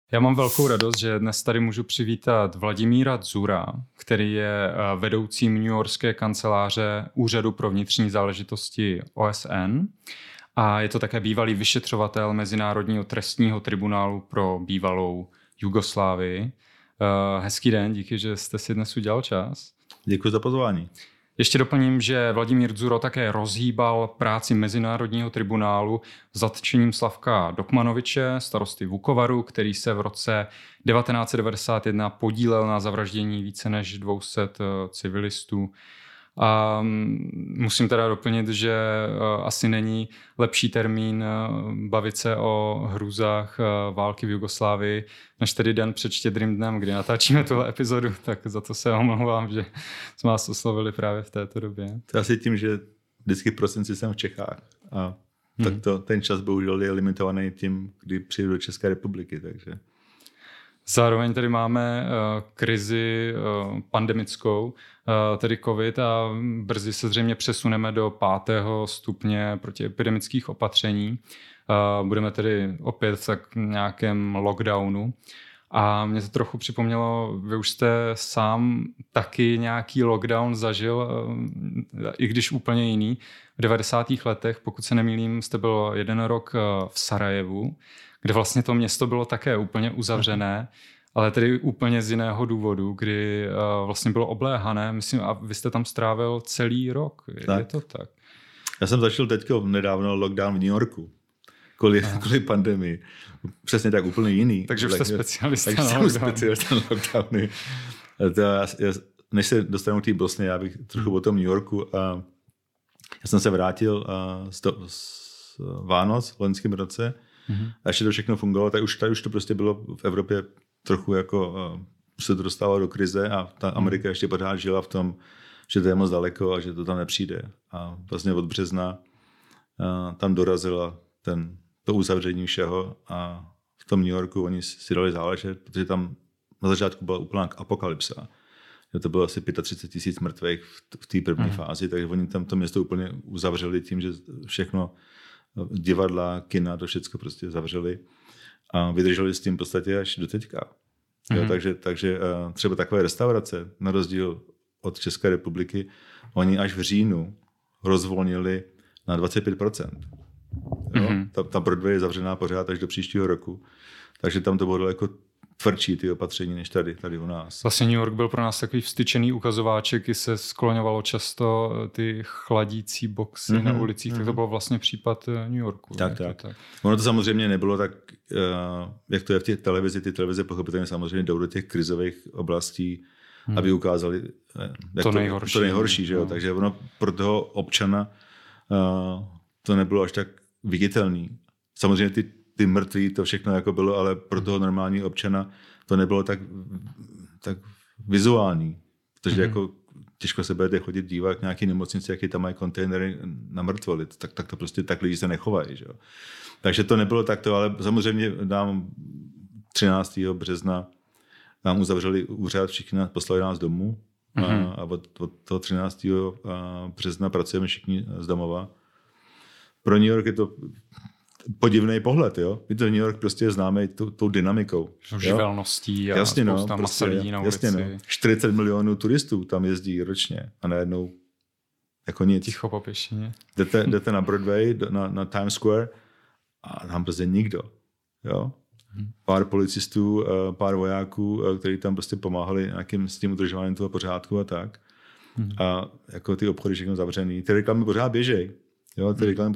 Já mám velkou radost, že dnes tady můžu přivítat Vladimíra Dzura, který je vedoucím newyorské kanceláře Úřadu pro vnitřní záležitosti OSN a je to také bývalý vyšetřovatel Mezinárodního trestního tribunálu pro bývalou Jugoslávii. Hezký den, díky, že jste si dnes udělal čas. Děkuji za pozvání. Ještě doplním, že Vladimír Dzuro také rozhýbal práci Mezinárodního tribunálu zatčením Slavka Dokmanoviče, starosty Vukovaru, který se v roce 1991 podílel na zavraždění více než 200 civilistů. A musím teda doplnit, že asi není lepší termín bavit se o hrůzách války v Jugoslávii, než tedy den před Štědrým dnem, kdy natáčíme tuhle epizodu, tak za to se omlouvám, že jsme vás oslovili právě v této době. To asi tím, že vždycky v prosinci jsem v Čechách a tak ten čas bohužel je limitovaný tím, kdy přijdu do České republiky, takže... Zároveň tady máme krizi pandemickou, tedy covid, a brzy se zřejmě přesuneme do 5. stupně protiepidemických opatření. Budeme tedy opět v tak nějakém lockdownu. A mě to trochu připomnělo, vy už jste sám taky nějaký lockdown zažil, i když úplně jiný. V 90. letech, pokud se nemýlím, jste byl 1 rok v Sarajevu, kde vlastně to město bylo také úplně uzavřené, ale tedy úplně z jiného důvodu, kdy vlastně bylo obléhané, myslím, a vy jste tam strávil celý rok. Je to tak? Já jsem začal teďka nedávno lockdown v New Yorku, kvůli pandemii. Přesně tak, úplně jiný. Takže už jste specialista na lockdowny. Než se dostanu k té Bosně, já bych trochu o tom New Yorku. Já jsem se vrátil z Vánoc v loňském roce, a ještě to všechno fungovalo, tak už to prostě bylo v Evropě trochu jako se to dostalo do krize a ta Amerika ještě pořád žila v tom, že to je moc daleko a že to tam nepřijde. A vlastně od března tam dorazila to uzavření všeho a v tom New Yorku oni si dali záležet, protože tam na začátku byla úplná apokalypsa. To bylo asi 35 000 mrtvých v té první fázi, takže oni tam to město úplně uzavřeli tím, že všechno divadla, kina, to všechno prostě zavřeli a vydrželi s tím v podstatě až do teďka. Jo, takže třeba takové restaurace, na rozdíl od České republiky, oni až v říjnu rozvolnili na 25%. Jo? Ta Broadway je zavřená pořád až do příštího roku, takže tam to bylo daleko tvrdší ty opatření než tady u nás. Vlastně New York byl pro nás takový vstyčený ukazováček, kdy se skloňovalo často ty chladící boxy na ulicích, tak to byl vlastně případ New Yorku. Tak. Ono to samozřejmě nebylo tak, jak to je v těch televizi. Ty televize pochopitelně samozřejmě jdou do těch krizových oblastí, aby ukázali to nejhorší. Že jo? Takže ono pro toho občana to nebylo až tak viditelný. Samozřejmě ty mrtví, to všechno jako bylo, ale pro toho normálního občana to nebylo tak vizuální. Protože jako těžko se budete chodit dívat k nějaký nemocnici, jaký tam mají kontejnery na mrtvoly. Tak to prostě tak lidi se nechovají. Že? Takže to nebylo takto, ale samozřejmě nám 13. března nám uzavřeli úřad, všichni poslali nás domů a od toho 13. března pracujeme všichni z domova. Pro New York je to podivný pohled, jo? Víte, New York prostě je známý tou dynamikou. Živelností a spousta masa lidí na ulici. Jasně, 40 milionů turistů tam jezdí ročně a najednou jako nic. Ticho po pěšině. Jdete na Broadway, na Times Square a tam prostě nikdo. Jo? Pár policistů, pár vojáků, kteří tam prostě pomáhali nějakým s tím udržováním toho pořádku a tak. A jako ty obchody všechno zavřený. Ty reklamy pořád běžej. Jo?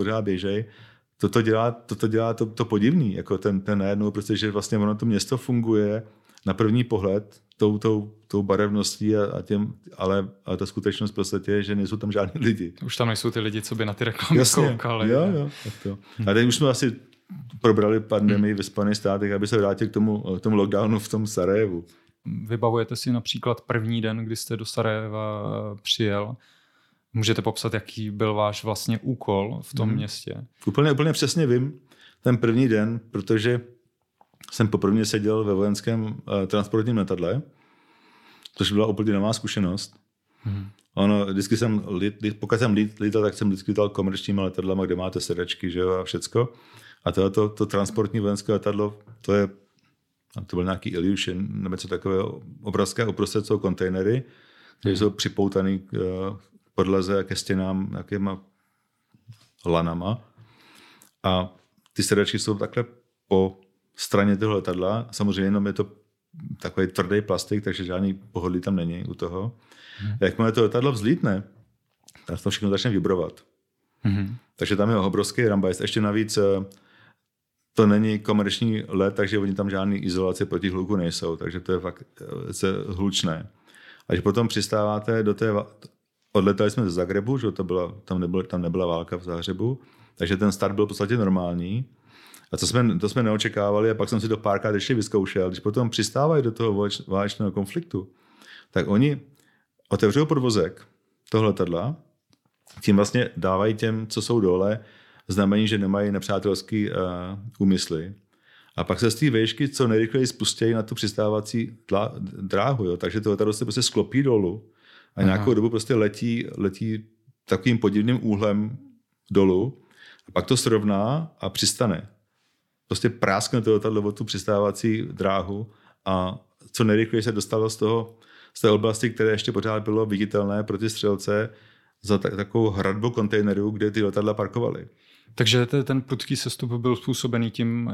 Toto dělá to podivný, jako ten najednou, protože vlastně ono to město funguje na první pohled tou barevností ale ta skutečnost v podstatě je, že nejsou tam žádní lidi. Už tam nejsou ty lidi, co by na ty reklamy koukali. Jo, tak to. A teď už jsme asi probrali pandemii ve Spojených státech, aby se vrátil k tomu lockdownu v tom Sarajevu. Vybavujete si například první den, kdy jste do Sarajeva přijel? Můžete popsat, jaký byl váš vlastně úkol v tom městě? Úplně přesně vím ten první den, protože jsem poprvé seděl ve vojenském transportním letadle, což byla úplně nová zkušenost. Ono, vždycky pokud jsem lítal, tak jsem vždycky lítal komerčníma letadlama, kde máte sedačky, že jo, a všecko. A to transportní vojenské letadlo, to je a to byl nějaký Illusion, nebo co takového, obrazské uprostřed jsou kontejnery, které jsou připoutané k podlaze ke stěnám nějakýma lanama. A ty sedačky jsou takhle po straně toho letadla. Samozřejmě jenom je to takový tvrdý plastik, takže žádný pohodlí tam není u toho. Jakmile to letadlo vzlítne, tak to všechno začne vibrovat. Takže tam je obrovský rambajs. Ještě navíc to není komerční let, takže oni tam žádný izolace proti hluku nejsou, takže to je fakt hlučné. A když potom přistáváte do té... Odletali jsme ze Zagrebu, že tam nebyla válka v Zagrebu, takže ten start byl v podstatě normální. A to jsme neočekávali a pak jsem si to párkrát ještě vyzkoušel. Když potom přistávají do toho válečného konfliktu, tak oni otevřou podvozek toho letadla, tím vlastně dávají těm, co jsou dole, znamení, že nemají nepřátelský úmysly. A pak se z té výšky co nejrychleji spustějí na tu přistávací dráhu. Jo? Takže to letadlo se prostě sklopí dolů a nějakou dobu prostě letí takovým podivným úhlem dolů a pak to srovná a přistane. Prostě práskne to letadlo o tu přistávací dráhu a co nejrychleji se dostalo z té oblasti, které ještě pořád bylo viditelné pro ty střelce, za takovou hradbu kontejnerů, kde ty letadla parkovaly. Takže ten prudký sestup byl způsobený tím,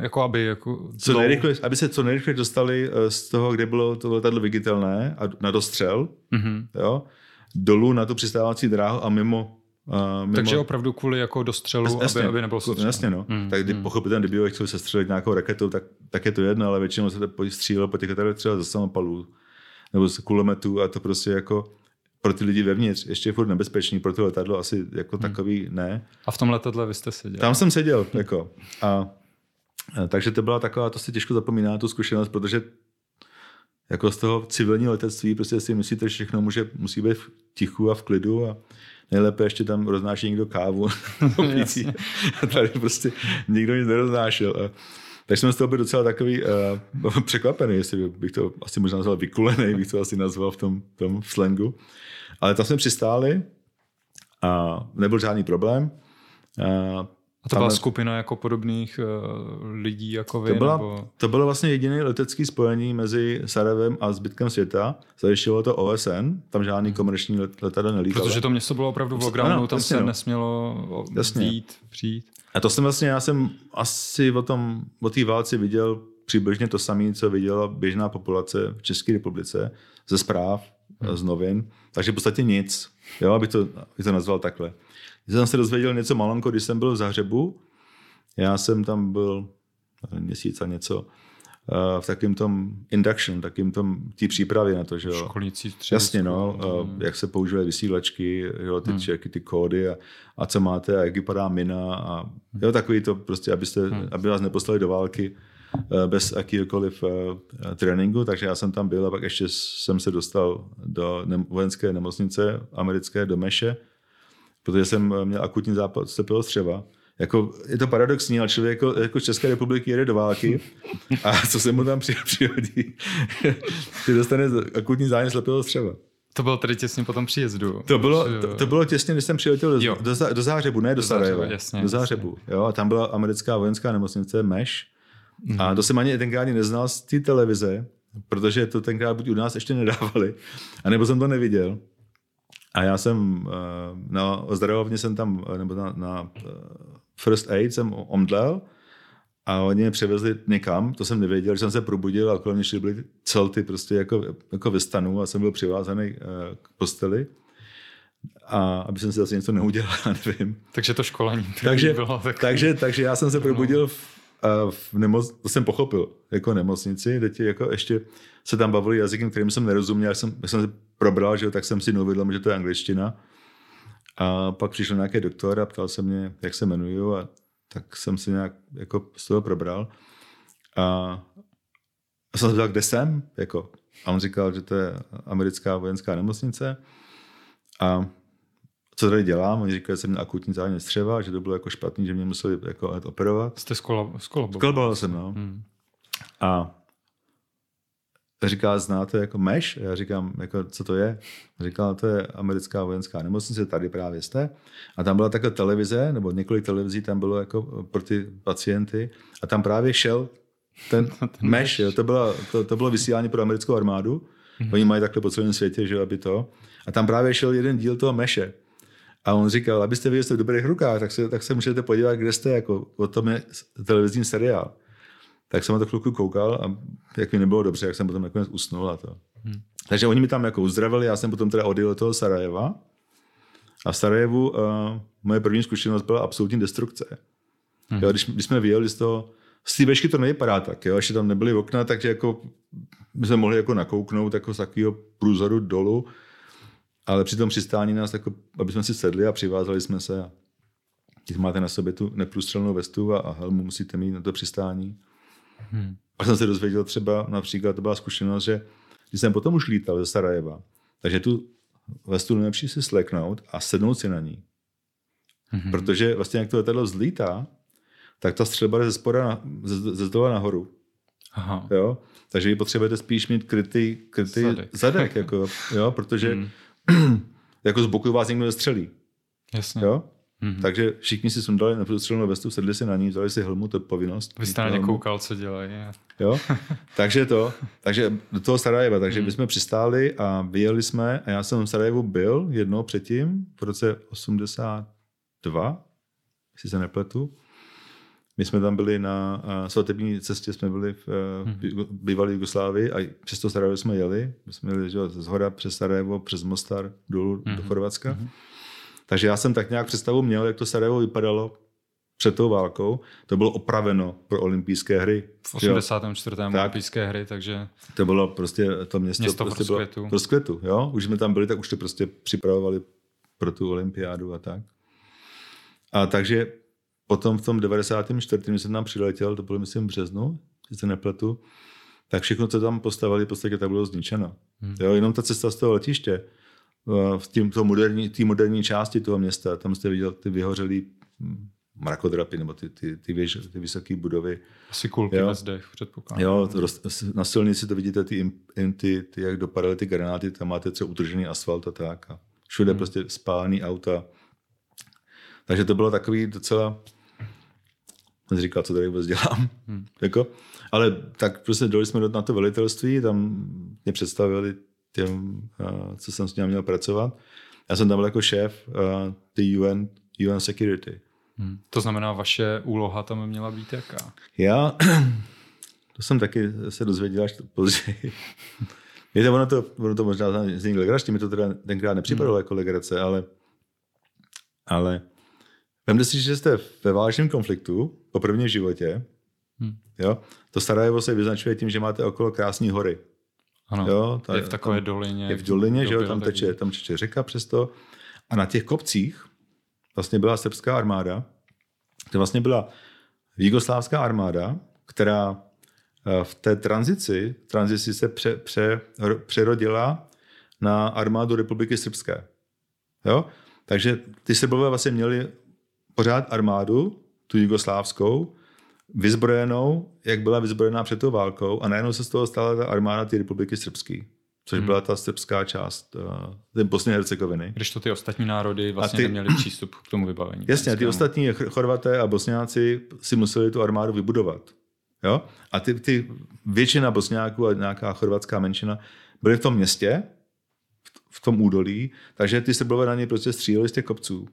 aby se co nejrychleji dostali z toho, kde bylo to letadlo viditelné a na dostřel, jo, dolů na tu přistávací dráhu a mimo. Takže opravdu kvůli jako dostřelu, aby nebylo sestřel. Jasně, no. Tak pochopitelně, kdyby chtěli sestřelit nějakou raketou, tak je to jedno, ale většinou se to střílelo po těch letadlech třeba ze samopalů nebo z kulometů a to prostě jako pro ty lidi vevnitř ještě je furt nebezpečný, pro to letadlo asi jako takový ne. A v tom letadle vy jste seděl? Tam jsem seděl, jako. Takže to byla taková, to si těžko zapomíná, tu zkušenost, protože jako z toho civilního letectví prostě si myslíte, že všechno musí být v tichu a v klidu a nejlépe ještě tam roznáší někdo kávu. A tady prostě nikdo nic neroznášel. Takže jsem z toho byl docela takový překvapený, jestli bych to asi možná nazval vykulený, bych to asi nazval v tom slangu. Ale tam jsme přistáli a nebyl žádný problém. A to byla skupina jako podobných lidí jako vy? To bylo vlastně jediné letecké spojení mezi Sarajevem a zbytkem světa. Zajišťovalo to OSN, tam žádný komerční letadlo nelítalo. Protože to město bylo opravdu v lockdownu, tam se nesmělo přijít. A to já jsem asi o té válce viděl přibližně to samé, co viděla běžná populace v České republice, ze zpráv, z novin. Takže v podstatě nic, jo, aby to nazval takhle. Já jsem se dozvěděl něco malinko, když jsem byl v Zahřebu. Já jsem tam byl měsíc a něco v takým tom induction, takým tom té přípravě na to, že jo. Školnící třeba. Jasně, no, jak se používají vysílačky, jo, ty kódy a co máte a jak vypadá mina a jo, takový to prostě, aby vás neposlali do války bez jakýkoliv tréninku, takže já jsem tam byl a pak ještě jsem se dostal do vojenské nemocnice americké, do Meše, protože jsem měl akutní zápal střeva. Jako, je to paradoxní, ale člověk jako z České republiky jede do války a co se mu tam přihodí, že dostane akutní zánět slepého střeva. To bylo tedy těsně po tom příjezdu. To bylo těsně, když jsem přiletěl do Záhřebu, ne do Sarajeva. Do Záhřebu. Jo, a tam byla americká vojenská nemocnice MESH. A to jsem ani tenkrát neznal z té televize, protože to tenkrát buď u nás ještě nedávali, anebo jsem to neviděl. A já jsem na ozdravovně jsem tam, nebo na First Aid jsem omdlel a oni mě převezli někam, to jsem nevěděl, že jsem se probudil a kolem mě byly celty prostě jako ve stanu a jsem byl přivázaný k posteli. A aby jsem si zase něco neudělal, nevím. Takže to školení bylo takže já jsem se probudil to jsem pochopil, jako nemocnici, teď jako ještě se tam bavili jazykem, kterým jsem nerozuměl, jak jsem se probral, že tak jsem si neuvědomil, že to je angličtina. A pak přišel nějaký doktor a ptal se mě, jak se jmenuju a tak jsem si nějak jako z toho probral. A jsem se ptal, kde jsem? Jako. A on říkal, že to je americká vojenská nemocnice. A co tady dělám? Oni říkali, že jsem měl akutní zánět střeva, že to bylo jako špatný, že mě museli jako operovat. Jste skolaboval jsem, no. A říká, znáte jako MESH? Já říkám, jako, co to je? Říkal, to je americká vojenská nemocnice, tady právě jste. A tam byla taková televize, nebo několik televizí tam bylo jako pro ty pacienty. A tam právě šel ten mesh, jo, to bylo vysílání pro americkou armádu. Oni mají takhle po celém světě, že aby to. A tam právě šel jeden díl toho meše. A on říkal, abyste viděli, že jste v dobrých rukách, tak se můžete podívat, kde jste, jako o tom je televizní seriál. Tak jsem na to chvilku koukal a jak mi nebylo dobře, jak jsem potom nakonec usnul a to. Takže oni mi tam jako uzdravili, já jsem potom teda odjel do toho Sarajeva. A v Sarajevu moje první zkušenost byla absolutní destrukce. Jo, když jsme vyjeli z té vešky to nevypadá tak, jo, ještě tam nebyly okna, takže jako my jsme mohli jako nakouknout jako z takového průzoru dolů, ale při tom přistání nás, jako, aby jsme si sedli a přivázali jsme se. A když máte na sobě tu neprůstřelnou vestu a helmu musíte mít na to přistání. A jsem se dozvěděl třeba, například to byla zkušenost, že když jsem potom už lítal ze Sarajeva, takže tu vestu nejlepší si sleknout a sednout si na ní. Protože vlastně jak to letadlo zlítá, tak ta střelba jde ze zdola nahoru. Aha. Jo? Takže vy potřebujete spíš mít krytý zadek jako, jo? Protože jako z boku vás někdo nestřelí. Jasně. Jo? Takže všichni si sundali na průstřelnou vestu, sedli si na ní, vzali si helmu, to je povinnost. Vy jste na ně koukal, co dělají. Jo? Takže do toho Sarajeva, takže my jsme přistáli a vyjeli jsme a já jsem v Sarajevu byl jednou předtím, v roce 82, jestli se nepletu. My jsme tam byli na svatební cestě, jsme byli v bývalé Jugoslávii a přes to Sarajevo jsme jeli. My jsme jeli z hora přes Sarajevo, přes Mostar dolů do Chorvatska. Takže já jsem tak nějak představu měl, jak to Sarajevo vypadalo před tou válkou. To bylo opraveno pro olympijské hry. V 84. olympijské hry, takže... To bylo prostě, to město prostě bylo v rozkvětu. Jo? Už jsme tam byli, tak už to prostě připravovali pro tu olympiádu a tak. A takže potom v tom 94. když jsem tam přiletěl, to bylo myslím v březnu, když se nepletu, tak všechno, co tam postavili, v podstatě tak bylo zničeno. Jo? Jenom ta cesta z toho letiště, v té moderní části toho města, tam jste viděl ty vyhořelý mrakodrapy, nebo ty vysoké budovy. Asi kulky ve zdech, předpokládám. Jo, na silnici to vidíte, ty jak dopadaly ty granáty, tam máte třeba utržený asfalt a tak. A všude prostě spálený auta. Takže to bylo takový docela... Jsem říkal, co tady vůbec dělám. Jako, ale tak prostě dali jsme na to velitelství, tam mě představili těm, co jsem s ním měl pracovat. Já jsem tam byl jako šéf UN Security. To znamená, vaše úloha tam měla být jaká? Já, to jsem taky se dozvěděl až později. Víte, ono to možná zní legračně, mi to teda tenkrát nepřipadalo jako legrace, ale vemte si, že jste ve válečném konfliktu, poprvé v životě, jo? To Sarajevo se vyznačuje tím, že máte okolo krásné hory. Ano, jo? je v takové dolině. Je v dolině, že jo? Tam teče řeka přesto. A na těch kopcích vlastně byla srbská armáda. To vlastně byla jugoslávská armáda, která v té tranzici se přerodila na armádu Republiky Srbské. Jo? Takže ty Srbové vlastně měli pořád armádu, tu jugoslávskou, vyzbrojenou, jak byla vyzbrojená před tou válkou, a najednou se z toho stala ta armáda té Republiky Srbské, což byla ta srbská část Bosny a Hercegoviny. Když to ty ostatní národy vlastně neměli přístup k tomu vybavení. Jasně, ty ostatní Chorvaté a Bosňáci si museli tu armádu vybudovat. Jo? A ty většina Bosňáků a nějaká chorvatská menšina byly v tom městě, v tom údolí, takže ty Srbové na ně prostě stříleli z těch kopců.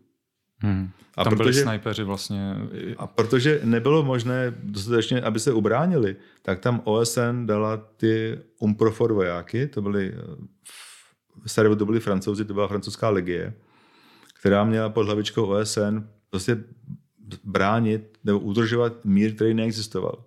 A tam byli snajpeři vlastně. A protože nebylo možné dostatečně, aby se ubránili, tak tam OSN dala ty UNPROFOR vojáky, to byly v Sarajevu to byli Francouzi, to byla francouzská legie, která měla pod hlavičkou OSN prostě bránit nebo udržovat mír, který neexistoval.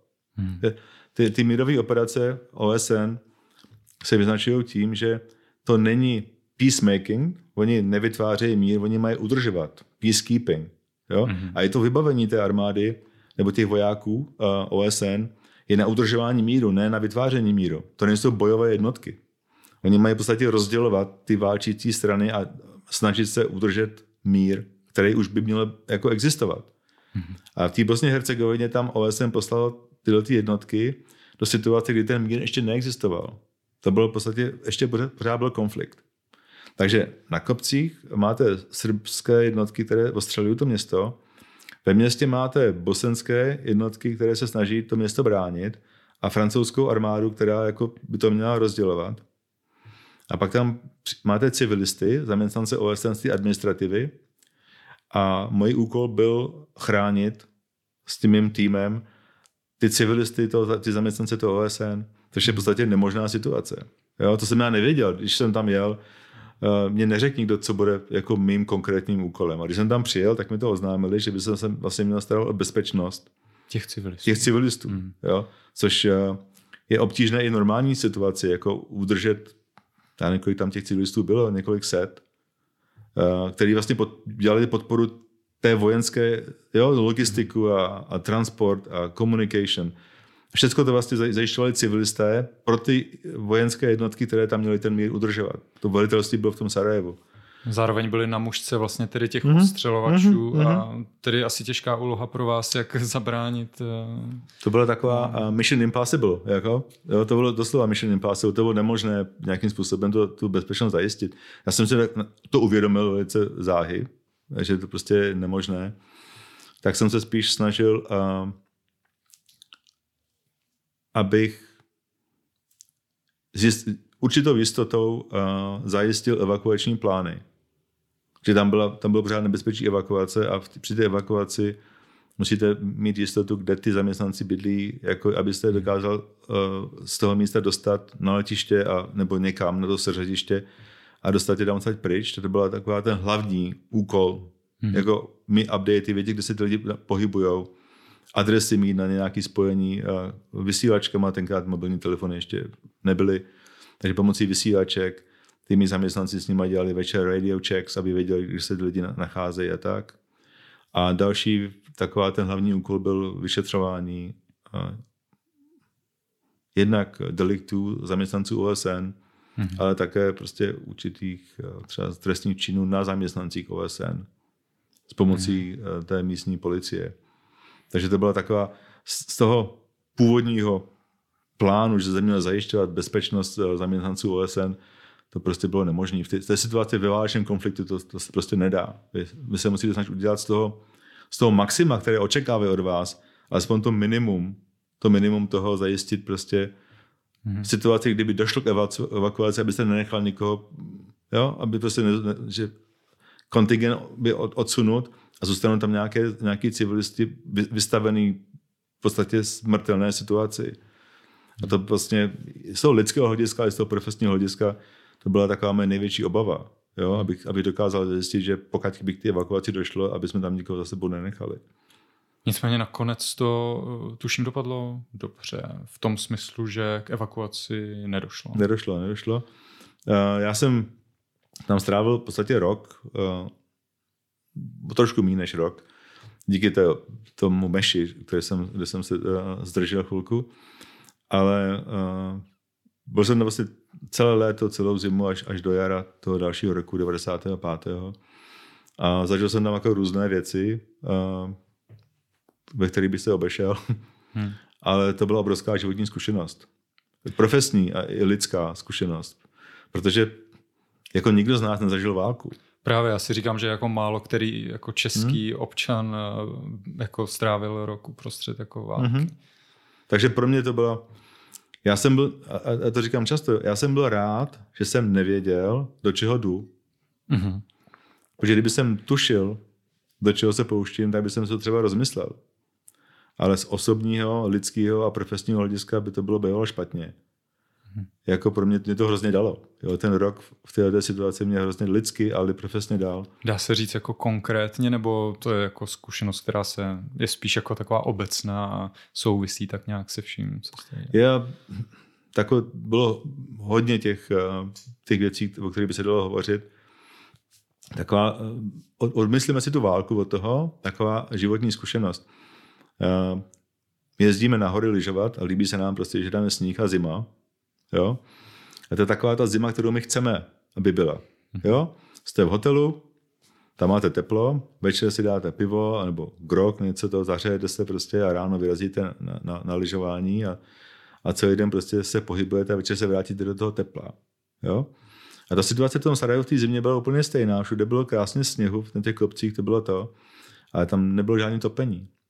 Ty mírové operace OSN se vyznačují tím, že to není peacemaking, oni nevytvářejí mír, oni mají udržovat. Peacekeeping. Jo? A je to vybavení té armády nebo těch vojáků OSN je na udržování míru, ne na vytváření míru. To nejsou bojové jednotky. Oni mají v podstatě rozdělovat ty válčící strany a snažit se udržet mír, který už by měl jako existovat. A v té Bosně a Hercegovině tam OSN poslalo tyhle jednotky do situace, kdy ten mír ještě neexistoval. To bylo v podstatě, ještě pořád byl konflikt. Takže na kopcích máte srbské jednotky, které ostřelují to město. Ve městě máte bosenské jednotky, které se snaží to město bránit. a francouzskou armádu, která jako by to měla rozdělovat. A pak tam máte civilisty, zaměstnance OSN z té administrativy a můj úkol byl chránit s tím mým týmem ty civilisty, ty zaměstnance toho OSN, což je v podstatě nemožná situace. Jo, to jsem já nevěděl, když jsem tam jel, mě neřekl nikdo, co bude jako mým konkrétním úkolem. A když jsem tam přijel, tak mi to oznámili, že by jsem vlastně měl starat o bezpečnost těch civilistů. Jo? Což je obtížné i normální situaci, jako udržet, já nevím, kolik tam těch civilistů bylo, několik set, který vlastně dělali podporu té vojenské logistiku a transport a communication. Všechno to vlastně zajišťovali civilisté pro ty vojenské jednotky, které tam měly ten mír udržovat. To velitelství bylo v tom Sarajevu. Zároveň byli na mužce vlastně tedy těch ostřelovačů a tedy asi těžká úloha pro vás, jak zabránit. To byla taková mission impossible. Jako? Jo, to bylo doslova mission impossible. To bylo nemožné nějakým způsobem tu bezpečnost zajistit. Já jsem si to uvědomil velice záhy, že to prostě je nemožné. Tak jsem se spíš snažil abych určitou jistotou zajistil evakuační plány. Že tam bylo pořád nebezpečí evakuace a při té evakuaci musíte mít jistotu, kde ty zaměstnanci bydlí, jako abyste dokázal z toho místa dostat na letiště nebo někam na to seřadiště a dostat je tam odsaď pryč. To byla taková ten hlavní úkol. Jako mi updatey, vědět, kde se ty lidi pohybujou, adresy mít na nějaké spojení, vysílačkama, tenkrát mobilní telefony ještě nebyly, takže pomocí vysílaček ty mý zaměstnanci s nimi dělali večer radio checks, aby věděli, kde se ty lidi nacházejí a tak. A další taková ten hlavní úkol byl vyšetřování jednak deliktů zaměstnanců OSN, ale také prostě určitých třeba trestných činů na zaměstnancích OSN s pomocí té místní policie. Takže to byla taková z toho původního plánu, že se měla zajišťovat bezpečnost zaměstnanců OSN, to prostě bylo nemožné. V té situaci ve válečném konfliktu to se prostě nedá. Vy se musíte snažit udělat z toho maxima, které očekávají od vás, alespoň to minimum toho zajistit prostě v situaci, kdyby došlo k evakuaci, abyste nenechal nikoho, jo, aby prostě že kontingent by odsunut a zůstanou tam nějaký civilisti vystavený v podstatě smrtelné situaci. A to vlastně z toho lidského hlediska a z toho profesního hlediska to byla taková moje největší obava, jo? Abych dokázal zjistit, že pokud by k té evakuaci došlo, aby jsme tam nikoho za sebou nenechali. Nicméně nakonec to tuším dopadlo dobře, v tom smyslu, že k evakuaci nedošlo. Nedošlo. Já jsem tam strávil v podstatě rok, trošku méně než rok, díky tomu meši, kde jsem se zdržel chvilku, ale byl jsem tam vlastně celé léto, celou zimu až do jara toho dalšího roku, 95. A zažil jsem tam jako různé věci, ve kterých by se obešel, ale to byla obrovská životní zkušenost. Profesní a i lidská zkušenost, protože jako nikdo z nás nezažil válku. Právě já si říkám, že jako málo který jako český občan jako strávil rok uprostřed jako války. Takže pro mě to bylo, já jsem byl, a to říkám často, já jsem byl rád, že jsem nevěděl, do čeho jdu. Protože kdyby jsem tušil, do čeho se pouštím, tak by jsem se to třeba rozmyslel. Ale z osobního, lidského a profesního hlediska by to bylo špatně. Jako pro mě to hrozně dalo. Jo, ten rok v této situaci mě hrozně lidsky, ale profesně dal. Dá se říct jako konkrétně, nebo to je jako zkušenost, která je spíš jako taková obecná a souvisí tak nějak se vším, co jste dělal? Bylo hodně těch věcí, o kterých by se dalo hovořit. Taková, odmyslíme si tu válku od toho, taková životní zkušenost. Jezdíme na hory lyžovat a líbí se nám prostě, že dáme sníh a zima. Jo? A to je taková ta zima, kterou my chceme, aby byla. Jo? Jste v hotelu, tam máte teplo, večer si dáte pivo nebo grog, něco toho, zahřejete se prostě a ráno vyrazíte na lyžování a celý den prostě se pohybujete a večer se vrátíte do toho tepla. Jo? A ta situace v tom Sarajevu v té zimě byla úplně stejná. Všude bylo krásně sněhu, v těch kopcích to bylo to, ale tam nebylo žádné topení.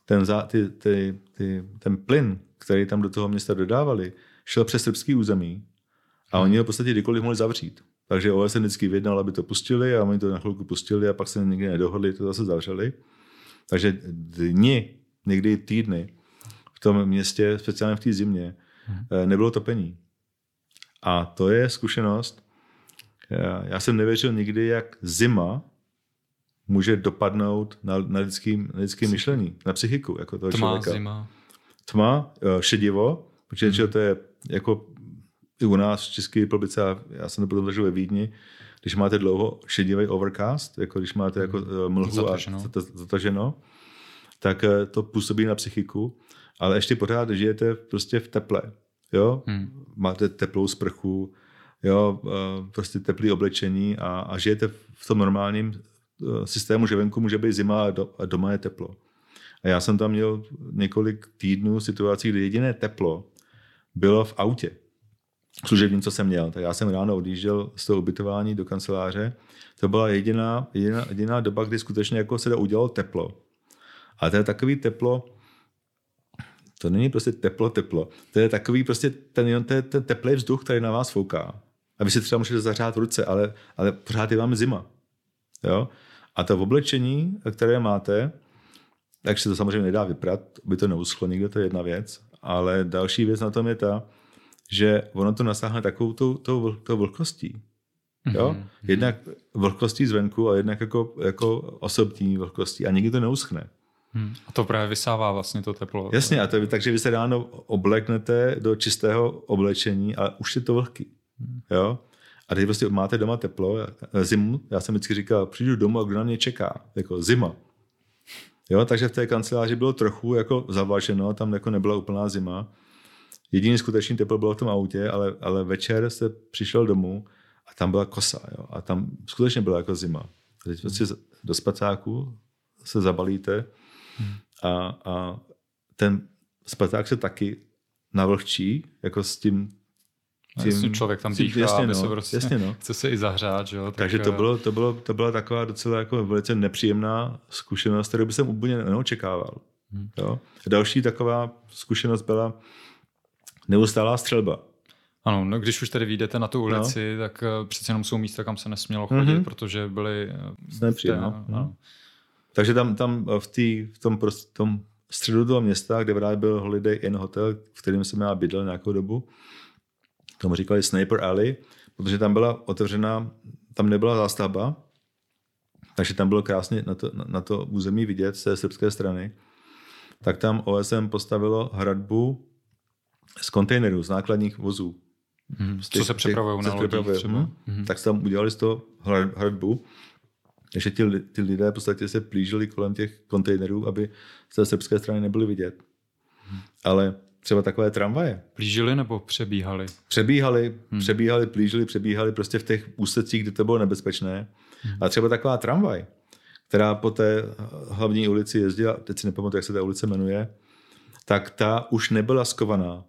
ten plyn, který tam do toho města dodávali, šel přes srbský území a oni ho v podstatě kdykoliv mohli zavřít. Takže OSN vždycky vyjednal, aby to pustili a oni to na chvilku pustili a pak se nikdy nedohodli, to zase zavřeli. Takže dny, někdy týdny v tom městě, speciálně v té zimě, nebylo topení. A to je zkušenost. Já jsem nevěřil nikdy, jak zima může dopadnout na lidský myšlení, na psychiku jako toho člověka. Zima. Tma, šedivo, protože to je jako i u nás v České republice, já jsem to potom zažil ve Vídni, když máte dlouho šedivý overcast, jako když máte jako mlhu zataženo, tak to působí na psychiku, ale ještě pořád žijete prostě v teple. Jo? Máte teplou sprchu, jo? Prostě teplé oblečení a žijete v tom normálním systému, že venku může být zima a doma je teplo. A já jsem tam měl několik týdnů situací, kdy jediné teplo bylo v autě. Služební, co jsem měl. Tak já jsem ráno odjížděl z toho ubytování do kanceláře. To byla jediná doba, kdy skutečně jako se udělalo teplo. A to je takový teplo, to není prostě teplo. To je takový prostě ten teplý vzduch, který na vás fouká. A vy si třeba můžete zařát ruce, ale pořád je vám zima. Jo? A to oblečení, které máte, takže se to samozřejmě nedá vyprat, aby to neuschlo nikdo, to je jedna věc. Ale další věc na tom je ta, že ono to nasáhne takovou tou vlhkostí. Jo? Jednak vlhkostí zvenku a jednak jako osobní vlhkostí a nikdy to neuschne. A to právě vysává vlastně to teplo. Jasně, takže vy se ráno obleknete do čistého oblečení a už je to vlhký. Jo? A teď prostě máte doma teplo, zimu, já jsem vždycky říkal, přijdu domů a kdo na mě čeká, jako zima. Jo? Takže v té kanceláři bylo trochu jako zavlaženo, tam jako nebyla úplná zima. Jediný skutečný teplo bylo v tom autě, ale večer se přišel domů a tam byla kosa. Jo? A tam skutečně byla jako zima. A teď prostě do spacáku se zabalíte a ten spacák se taky navlhčí, jako s tím člověk tam dýchá, aby se prostě chce se i zahřát. Že jo? Takže to byla taková docela jako velice nepříjemná zkušenost, kterou bych jsem úplně neočekával. Jo? Další taková zkušenost byla neustálá střelba. Ano, no, když už tady vyjdete na tu ulici, tak přece jenom jsou místa, kam se nesmělo chodit, protože byly... Takže tam v tom středu toho města, kde právě byl Holiday Inn hotel, v kterém jsem já bydlel nějakou dobu, tomu říkali Sniper Alley, protože tam byla otevřená, tam nebyla zástavba, takže tam bylo krásně na to území vidět z té srbské strany. Tak tam OSN postavilo hradbu z kontejnerů, z nákladních vozů. Co se přepravují na lodích třeba. Tak se tam udělali z toho hradbu, takže ty lidé v podstatě se plížili kolem těch kontejnerů, aby z té srbské strany nebyly vidět. Ale třeba takové tramvaje. Plížili nebo přebíhali? Přebíhali prostě v těch úsecích, kde to bylo nebezpečné. A třeba taková tramvaj, která po té hlavní ulici jezdila, teď si nepamatuji, jak se ta ulice jmenuje, tak ta už nebyla skovaná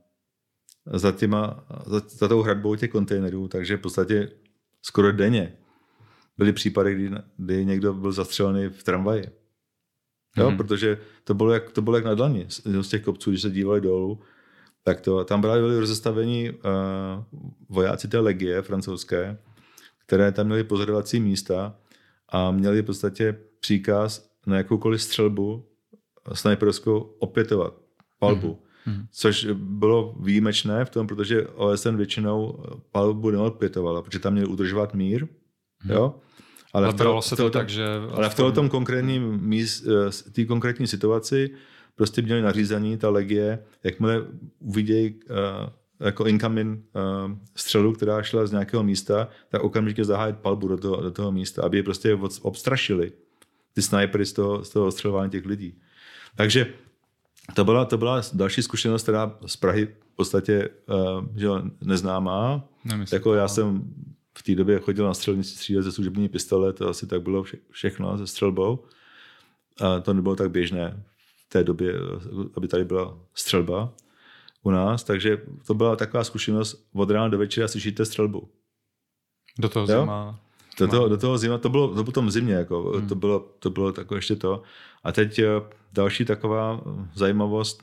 za tou hradbou těch kontejnerů, takže v podstatě skoro denně byly případy, kdy někdo byl zastřelený v tramvaji. Jo, protože to bylo jak na dlani z těch kopců, když se dívali dolů, tak tam byli rozestavení vojáci té legie francouzské, které tam měli pozorovací místa a měli v podstatě příkaz na jakoukoliv střelbu snajperskou opětovat palbu. Což bylo výjimečné v tom, protože OSN většinou palbu neodpětovala, protože tam měli udržovat mír. Jo? Ale v tom konkrétní situaci prostě měli nařízení, ta legie, jakmile uvidějí jako incoming střelu, která šla z nějakého místa, tak okamžitě zahájit palbu do toho místa, aby je prostě obstrašili ty snajpery z toho ostřelování těch lidí. Takže to byla další zkušenost, která z Prahy v podstatě neznámá. Jako já jsem v té době chodil na střelnici střílet ze služební pistole, to asi tak bylo všechno se střelbou. A to nebylo tak běžné v té době, aby tady byla střelba u nás, takže to byla taková zkušenost, od rána do večera slyšíte střelbu. Do toho zima. Do toho zima, to bylo potom zimě, jako, to bylo takové ještě to. A teď další taková zajímavost,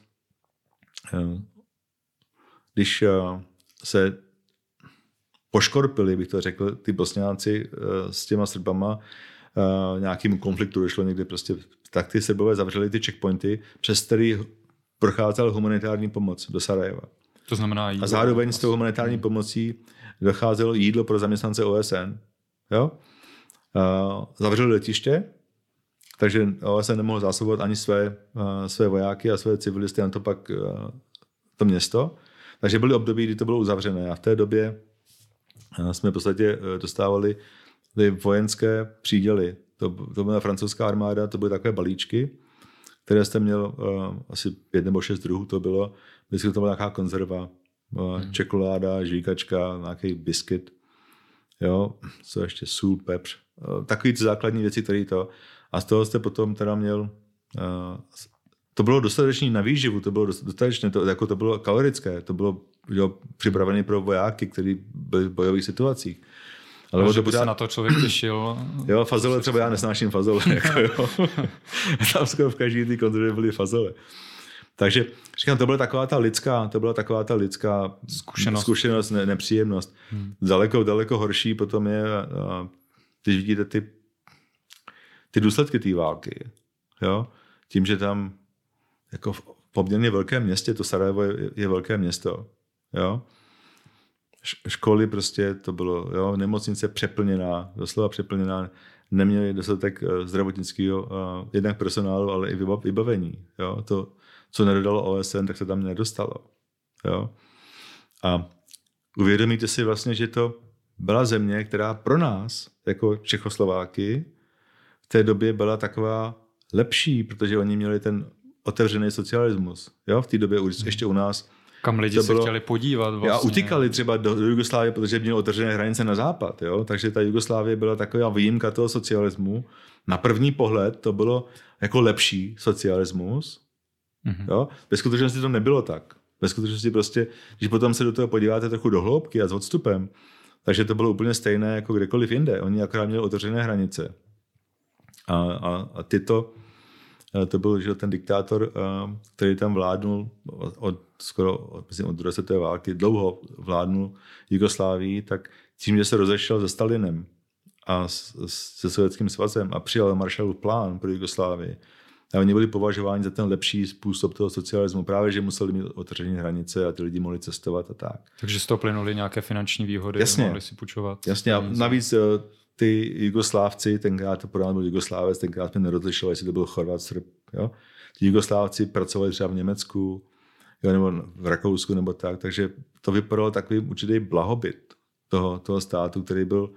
když se poškorpili, bych to řekl, ty Bosňáci s těma Srbama, nějakým konfliktu došlo někdy prostě, tak ty Srbové zavřeli ty checkpointy, přes který procházel humanitární pomoc do Sarajeva. To znamená jídlo. A zároveň s tou humanitární pomocí docházelo jídlo pro zaměstnance OSN. Jo? Zavřeli letiště, takže OSN nemohl zásobovat ani své vojáky a své civilisty, na to pak to město. Takže byly období, kdy to bylo uzavřené a v té době jsme v podstatě dostávali vojenské příděly. To byla francouzská armáda, to byly takové balíčky, které jste měl asi 5 nebo 6 druhů, to bylo. Vždycky to byla nějaká konzerva, čokoláda, žvíkačka, nějaký biscuit, jo, co ještě, sůl, pepř. Takový ty základní věci, které to. A z toho jste potom teda měl, to bylo dostatečné na výživu, to bylo dostatečné, to bylo kalorické, to bylo připravené pro vojáky, kteří byli v bojových situacích. Ale že by se na to člověk těšil. Jo, fazole třeba já nesnáším fazole. Jako jo. Tam skoro v každý té kontrole byly fazole. Takže říkám, to byla taková ta lidská zkušenost nepříjemnost. Daleko horší potom je, když vidíte ty důsledky té války. Jo? Tím, že tam jako v poměrně velkém městě, to Sarajevo je velké město. Jo? Školy prostě to bylo, jo? Nemocnice přeplněná, doslova přeplněná, neměli dostatek zdravotnického jednak personálu, ale i vybavení. Jo? To, co nedodalo OSN, tak se tam nedostalo. Jo? A uvědomíte si vlastně, že to byla země, která pro nás, jako Čechoslováky, v té době byla taková lepší, protože oni měli ten otevřený socialismus. Jo? V té době ještě u nás. Kam lidi se chtěli podívat vlastně. A utíkali třeba do Jugoslávie, protože měli otevřené hranice na západ. Jo? Takže ta Jugoslávie byla taková výjimka toho socialismu. Na první pohled to bylo jako lepší socialismus. Jo? Ve skutečnosti to nebylo tak. Ve skutečnosti prostě, když potom se do toho podíváte trochu do hloubky a s odstupem, takže to bylo úplně stejné jako kdekoliv jinde. Oni akorát měli otevřené hranice. A to byl že ten diktátor, který tam vládnul od druhé světové války, dlouho vládnul Jugoslávii, tak tím, že se rozešel se Stalinem a se Sovětským svazem a přijal Marshallův plán pro Jugoslávii, a oni byli považováni za ten lepší způsob toho socialismu. Právě, že museli mít otevřené hranice a ty lidi mohli cestovat a tak. Takže z toho plynuly nějaké finanční výhody, mohli si půjčovat. Jasně, a navíc ty Jugoslávci, tenkrát to podávno byl Jugoslávec, tenkrát jsme nerozlišovali, jestli to byl Chorvat, Srb. Jo? Ti Jugoslávci pracovali třeba v Německu, jo, nebo v Rakousku, nebo tak, takže to vypadalo takový určitý blahobyt toho státu, který byl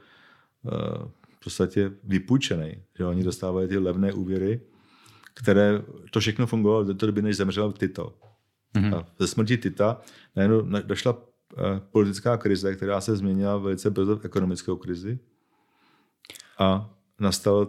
v podstatě vypůjčený. Že oni dostávali ty levné úvěry, které to všechno fungovalo do té doby, než zemřel Tito. A ze smrti Tita najednou došla politická krize, která se změnila velice brzo v ekonomickou krizi. A nastala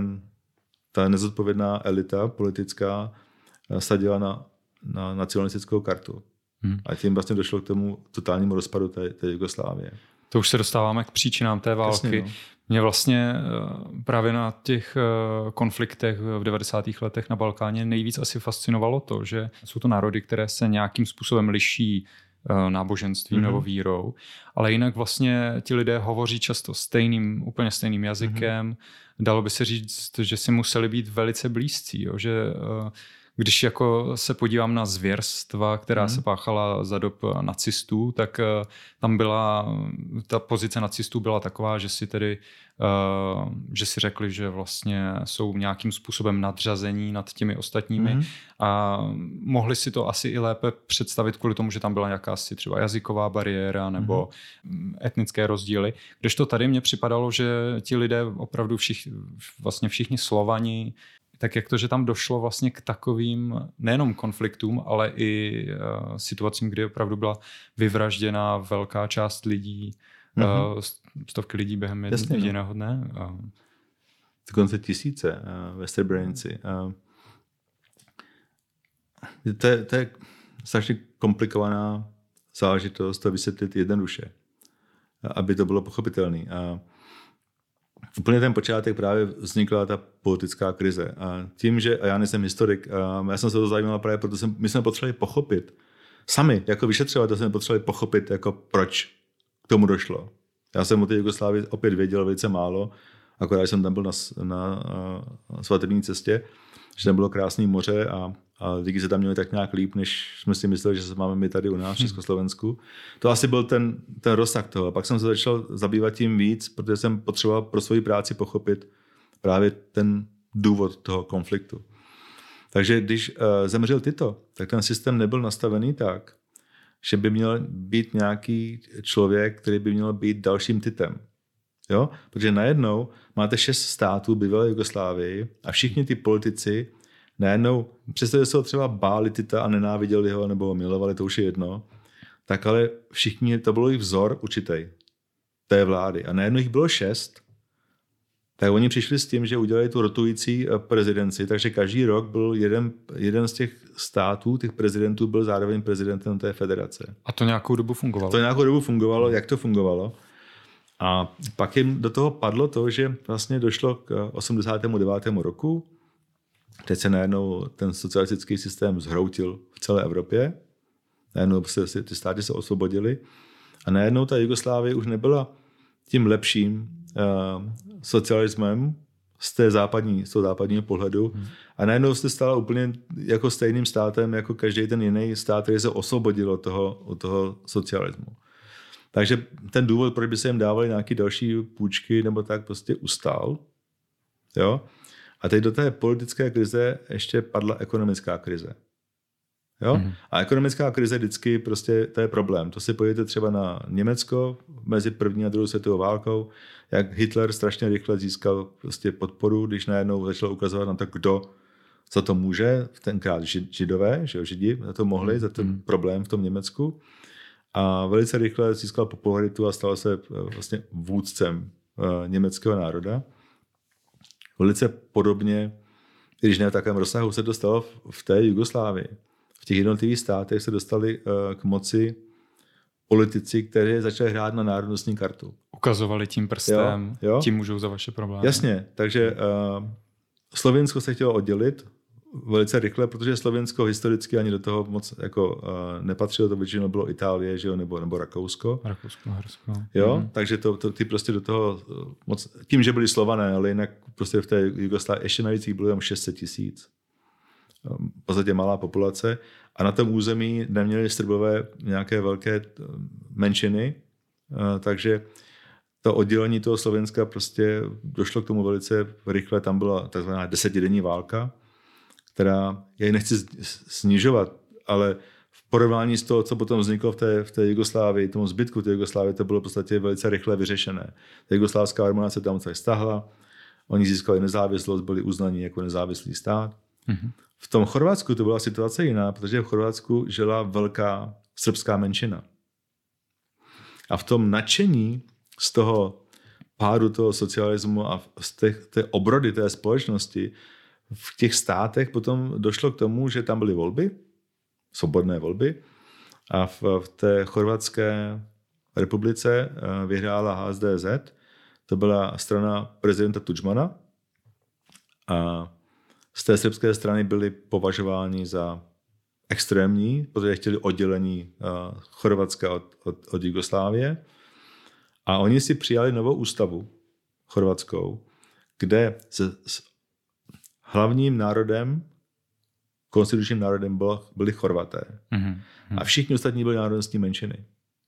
ta nezodpovědná elita politická sadila na nacionalistickou kartu. A tím vlastně došlo k tomu totálnímu rozpadu té Jugoslávie. To už se dostáváme k příčinám té války. Jasně, no. Mě vlastně právě na těch konfliktech v 90. letech na Balkáně nejvíc asi fascinovalo to, že jsou to národy, které se nějakým způsobem liší náboženstvím nebo vírou, ale jinak vlastně ti lidé hovoří často úplně stejným jazykem. Dalo by se říct, že si museli být velice blízcí, jo? Že když jako se podívám na zvěrstva, která se páchala za dob nacistů, tak tam ta pozice nacistů byla taková, že že si řekli, že vlastně jsou nějakým způsobem nadřazení nad těmi ostatními a mohli si to asi i lépe představit kvůli tomu, že tam byla jakási třeba jazyková bariéra nebo etnické rozdíly. Kdežto tady mně připadalo, že ti lidé opravdu všichni Slovani, tak jak to, že tam došlo vlastně k takovým nejenom konfliktům, ale i situacím, kdy opravdu byla vyvražděna velká část lidí, stovky lidí během jediného dne. Dokonce tisíce ve Srebrenici. To je strašně komplikovaná záležitost to vysvětlit jednoduše, aby to bylo pochopitelné. úplně ten počátek právě vznikla ta politická krize. A tím, že, a já nejsem historik, a já jsem se to zajímal právě, protože my jsme potřebovali pochopit, sami, jako vyšetřovatel jsme potřebovali pochopit, jako proč k tomu došlo. Já jsem o té Jugoslávii opět věděl velice málo, akorát jsem tam byl na svatební cestě, že tam bylo krásné moře a lidi se tam měli tak nějak líp, než jsme si mysleli, že se máme my tady u nás v Československu. To asi byl ten rozsah toho. A pak jsem se začal zabývat tím víc, protože jsem potřeboval pro svoji práci pochopit právě ten důvod toho konfliktu. Takže když zemřel Tito, tak ten systém nebyl nastavený tak, že by měl být nějaký člověk, který by měl být dalším Titem. Jo? Protože najednou máte 6 států bývalé Jugoslávii a všichni ty politici najednou, přestože se ho třeba báli Tita a nenáviděli ho nebo ho milovali, to už je jedno, tak ale všichni, to byl jejich vzor určitý té vlády. A najednou jich bylo 6, tak oni přišli s tím, že udělali tu rotující prezidenci, takže každý rok byl jeden z těch států, těch prezidentů byl zároveň prezidentem té federace. A to nějakou dobu fungovalo? To nějakou dobu fungovalo, jak to fungovalo. A pak jim do toho padlo to, že vlastně došlo k 89. roku. Teď se najednou ten socialistický systém zhroutil v celé Evropě. Najednou se ty státy se osvobodily. A najednou ta Jugoslávie už nebyla tím lepším socialismem z toho západního pohledu. A najednou se stala úplně jako stejným státem, jako každý ten jiný stát, který se osvobodil od toho socialismu. Takže ten důvod, proč by se jim dávali nějaké další půjčky nebo tak, prostě ustál. Jo? A teď do té politické krize ještě padla ekonomická krize. Jo? A ekonomická krize vždycky prostě, to je problém. To si pojďte třeba na Německo mezi první a druhou světovou válkou, jak Hitler strašně rychle získal prostě podporu, když najednou začal ukazovat na to, kdo za to může, tenkrát Židové, že jo, Židi za to mohli, za ten problém v tom Německu. A velice rychle získal popularitu a stal se vlastně vůdcem německého národa. Velice podobně, když ne v takovém rozsahu, se dostalo v té Jugoslávii. V těch jednotlivých státech se dostali k moci politici, kteří začali hrát na národnostní kartu. Ukazovali tím prstem, jo. Tím můžou za vaše problémy. Jasně, takže Slovinsko se chtělo oddělit velice rychle, protože Slovinsko historicky ani do toho moc jako nepatřilo, to většinou bylo Itálie, že jo, nebo Rakousko. Rakousko. Jo, takže ty prostě do toho moc, tím, že byli Slované, ale jinak prostě v té Jugoslávii ještě navíc bylo tam 600 000. V podstatě malá populace a na tom území neměli Srbové nějaké velké menšiny, takže to oddělení toho Slovenska prostě došlo k tomu velice rychle, tam byla takzvaná 10denní válka, která, já ji nechci snižovat, ale v porovnání s toho, co potom vzniklo v té Jugoslávii, tomu zbytku té Jugoslávie, to bylo v podstatě velice rychle vyřešené. Ta jugoslávská armáda se tam stahla, oni získali nezávislost, byli uznaní jako nezávislý stát. V tom Chorvatsku to byla situace jiná, protože v Chorvatsku žila velká srbská menšina. A v tom nadšení z toho pádu toho socialismu a z té obrody té společnosti v těch státech potom došlo k tomu, že tam byly volby, svobodné volby a v té chorvatské republice vyhrála HDZ, to byla strana prezidenta Tudjmana a z té srbské strany byli považováni za extrémní, protože chtěli oddělení Chorvatska od Jugoslávie. A oni si přijali novou ústavu chorvatskou, kde s hlavním národem, konstitučním národem byli Chorvaté. A všichni ostatní byli národnostní menšiny.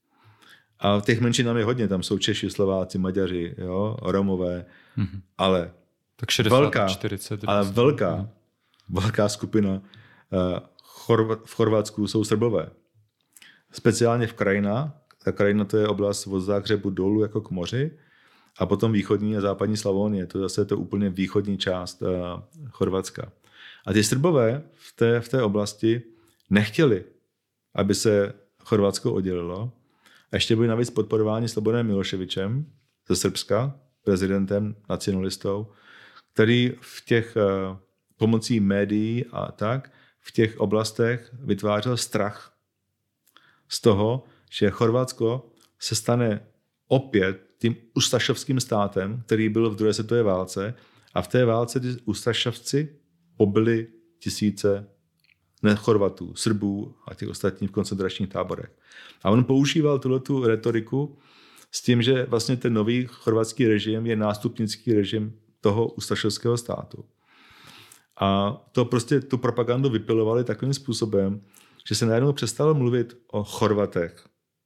A těch menšin tam je hodně, tam jsou Češi, Slováci, Maďaři, jo, Romové, ale tak 60, 40. Ale velká skupina v Chorvatsku jsou Srbové. Speciálně v Krajina. Ta Krajina to je oblast od Záhřebu dolů jako k moři a potom východní a západní Slavonie. To zase je to úplně východní část Chorvatska. A ty Srbové v té oblasti nechtěli, aby se Chorvatsko oddělilo. A ještě byli navíc podporováni Slobodanem Miloševičem ze Srbska, prezidentem, nacionalistou, který v těch pomocí médií a tak v těch oblastech vytvářel strach z toho, že Chorvatsko se stane opět tím ustašovským státem, který byl v druhé světové válce, a v té válce ty ustašovci pobili tisíce Chorvatů, Srbů a těch ostatních v koncentračních táborech. A on používal tuhletu retoriku s tím, že vlastně ten nový chorvatský režim je nástupnický režim toho ustašovského státu. A to prostě tu propagandu vypilovali takovým způsobem, že se najednou přestalo mluvit o Chorvatech,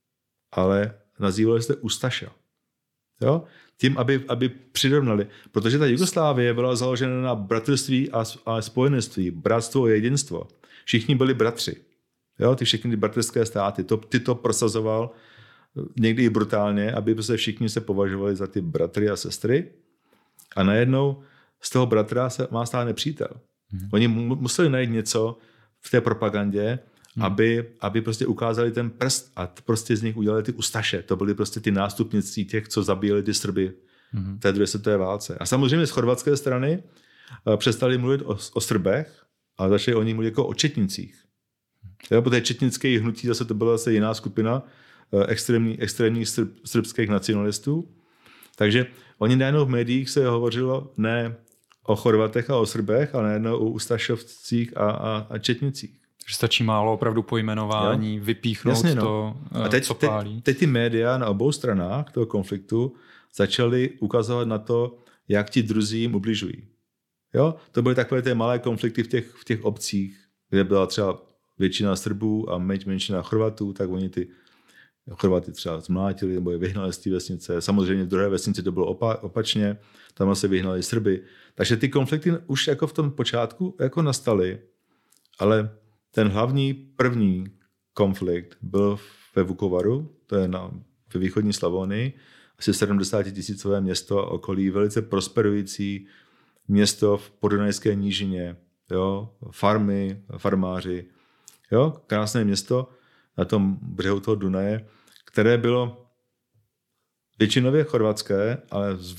ale nazývali se Ustaša. Jo? Tím, aby přirovnali. Protože ta Jugoslávie byla založena na bratrství a spojenectví, bratstvo a jedinstvo. Všichni byli bratři. Jo? Ty všechny bratrské státy. Ty to prosazoval někdy i brutálně, aby se všichni se považovali za ty bratry a sestry. A najednou z toho bratra se má stát nepřítel. Oni museli najít něco v té propagandě, aby prostě ukázali ten prst a prostě z nich udělali ty Ustaše. To byly prostě ty nástupnictví těch, co zabíjeli ty Srby v té druhé světové válce. A samozřejmě z chorvatské strany přestali mluvit o Srbech a začali o nich mluvit jako o četnicích. Po té četnické hnutí zase to byla zase jiná skupina extrémních srbských nacionalistů. Takže oni najednou v médiích se hovořilo ne o Chorvatech a o Srbech, ale najednou o Ustašovcích a četnicích. Že stačí málo opravdu pojmenování, vypíchnout. Jasně, no. To, a teď, co pálí. Teď ty média na obou stranách toho konfliktu začaly ukazovat na to, jak ti druzí jim ubližují. Jo? To byly takové ty malé konflikty v těch obcích, kde byla třeba většina Srbů a menšina Chorvatů, tak oni ty Chorvaty třeba zmlátili nebo je vyhnali z té vesnice. Samozřejmě v druhé vesnici to bylo opačně, tam se vyhnali Srby. Takže ty konflikty už jako v tom počátku jako nastaly, ale ten hlavní první konflikt byl ve Vukovaru, to je ve východní Slavonii, asi 70 000 město a okolí, velice prosperující město v Podunajské nížině, jo, farmy, farmáři, jo, krásné město na tom břehu toho Dunaje, které bylo většinově chorvatské, ale s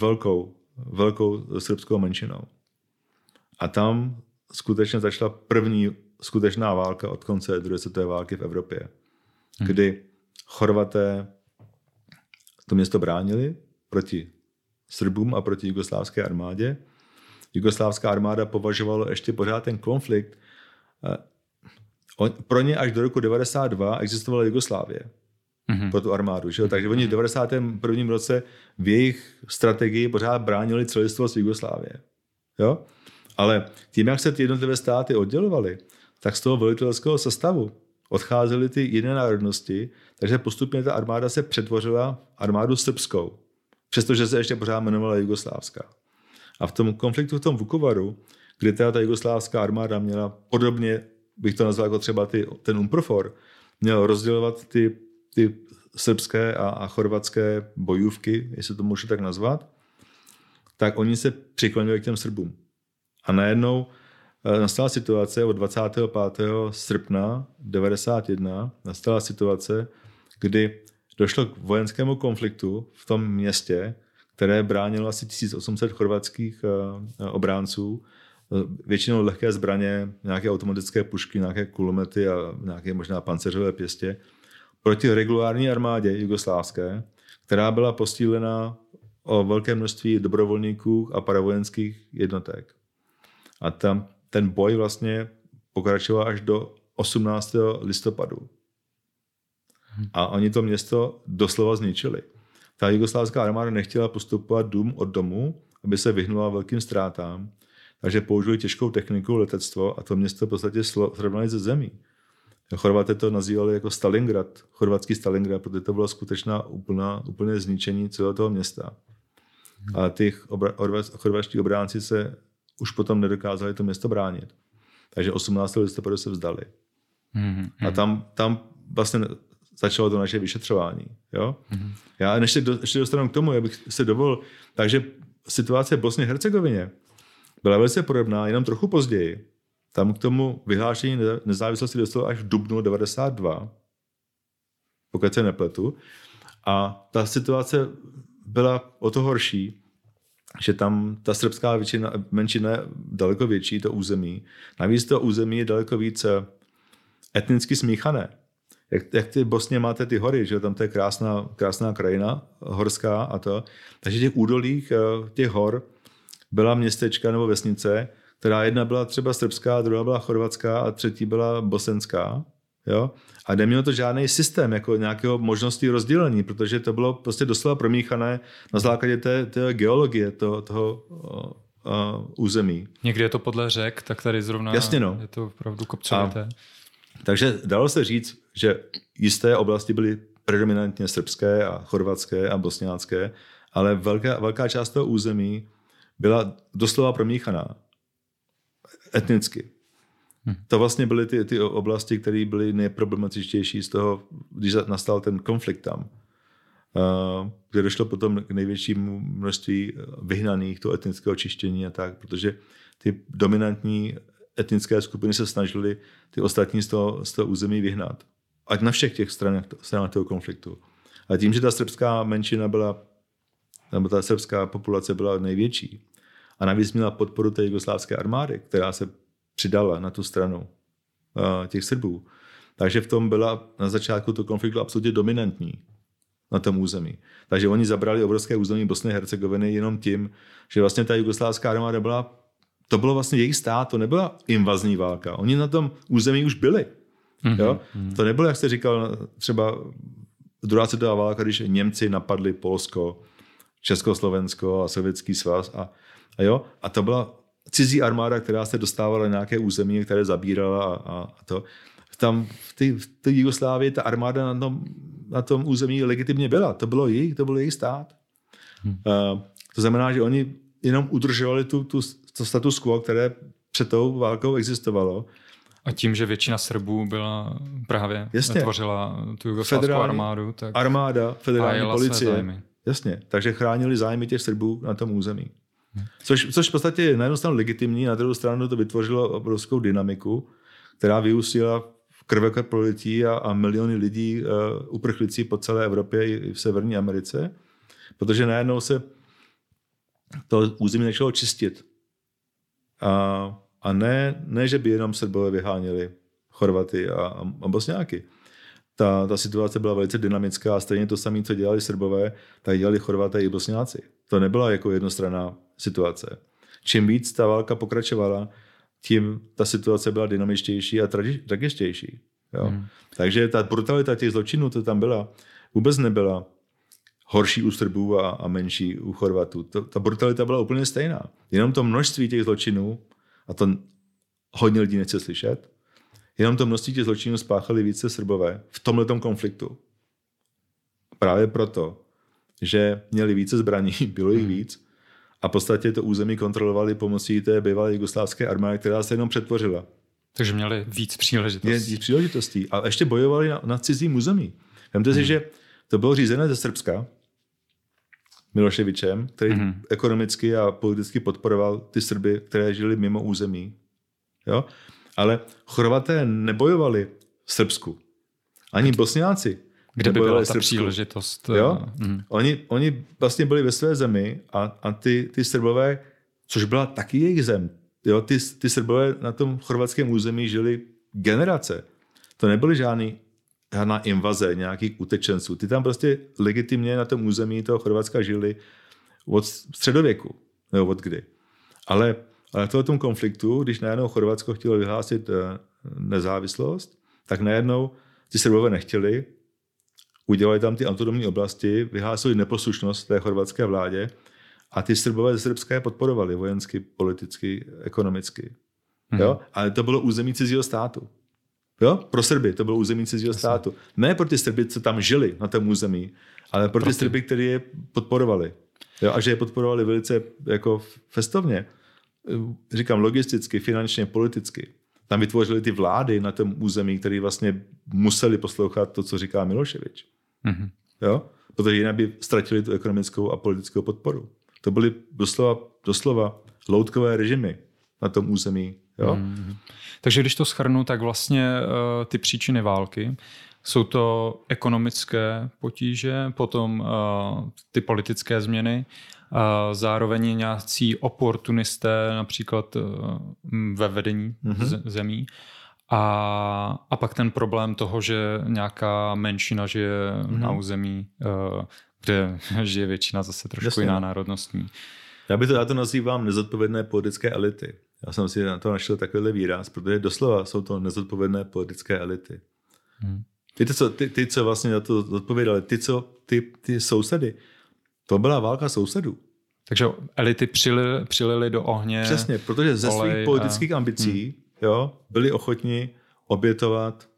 velkou srbskou menšinou. A tam skutečně začala první skutečná válka od konce druhé světové války v Evropě, kdy Chorvaté to město bránili proti Srbům a proti jugoslávské armádě. Jugoslávská armáda považovala ještě pořád ten konflikt. Pro ně až do roku 1992 existovala Jugoslávie pro tu armádu. Že? Takže oni v 1991. roce v jejich strategii pořád bránili celistvost Jugoslávie. Jo? Ale tím, jak se ty jednotlivé státy oddělovaly, tak z toho velitelského sestavu odcházely ty jiné národnosti, takže postupně ta armáda se přetvořila armádu srbskou, přestože se ještě pořád jmenovala jugoslávská. A v tom konfliktu v tom Vukovaru, kdy ta jugoslávská armáda měla podobně, bych to nazval jako třeba ten UNPROFOR, měl rozdělovat ty srbské a chorvatské bojůvky, jestli to můžu tak nazvat, tak oni se přiklonili k těm Srbům. A najednou nastala situace od 25. srpna 1991, nastala situace, kdy došlo k vojenskému konfliktu v tom městě, které bránilo asi 1800 chorvatských obránců, většinou lehké zbraně, nějaké automatické pušky, nějaké kulomety a nějaké možná pancéřové pěstě, proti regulární armádě jugoslávské, která byla posílena o velké množství dobrovolníků a paravojenských jednotek. A tam ten boj vlastně pokračoval až do 18. listopadu. A oni to město doslova zničili. Ta jugoslávská armáda nechtěla postupovat dům od domu, aby se vyhnula velkým ztrátám, takže použili těžkou techniku, letectvo a to město v podstatě srovnali ze zemí. Chorvaté to nazývali jako Stalingrad, chorvatský Stalingrad, protože to bylo skutečná úplné zničení celého toho města. A ty chorvatští obránci se už potom nedokázali to město bránit. Takže 18. listopadu se vzdali. A tam vlastně začalo to naše vyšetřování. Jo? Já ještě dostanu k tomu, abych se dovolil. Takže situace v Bosně a Hercegovině byla velice podobná, jenom trochu později. Tam k tomu vyhlášení nezávislosti dostalo až v dubnu 1992, pokud se nepletu. A ta situace byla o to horší, že tam ta srbská menšina je daleko větší, to území. Navíc to území je daleko více etnicky smíchané. jak ty v Bosně máte ty hory, že tam to je krásná krajina, horská a to. Takže těch údolích těch hor byla městečka nebo vesnice, která jedna byla třeba srbská, druhá byla chorvatská a třetí byla bosenská. Jo? A nemělo to žádný systém, jako nějakého možnosti rozdělení, protože to bylo prostě doslova promíchané na základě té geologie toho území. Někdy je to podle řek, tak tady zrovna Jasně, no. Je to opravdu kopcovité. Takže dalo se říct, že jisté oblasti byly predominantně srbské a chorvatské a bosňácké, ale velká část toho území byla doslova promíchaná etnicky. To vlastně byly ty oblasti, které byly nejproblematičtější z toho, když nastal ten konflikt tam, kde došlo potom k největšímu množství vyhnaných, toho etnického čištění a tak, protože ty dominantní etnické skupiny se snažily ty ostatní z toho území vyhnat. Ať na všech těch stranách toho konfliktu. A tím, že ta srbská menšina byla, nebo ta srbská populace byla největší a navíc měla podporu té jugoslávské armády, která se přidala na tu stranu těch Srbů. Takže v tom byla na začátku toho konfliktu absolutně dominantní na tom území. Takže oni zabrali obrovské území Bosny a Hercegoviny jenom tím, že vlastně ta jugoslávská armáda to bylo vlastně jejich stát, to nebyla invazní válka. Oni na tom území už byli. Jo? To nebylo, jak jste říkal, třeba druhá světová válka, když Němci napadli Polsko, Československo a Sovětský svaz a to byla cizí armáda, která se dostávala na nějaké území, které zabírala a to. Tam v té Jugoslávii ta armáda na tom území legitimně byla. To byl jejich stát. To znamená, že oni jenom udržovali to status quo, které před tou válkou existovalo. A tím, že většina Srbů byla právě tvořila tu jugoslávskou armádu, tak armáda, federální policie. Jasně, takže chránili zájmy těch Srbů na tom území. Což v podstatě je na jednu stranu legitimní, na druhou stranu to vytvořilo obrovskou dynamiku, která vyústila v krveprolití a miliony lidí uprchlící po celé Evropě i v Severní Americe, protože najednou se to území začalo čistit. A ne, že by jenom Srbové vyháněli Chorvaty a Bosňáky. Ta situace byla velice dynamická a stejně to samé, co dělali Srbové, tak dělali Chorvaté i Bosňáci. To nebyla jako jednostranná situace. Čím víc ta válka pokračovala, tím ta situace byla dynamičtější a tragičtější. Jo? Takže ta brutalita těch zločinů, co tam byla, vůbec nebyla horší u Srbů a menší u Chorvatů. Ta brutalita byla úplně stejná. Jenom to množství těch zločinů, a to hodně lidí nechce slyšet, jenom to množství těch zločinů spáchali více Srbové v tomhletom konfliktu. Právě proto, že měli více zbraní, bylo jich víc, a v podstatě to území kontrolovali pomocí té bývalé jugoslávské armády, která se jenom přetvořila. Takže měli víc příležitostí. Víc příležitostí. A ještě bojovali na cizím území. Vemte si, že to bylo řízené ze Srbska Miloševičem, který ekonomicky a politicky podporoval ty Srby, které žili mimo území. Jo? Ale Chorvaté nebojovali v Srbsku. Ani Bosňáci. Kde by byla ta příležitost? Jo? Oni vlastně byli ve své zemi a ty Srbové, což byla taky jejich zem, jo? Ty Srbové na tom chorvatském území žili generace. To nebyly žádná invaze nějakých utečenců. Ty tam prostě legitimně na tom území toho Chorvatska žili od středověku. Nebo od kdy. Ale v tom konfliktu, když najednou Chorvatsko chtělo vyhlásit nezávislost, tak najednou ty Srbové nechtěli, udělali tam ty autonomní oblasti, vyhlásili neposlušnost té chorvatské vládě a ty Srbové ze Srbska je podporovali vojensky, politicky, ekonomicky. Jo? Ale to bylo území cizího státu. Jo? Pro Srby to bylo území cizího státu. Ne pro ty Srby, co tam žili na tom území, ale pro ty Srby, kteří je podporovali. Jo? A že je podporovali velice jako festovně. Říkám logisticky, finančně, politicky. Tam vytvořili ty vlády na tom území, které vlastně museli poslouchat to, co říká Miloševič. Jo? Protože jinak by ztratili tu ekonomickou a politickou podporu. To byly doslova loutkové režimy na tom území. Jo? Takže když to shrnu, tak vlastně ty příčiny války jsou to ekonomické potíže, potom ty politické změny, zároveň nějací oportunisté například ve vedení zemí A pak ten problém toho, že nějaká menšina žije na území, kde žije většina zase trošku jiná národnostní. Já to nazývám nezodpovědné politické elity. Já jsem si na to našel takovýhle výraz, protože doslova jsou to nezodpovědné politické elity. Ty, co vlastně na to odpovědali, ty sousedy, to byla válka sousedů. Takže elity přilily do ohně. Přesně, protože ze svých politických ambicí byli ochotni obětovat.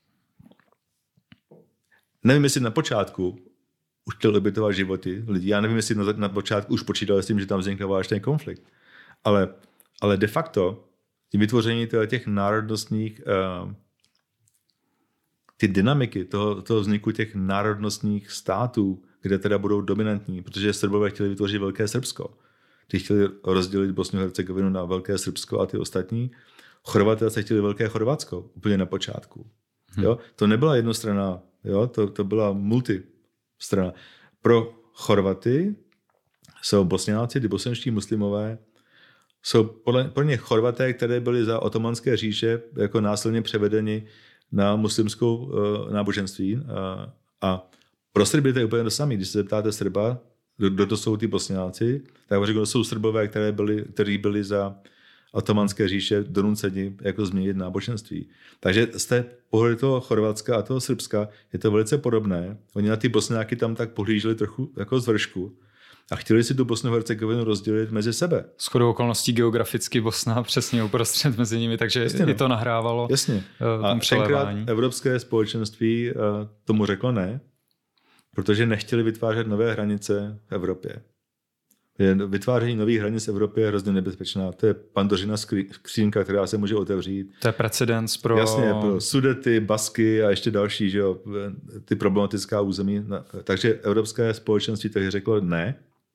Nevím, jestli na počátku už chtěli obětovat životy lidí. Já nevím, jestli na počátku už počítali s tím, že tam vznikne válečný konflikt. Ale de facto tím vytvoření těch národnostních ty dynamiky toho vzniku těch národnostních států, kde teda budou dominantní, protože Srbové chtěli vytvořit Velké Srbsko. Ty chtěli rozdělit Bosnu a Hercegovinu na Velké Srbsko a ty ostatní. Chorvaté se chtěli Velké Chorvatsko úplně na počátku. Jo? To nebyla jednostranná, to byla multistrana. Pro Chorvaty jsou Bosňáci, ty bosenští muslimové, jsou pro ně Chorvaté, které byly za otomanské říše jako násilně převedeni na muslimskou náboženství. A pro Srby to je úplně to samé. Když se zeptáte Srba, kdo to jsou ty Bosňáci, tak řekl, to jsou Srbové, kteří byli za otomanské říše donuceni jako změnit náboženství. Takže z té pohledu toho Chorvatska a toho Srbska je to velice podobné. Oni na ty Bosňáky tam tak pohlíželi trochu jako z vršku a chtěli si tu Bosnu a Hercegovinu rozdělit mezi sebe. Shodou okolností geograficky Bosna přesně uprostřed mezi nimi, takže i to nahrávalo. Jasně. A tenkrát Evropské společenství tomu řeklo ne, protože nechtěli vytvářet nové hranice v Evropě. Vytváření nových hranic v Evropě je hrozně nebezpečná. To je Pandořina skřínka, která se může otevřít. To je precedens pro... Jasně, pro Sudety, Basky a ještě další, že jo, ty problematická území. Takže Evropské společenství takže řeklo ne.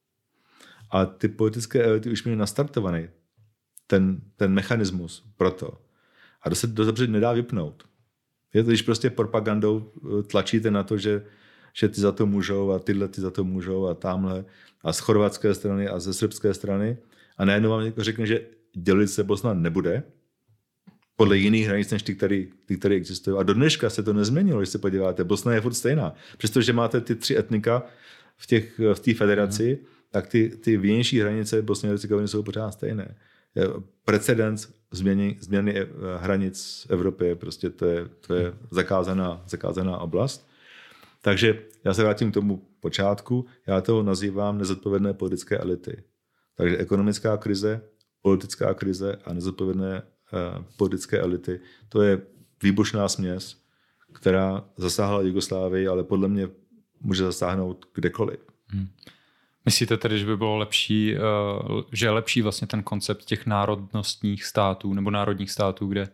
A ty politické elity už měly nastartovaný ten mechanismus pro to. A to se dobře nedá vypnout. Je to, když prostě propagandou tlačíte na to, že ty za to můžou a tyhle ty za to můžou a tamhle a z chorvatské strany a ze srbské strany a najednou vám někdo řekne, že dělit se Bosna nebude podle jiných hranic než ty, které existují. A do dneška se to nezměnilo, když se podíváte. Bosna je furt stejná. Přestože máte ty 3 etnika v té federaci, tak ty vnější hranice Bosny a Hercegoviny jsou pořád stejné. Precedens změny hranic v Evropě, prostě to je zakázaná oblast. Takže já se vrátím k tomu počátku. Já to nazývám nezodpovědné politické elity. Takže ekonomická krize, politická krize a nezodpovědné politické elity, to je výbušná směs, která zasáhla Jugoslávii, ale podle mě může zasáhnout kdekoliv. Myslíte tedy, že by bylo lepší, že je lepší vlastně ten koncept těch národnostních států nebo národních států, kde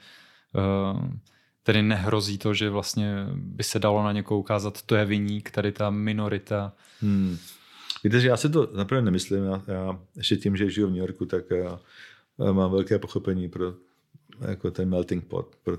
tedy nehrozí to, že vlastně by se dalo na někoho ukázat, to je viník, tady ta minorita. Víte, že já si to zaprvé nemyslím. Já ještě tím, že žiju v New Yorku, tak já mám velké pochopení pro jako ten melting pot, pro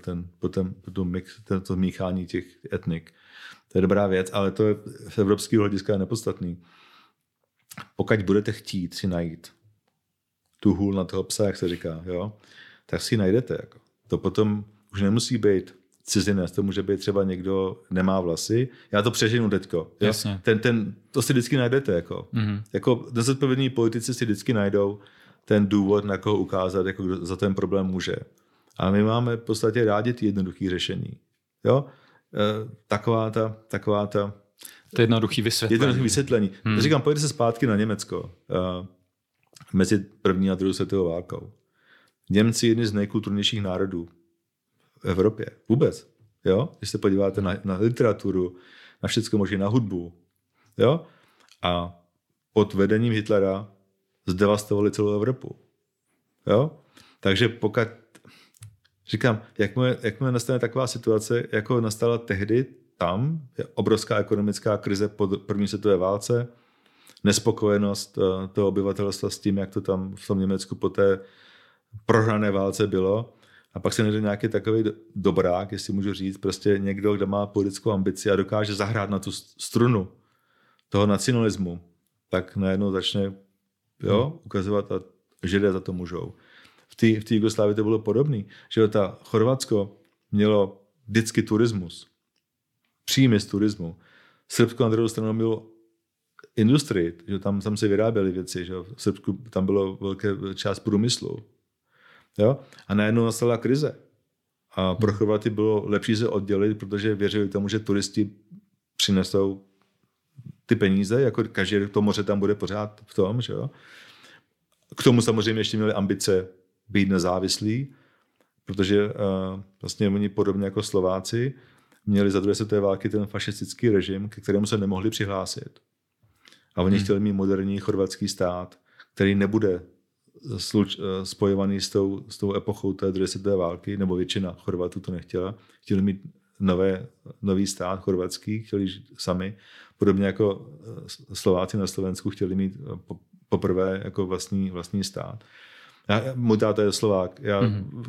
to míchání těch etnik. To je dobrá věc, ale to je z evropského hlediska nepodstatný. Pokud budete chtít si najít tu hůl na toho psa, jak se říká, tak si ji najdete. Jako. To potom už nemusí být cizinec, to může být třeba někdo nemá vlasy. Já to přeženu teďko. Jasně. To si vždycky najdete. Jako nezodpovědní politici si vždycky najdou ten důvod, na koho ukázat, jako kdo za ten problém může. A my máme v podstatě rádi ty jednoduché řešení. Jo? Taková ta to jednoduché vysvětlení. Říkám, pojďte se zpátky na Německo. Mezi první a druhou světovou válkou. Němci jedni z nejkulturnějších národů v Evropě. Vůbec. Jo? Když se podíváte na literaturu, na všechno možné, na hudbu. Jo? A pod vedením Hitlera zdevastovali celou Evropu. Jo? Takže pokud říkám, jakmile nastane taková situace, jako nastala tehdy, tam je obrovská ekonomická krize po první světové válce, nespokojenost toho obyvatelstva s tím, jak to tam v tom Německu po té prohrané válce bylo. A pak se najde nějaký takový dobrák, jestli můžu říct, prostě někdo, kdo má politickou ambici a dokáže zahrát na tu strunu toho nacionalismu, tak najednou začne ukazovat a Židé za to můžou. V té Jugoslávii to bylo podobné, že ta Chorvatsko mělo vždycky turismus. Příjmy z turismu. Srbsko na druhou stranu mělo industrii, že tam se vyráběly věci, že v Srbsku tam bylo velká část průmyslu. Jo? A najednou nastala krize. A pro Chorvaty bylo lepší se oddělit, protože věřili tomu, že turisti přinesou ty peníze, jako každý rok to moře tam bude pořád v tom. Že jo? K tomu samozřejmě ještě měli ambice být nezávislí, protože vlastně oni podobně jako Slováci měli za druhé světové války ten fašistický režim, ke kterému se nemohli přihlásit. A oni chtěli mít moderní chorvatský stát, který nebude spojovaný s tou epochou té druhé světové války, nebo většina Chorvatů to nechtěla. Chtěli mít nový stát chorvatský, chtěli žít sami. Podobně jako Slováci na Slovensku chtěli mít poprvé jako vlastní stát. Můj táta je Slovák. Já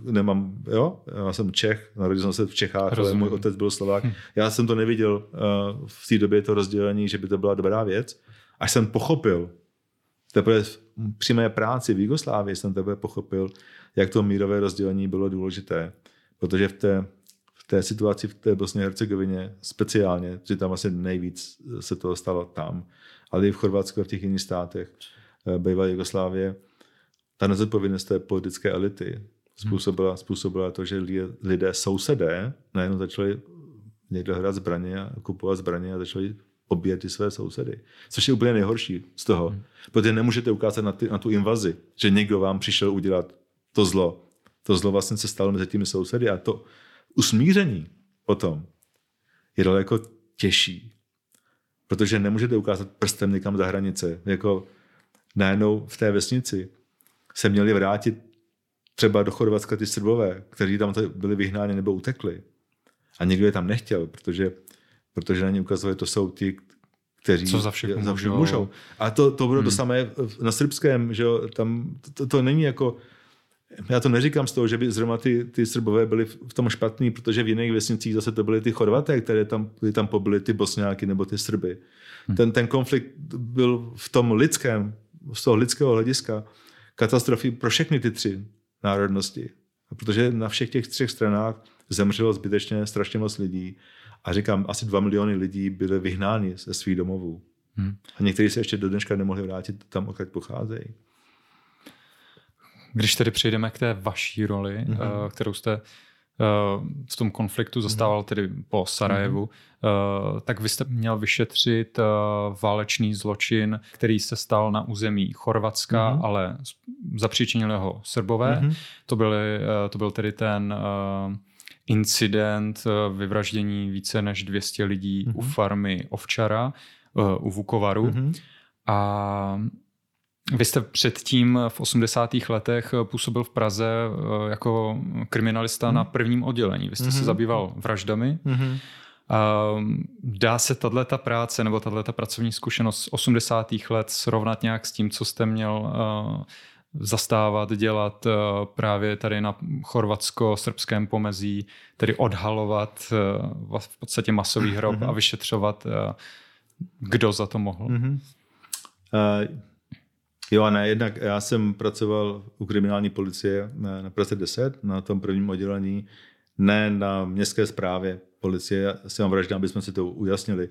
já jsem Čech, narodil jsem se v Čechách, ale můj otec byl Slovák. Já jsem to neviděl v té době to rozdělení, že by to byla dobrá věc. Až jsem pochopil, teprve při mé práci v Jugoslávii jsem teprve pochopil, jak to mírové rozdělení bylo důležité. Protože v té situaci v té Bosně a Hercegovině speciálně, že tam vlastně nejvíc se toho stalo tam, ale i v Chorvatsku a v těch jiných státech bývalé Jugoslávie, ta nezodpovědnost té politické elity způsobila to, že lidé sousedé najednou začali někdo hrát zbraně a kupovat zbraně a začali pobíjet ty své sousedy. Což je úplně nejhorší z toho. Protože nemůžete ukázat na tu invazi, že někdo vám přišel udělat to zlo. To zlo vlastně se stalo mezi těmi sousedy a to usmíření potom je daleko těžší. Protože nemůžete ukázat prstem někam za hranice. Jako najednou v té vesnici se měli vrátit třeba do Chorvatska ty Srbové, kteří tam byli vyhnáni nebo utekli. A nikdo je tam nechtěl, protože na ně ukazovali, to jsou ti, kteří co za všechno můžou. A to bylo to samé na srbském, že tam to není jako, já to neříkám z toho, že by zrovna ty Srbové byli v tom špatný, protože v jiných vesnicích zase to byly ty Chorvaté, které tam pobyly ty Bosňáky nebo ty Srby. Ten konflikt byl v tom lidském, z toho lidského hlediska katastrofy pro všechny ty tři národnosti. Protože na všech těch třech stranách zemřelo zbytečně strašně moc lidí. A říkám, asi 2 miliony lidí byly vyhnáni ze svých domovů. A někteří se ještě do dneška nemohli vrátit tam, odkud pocházejí. Když tedy přejdeme k té vaší roli, kterou jste v tom konfliktu zastával tedy po Sarajevu, tak vy jste měl vyšetřit válečný zločin, který se stal na území Chorvatska, ale zapříčinili ho Srbové. To byl tedy ten incident vyvraždění více než 200 lidí u farmy Ovčara, u Vukovaru. A vy jste předtím v 80. letech působil v Praze jako kriminalista na prvním oddělení. Vy jste se zabýval vraždami. Dá se tato práce nebo tato pracovní zkušenost z 80. let srovnat nějak s tím, co jste měl zastávat, dělat právě tady na chorvatsko-srbském pomezí, tedy odhalovat v podstatě masový hrob a vyšetřovat, kdo za to mohl? Jo a ne, jednak já jsem pracoval u kriminální policie na Praze 10, na tom prvním oddělení, ne na městské správě policie, s těma vraždám, aby jsme si to ujasnili.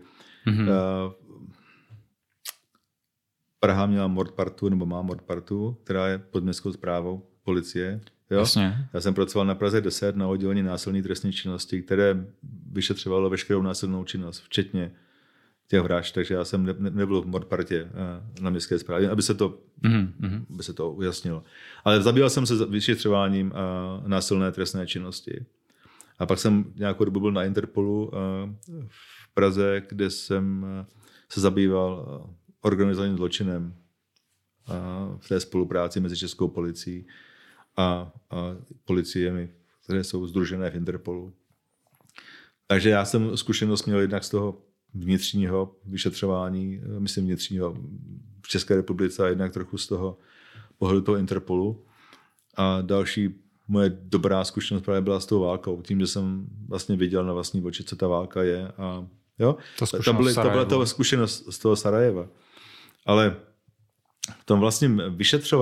Praha měla mordpartu, nebo má mordpartu, která je pod městskou správou policie. Jo? Jasně. Já jsem pracoval na Praze 10 na oddělení násilné trestné činnosti, které vyšetřovalo veškerou násilnou činnost, včetně těch vražd, takže já jsem nebyl v mordpartě na městské správě, aby se to ujasnilo. Ale zabýval jsem se vyšetřováním násilné trestné činnosti. A pak jsem nějakou dobu byl na Interpolu v Praze, kde jsem se zabýval organizovaným zločinem v té spolupráci mezi českou policií a policiemi, které jsou sdružené v Interpolu. Takže já jsem zkušenost měl jednak z toho vnitřního vyšetřování, myslím vnitřního v České republice a jednak trochu z toho pohledu toho Interpolu. A další moje dobrá zkušenost právě byla s tou válkou. Tím, že jsem vlastně viděl na vlastní oči, co ta válka je. A jo, to byla ta zkušenost z toho Sarajeva. Ale v tom vlastním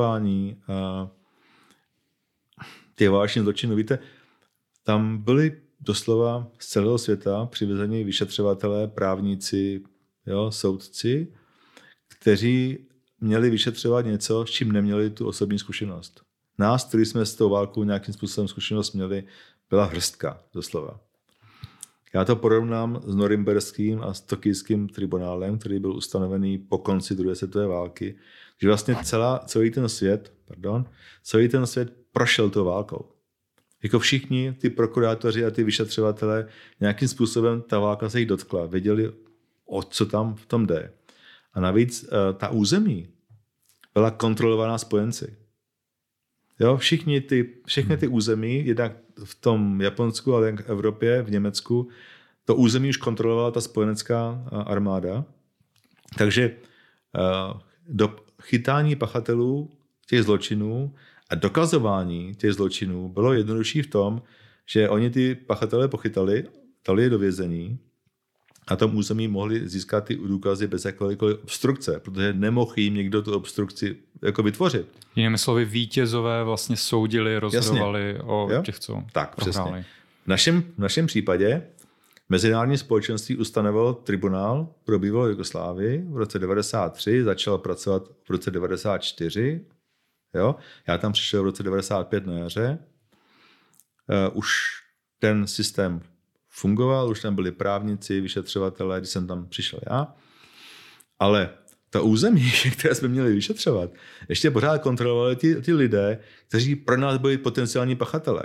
vyšetřování těch válečných zločinů, víte, tam byly doslova z celého světa přivezení vyšetřovatelé, právníci, jo, soudci, kteří měli vyšetřovat něco, s čím neměli tu osobní zkušenost. Nás, kteří jsme s tou válkou nějakým způsobem zkušenost měli, byla hrstka, doslova. Já to porovnám s norimberským a s tokijským tribunálem, který byl ustanovený po konci druhé světové války, že vlastně celý ten svět prošel tou válkou. Jako všichni ty prokurátoři a ty vyšetřovatelé, nějakým způsobem ta válka se jich dotkla, věděli, o co tam v tom jde. A navíc ta území byla kontrolovaná spojenci. Jo, všechny ty území, jednak v tom Japonsku, ale v Evropě, v Německu, to území už kontrolovala ta spojenecká armáda. Takže do chytání pachatelů těch zločinů a dokazování těch zločinů bylo jednodušší v tom, že oni ty pachatele pochytali, dali je do vězení a tom území mohli získat ty důkazy bez jakékoliv obstrukce, protože nemohl jim někdo tu obstrukci jako vytvořit. Jinými slovy, vítězové vlastně soudili, rozhodovali o těch, co tak, prohráli. Přesně. V našem případě mezinárodní společenství ustanovilo tribunál pro bývalou Jugoslávii v roce 1993, začal pracovat v roce 1994. Jo? Já tam přišel v roce 1995 na jaře. Už ten systém fungoval, už tam byli právníci, vyšetřovatelé, když jsem tam přišel já. Ale ta území, které jsme měli vyšetřovat, ještě pořád kontrolovali ty lidé, kteří pro nás byli potenciální pachatelé.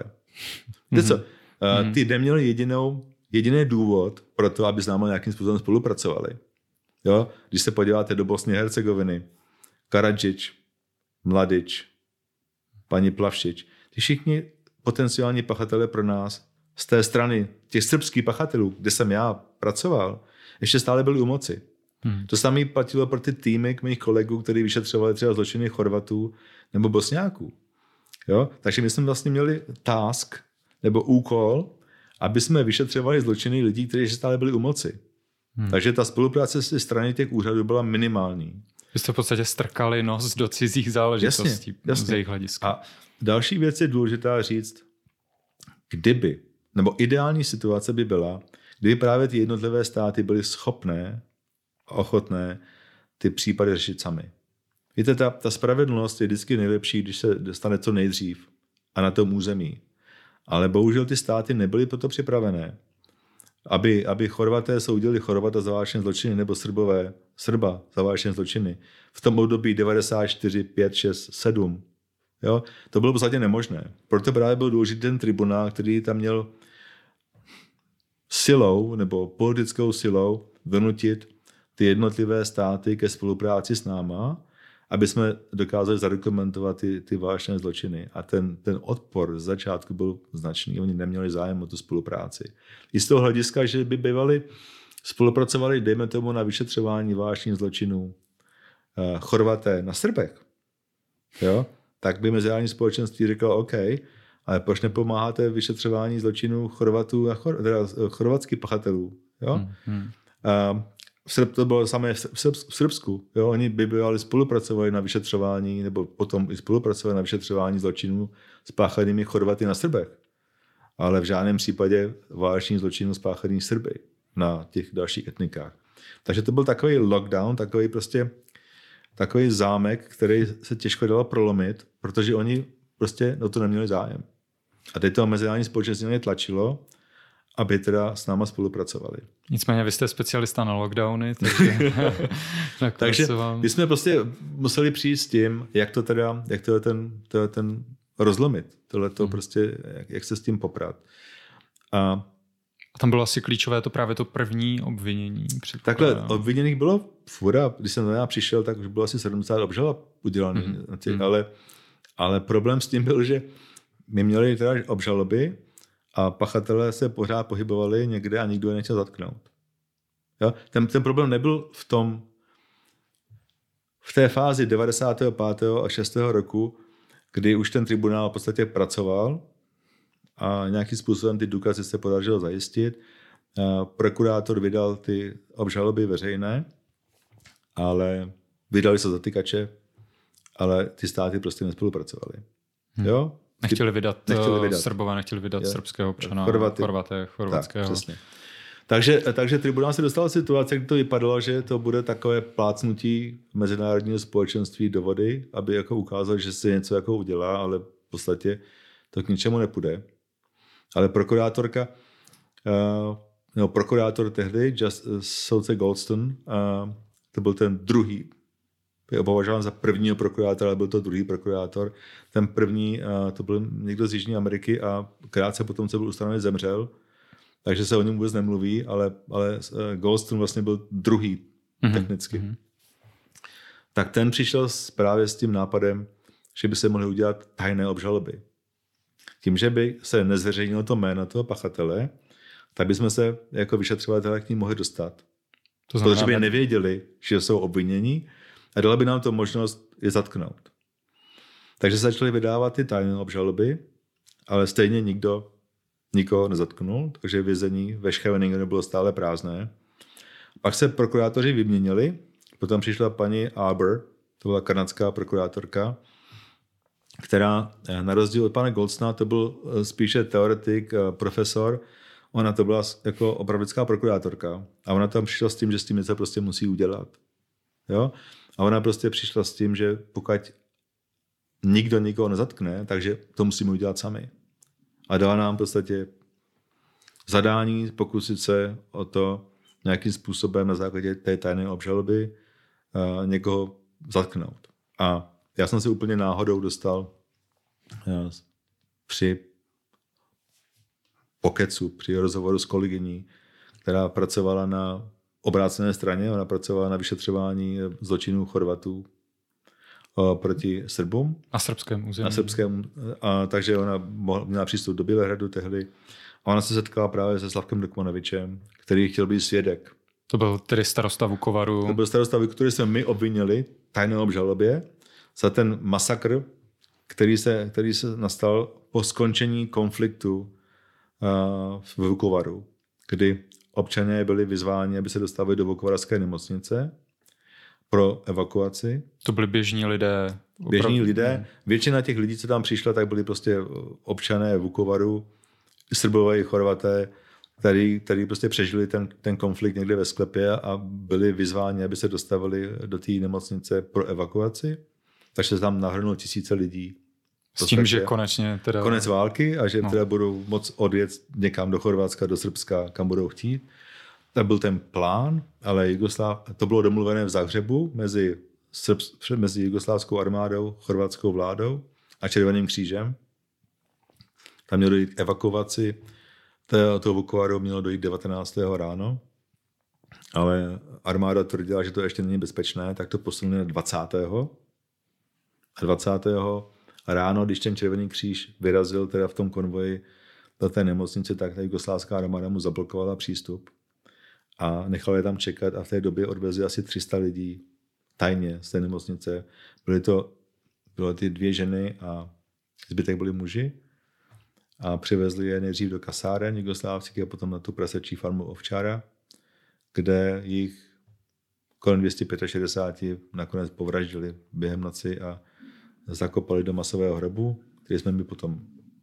Ty neměli jediný důvod pro to, aby s námi nějakým způsobem spolupracovali. Jo? Když se podíváte do Bosny a Hercegoviny, Karadžič, Mladič, paní Plavšič, ty všichni potenciální pachatelé pro nás z té strany těch srbských pachatelů, kde jsem já pracoval, ještě stále byli u moci. To samé platilo pro ty týmy mých kolegů, kteří vyšetřovali třeba zločiny Chorvatů nebo Bosňáků. Jo? Takže my jsme vlastně měli task nebo úkol, aby jsme vyšetřovali zločiny lidí, kteří ještě stále byli u moci. Takže ta spolupráce ze strany těch úřadů byla minimální. Vy jste v podstatě strkali nos do cizích záležitostí z jejich hlediska. A další věc je důležitá říct, kdyby, nebo ideální situace by byla, kdyby právě ty jednotlivé státy byly schopné a ochotné ty případy řešit sami. Víte, ta spravedlnost je vždycky nejlepší, když se dostane co nejdřív a na tom území. Ale bohužel ty státy nebyly proto připravené. Aby Chorvaté soudili Chorvata za válečné zločiny nebo Srba za válečné zločiny v tom období 94, 5, 6, 7. Jo? To bylo v podstatě nemožné. Proto právě byl důležitý ten tribunál, který tam měl silou nebo politickou silou donutit ty jednotlivé státy ke spolupráci s náma, aby jsme dokázali zadokumentovat ty válečné zločiny. A ten odpor z začátku byl značný. Oni neměli zájem o tu spolupráci. I z toho hlediska, že by spolupracovali, dejme tomu, na vyšetřování válečných zločinů Chorvaté na Srbech, jo? Tak by mezinárodní společenství řeklo OK, ale proč nepomáháte vyšetřování zločinů Chorvatů a chorvatských pachatelů? Jo? To bylo samé v Srbsku. Jo? Oni by bývali spolupracovali na vyšetřování, nebo potom i spolupracovali na vyšetřování zločinů spáchanými Chorvaty na Srbech. Ale v žádném případě válečných zločinů spáchaných Srby na těch dalších etnikách. Takže to byl takový lockdown, takový zámek, který se těžko dalo prolomit, protože oni prostě o to neměli zájem. A teď to mezinárodní společenství tlačilo, aby teda s náma spolupracovali. Nicméně vy jste specialista na lockdowny, takže my jsme prostě museli přijít s tím, jak to je ten rozlomit. Tohleto prostě, jak se s tím poprat. A tam bylo asi klíčové to právě to první obvinění. Takhle obviněných bylo fura. Když jsem na přišel, tak už bylo asi 70 obžalob udělaných. Ale problém s tím byl, že my měli teda obžaloby a pachatelé se pořád pohybovali někde a nikdo je nechtěl zatknout. Jo? Ten problém nebyl v té fázi 95. a 6. roku, kdy už ten tribunál v podstatě pracoval a nějakým způsobem ty důkazy se podařilo zajistit. Prokurátor vydal ty obžaloby veřejné, ale vydali se zatykače, ale ty státy prostě nespolupracovaly. Jo? Nechtěli vydat. Srbové nechtěli vydat srbského občana, chorvatského. Přesně. Takže tribunál se dostal situace, kdy to vypadalo, že to bude takové plácnutí mezinárodního společenství do vody, aby jako ukázal, že se něco jako udělá, ale v podstatě to k ničemu nepůjde. Ale prokurátor tehdy, soudce Goldstone, to byl ten druhý, je považován za prvního prokurátora, ale byl to druhý prokurátor. Ten první, to byl někdo z Jižní Ameriky a krátce potom, co byl ustanoven, zemřel. Takže se o něm vůbec nemluví, ale Goldstone vlastně byl druhý technicky. Tak ten přišel právě s tím nápadem, že by se mohly udělat tajné obžaloby. Tím, že by se nezveřejnilo to jméno toho pachatele, tak bychom se jako vyšetřovatelé k ním mohli dostat. Protože by nevěděli, že jsou obvinění a dala by nám to možnost je zatknout. Takže se začaly vydávat ty tajné obžaloby, ale stejně nikoho nezatknul, takže vězení ve Scheveningen bylo stále prázdné. Pak se prokurátoři vyměnili, potom přišla paní Arbour, to byla kanadská prokurátorka, která na rozdíl od pana Goldstona, to byl spíše teoretik, profesor, ona to byla jako opravdická prokurátorka a ona tam přišla s tím, že s tím něco prostě musí udělat. Jo? A ona prostě přišla s tím, že pokud nikdo nikoho nezatkne, takže to musíme udělat sami. A dala nám v podstatě zadání pokusit se o to nějakým způsobem na základě té tajné obžaloby někoho zatknout. A já jsem si úplně náhodou dostal při pokecu, při rozhovoru s kolegyní, která pracovala na obrácené straně, ona pracovala na vyšetřování zločinů Chorvatů proti Srbům. Na srbském území. Na srbském, takže ona měla přístup do Bělehradu tehdy. A ona se setkala právě se Slavkem Dokmanovičem, který chtěl být svědek. To byl tedy starosta Vukovaru. To byl starosta Vukovaru, který jsme my obvinili tajné obžalobě za ten masakr, který se nastal po skončení konfliktu v Vukovaru, kdy občané byli vyzváni, aby se dostali do vukovarské nemocnice pro evakuaci. To byli běžní lidé. Běžní lidé. Většina těch lidí, co tam přišla, tak byli prostě občané Vukovaru, Srbové i Chorvaté, který prostě přežili ten konflikt někde ve sklepě a byli vyzváni, aby se dostavili do té nemocnice pro evakuaci. Takže se tam nahrnulo tisíce lidí. S tím, že konečně teda... Konec války a že teda budou moc odjet někam do Chorvatska, do Srbska, kam budou chtít. To byl ten plán, ale to bylo domluvené v Zahřebu mezi jugoslávskou armádou, chorvatskou vládou a Červeným křížem. Tam mělo dojít k evakuaci toho Vukovaru, mělo dojít 19. ráno, ale armáda tvrdila, že to ještě není bezpečné, tak to posunuli na 20. A 20. ráno, když ten Červený kříž vyrazil teda v tom konvoji do té nemocnice, tak ta jugoslávská armáda mu zablokovala přístup a nechala je tam čekat a v té době odvezli asi 300 lidí tajně z té nemocnice. Byly ty 2 ženy a zbytek byli muži a přivezli je nejdřív do kasáren jugoslávských a potom na tu prasečí farmu Ovčára, kde jich kolem 265 nakonec povraždili během noci a zakopali do masového hrobu, který jsme mi potom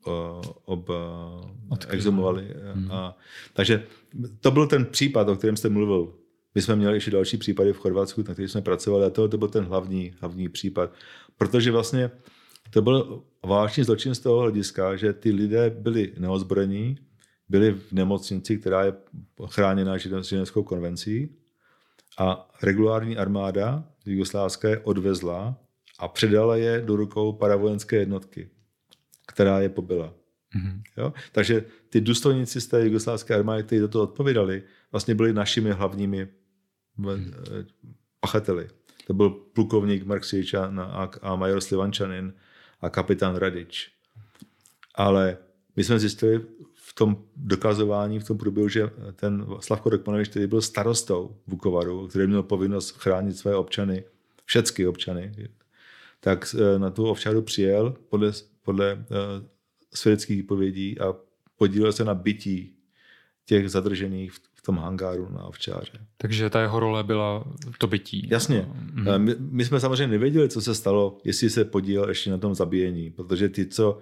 exhumovali. Takže to byl ten případ, o kterém jste mluvil. My jsme měli ještě další případy v Chorvatsku, na kterých jsme pracovali a to byl ten hlavní případ. Protože vlastně to byl vážný zločin z toho hlediska, že ty lidé byli neozbrojení, byli v nemocnici, která je chráněná Ženevskou konvencí a regulární armáda jugoslávské odvezla a předala je do rukou paravojenské jednotky, která je pobila. Jo? Takže ty důstojníci z té jugoslávské armády, kteří do toho odpovídali, vlastně byli našimi hlavními pachateli. To byl plukovník Mark Sejčan a major Slivančanin a kapitán Radič. Ale my jsme zjistili v tom dokazování, v tom průběhu, že ten Slavko Dokmanovič, který byl starostou Vukovaru, který měl povinnost chránit své občany, všechny občany, tak na tu Ovčáru přijel podle svědeckých výpovědí a podílel se na bytí těch zadržených v tom hangáru na Ovčáře. Takže ta jeho role byla to bytí. Jasně. My jsme samozřejmě nevěděli, co se stalo, jestli se podílel ještě na tom zabíjení, protože ty, co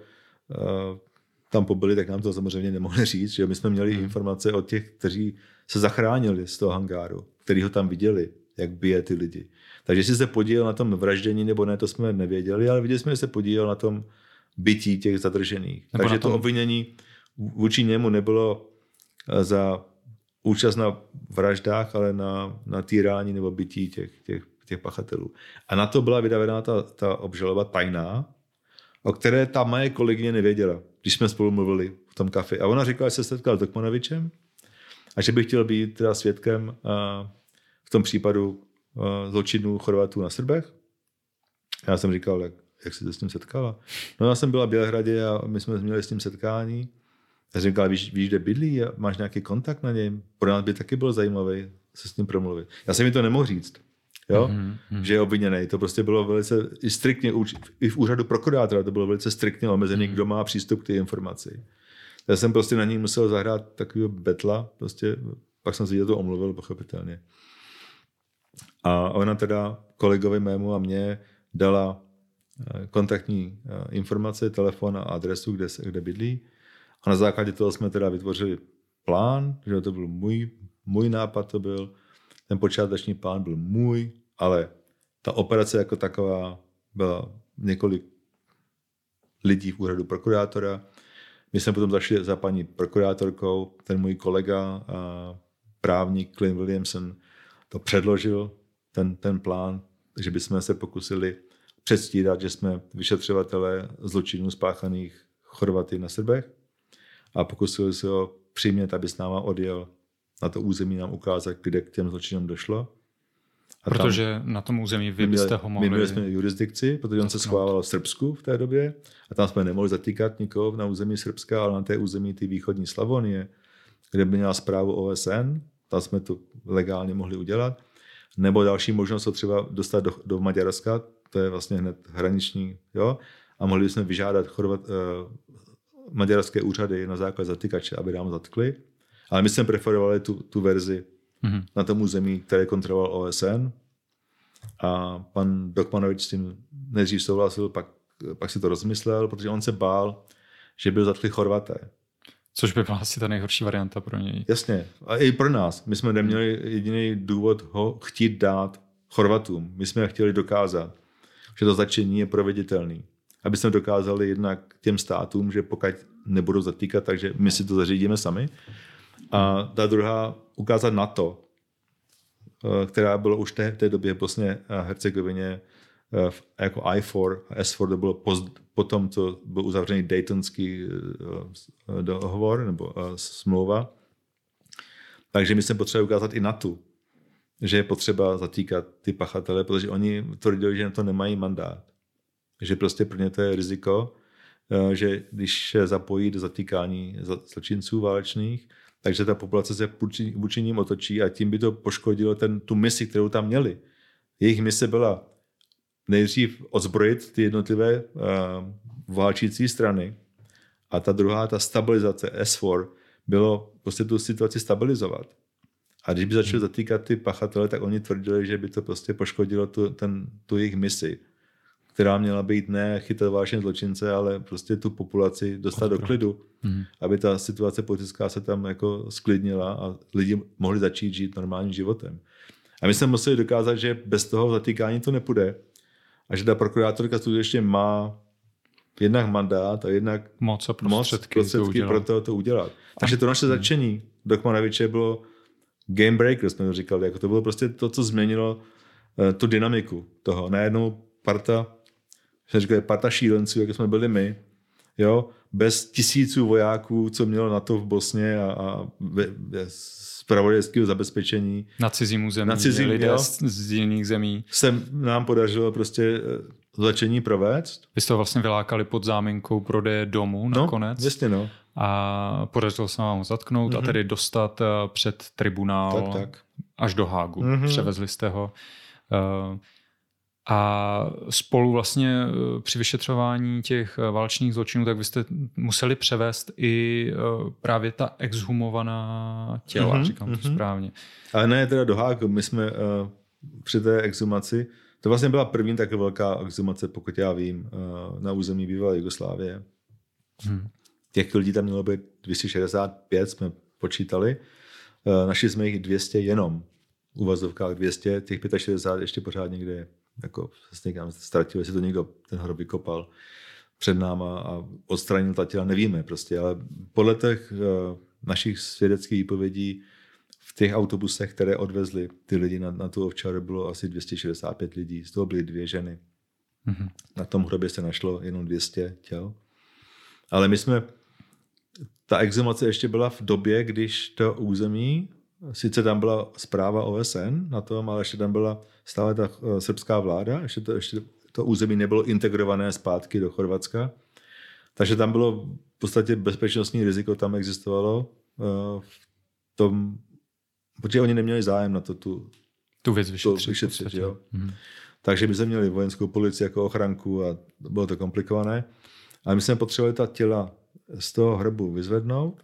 tam pobyli, tak nám to samozřejmě nemohli říct, že my jsme měli informace od těch, kteří se zachránili z toho hangáru, kteří ho tam viděli, jak bije ty lidi. Takže jestli se podílel na tom vraždění nebo ne, to jsme nevěděli, ale viděli jsme, že se podílel na tom bytí těch zadržených. Nebo takže to obvinění vůči němu nebylo za účast na vraždách, ale na týrání nebo bytí těch pachatelů. A na to byla vydavená ta obžaloba tajná, o které ta moje kolegyně nevěděla, když jsme spolu mluvili v tom kafe. A ona říkala, že se setkal s Dokmanovičem a že by chtěl být teda svědkem v tom případu zločinů Chorvatů na Srbech. Já jsem říkal, jak jsi se s ním setkala? No já jsem byla v Bělehradě a my jsme měli s ním setkání. Já jsem říkal, víš, kde bydlí? Máš nějaký kontakt na něm? Pro nás by taky bylo zajímavé se s ním promluvit. Já jsem mi to nemohl říct, jo? Že je obviněný. To prostě bylo velice i striktně, i v úřadu prokurátora to bylo velice striktně omezený, kdo má přístup k té informaci. Já jsem prostě na ní musel zahrát takového betla, prostě, pak jsem si to omluvil, pochopitelně. A ona teda kolegovi mému a mně dala kontaktní informace, telefon a adresu, kde bydlí. A na základě toho jsme teda vytvořili plán, že to byl můj nápad, to byl, ten počáteční plán byl můj, ale ta operace jako taková byla několik lidí v úřadu prokurátora. My jsme potom zašli za paní prokurátorkou, ten můj kolega, právník Clint Williamson, to předložil, ten plán, že bychom se pokusili předstírat, že jsme vyšetřovatelé zločinů spáchaných Chorvaty na Srbech a pokusili se ho přimět, aby s náma odjel na to území, nám ukázat, kde k těm zločinům došlo. A protože na tom území vy byste ho mohli... My měli jsme jurisdikci, protože on se schovával v Srbsku v té době a tam jsme nemohli zatýkat nikoho na území Srbska, ale na té území ty východní Slavonie, kde by měla správu OSN, tam jsme to legálně mohli udělat. Nebo další možnost to třeba dostat do Maďarska, to je vlastně hned hraniční, jo? A mohli jsme vyžádat maďarské úřady na základě zatykače, aby nám zatkli. Ale my jsme preferovali tu verzi na tom území, které kontroloval OSN. A pan Dokmanovič s tím nejdřív souhlasil, pak si to rozmyslel, protože on se bál, že byl zatkli Chorvaté. Což by byla asi ta nejhorší varianta pro něj. Jasně. A i pro nás. My jsme neměli jediný důvod ho chtít dát Chorvatům. My jsme chtěli dokázat, že to zatčení je proveditelný. Aby jsme dokázali jednak těm státům, že pokud nebudou zatýkat, takže my si to zařídíme sami. A ta druhá ukázat NATO, která byla už v té době v Bosně a Hercegovině jako I4, S4 to bylo potom, co byl uzavřený Daytonský dohovor nebo smlouva. Takže my jsme potřebovali ukázat i NATO, že je potřeba zatýkat ty pachatele, protože oni tvrdili, že na to nemají mandát. Že prostě pro ně to je riziko, že když se zapojí do zatýkání zločinců válečných, takže ta populace se vůči nim otočí a tím by to poškodilo tu misi, kterou tam měli. Jejich mise byla nejdřív odzbrojit ty jednotlivé válčící strany a ta druhá, ta stabilizace S4, bylo prostě tu situaci stabilizovat. A když by začali zatýkat ty pachatele, tak oni tvrdili, že by to prostě poškodilo tu jejich misi, která měla být ne chytat vážně zločince, ale prostě tu populaci dostat do klidu, aby ta situace politická se tam jako sklidnila a lidi mohli začít žít normálním životem. A my jsme museli dokázat, že bez toho zatýkání to nepůjde a že ta prokurátorka skutečně má jednak mandát a jednak moc a prostředky pro to udělat. Takže to naše zatčení Dokmanoviče bylo game breaker, jsme to říkali. Jako to bylo prostě to, co změnilo tu dynamiku toho. Najednou parta šílenců, jako jsme byli my, jo, bez tisíců vojáků, co mělo NATO v Bosně a zpravodajského zabezpečení. Na cizím území, lidé z jiných zemí. Nám podařilo prostě začení provést. Vy jste ho vlastně vylákali pod záminkou prodeje domu nakonec. Jasně, no. A podařilo se vám ho zatknout a tedy dostat před tribunál tak. Až do Hágu. Převezli jste ho. A spolu vlastně při vyšetřování těch válečných zločinů, tak vy jste museli převést i právě ta exhumovaná těla, říkám to správně. Ale ne teda do Hágu, my jsme při té exhumaci, to vlastně byla první tak velká exhumace, pokud já vím, na území bývalé Jugoslávie. Těch lidí tam mělo být 265, jsme počítali. Našli jsme jich 200 jenom. U vazovkách 200, těch 65 ještě pořád někde je. Jako se někam ztratil, jestli to někdo ten hrob vykopal před náma a odstranil ta těla, nevíme prostě, ale podle těch našich svědeckých výpovědí v těch autobusech, které odvezli ty lidi na tu ovčáru, bylo asi 265 lidí, z toho byly 2 ženy. Na tom hrobě se našlo jenom 200 těl. Ale ta exhumace ještě byla v době, když to území, sice tam byla zpráva OSN na tom, ale ještě tam byla stále ta srbská vláda, ještě to území nebylo integrované zpátky do Chorvatska, takže tam bylo v podstatě bezpečnostní riziko, tam existovalo v tom, protože oni neměli zájem na to tu věc vyšetřit. Jo. Takže my jsme měli vojenskou policii jako ochranku a bylo to komplikované. Ale my jsme potřebovali ta těla z toho hrobu vyzvednout,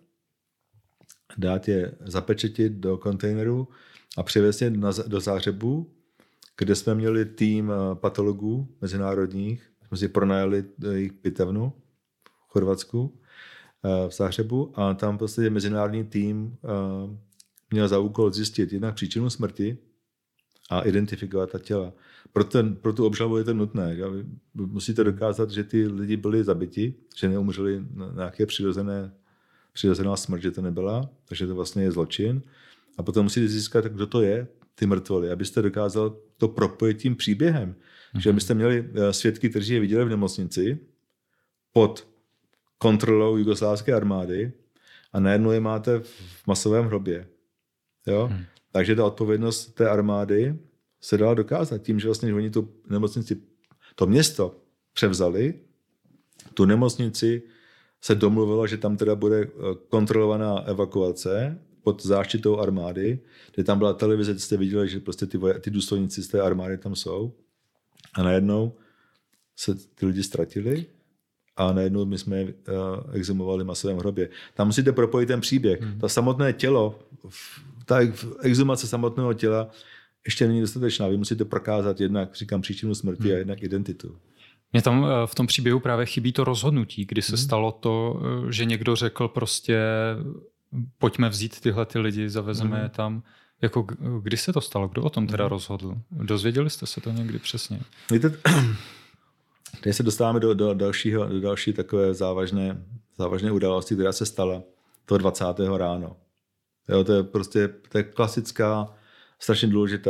dát je zapečetit do kontejneru a přivést je do Záhřebu, kde jsme měli tým patologů mezinárodních. Jsme si pronajali jejich pitevnu v Chorvatsku, v Záhřebu, a tam prostě mezinárodní tým měl za úkol zjistit jednak příčinu smrti a identifikovat ta těla. Pro tu obžalobu je to nutné. Že? Vy musíte dokázat, že ty lidi byli zabiti, že neumřeli na nějaké přirozená smrt, že to nebyla, takže to vlastně je zločin. A potom musíte získat, kdo to je, ty mrtvoly, abyste dokázal to propojit tím příběhem. Že byste měli svědky, kteří je viděli v nemocnici pod kontrolou jugoslávské armády a najednou je máte v masovém hrobě. Jo? Takže ta odpovědnost té armády se dala dokázat tím, že vlastně oni tu nemocnici, to město převzali, tu nemocnici se domluvilo, že tam teda bude kontrolovaná evakuace pod záštitou armády, kde tam byla televize, jste viděli, že prostě ty důstojníci z té armády tam jsou a najednou se ty lidi ztratili a najednou my jsme je exhumovali v masovém hrobě. Tam musíte propojit ten příběh. Ta samotné tělo, ta exhumace samotného těla ještě není dostatečná. Vy musíte prokázat jednak, říkám, příčinu smrti a jednak identitu. Mně tam v tom příběhu právě chybí to rozhodnutí, kdy se stalo to, že někdo řekl prostě pojďme vzít tyhle ty lidi, zavezeme je tam. Jako, kdy se to stalo? Kdo o tom teda rozhodl? Dozvěděli jste se to někdy přesně? Víte, tady se dostáváme do další takové závažné události, která se stala toho 20. ráno. Jo, to je klasická, strašně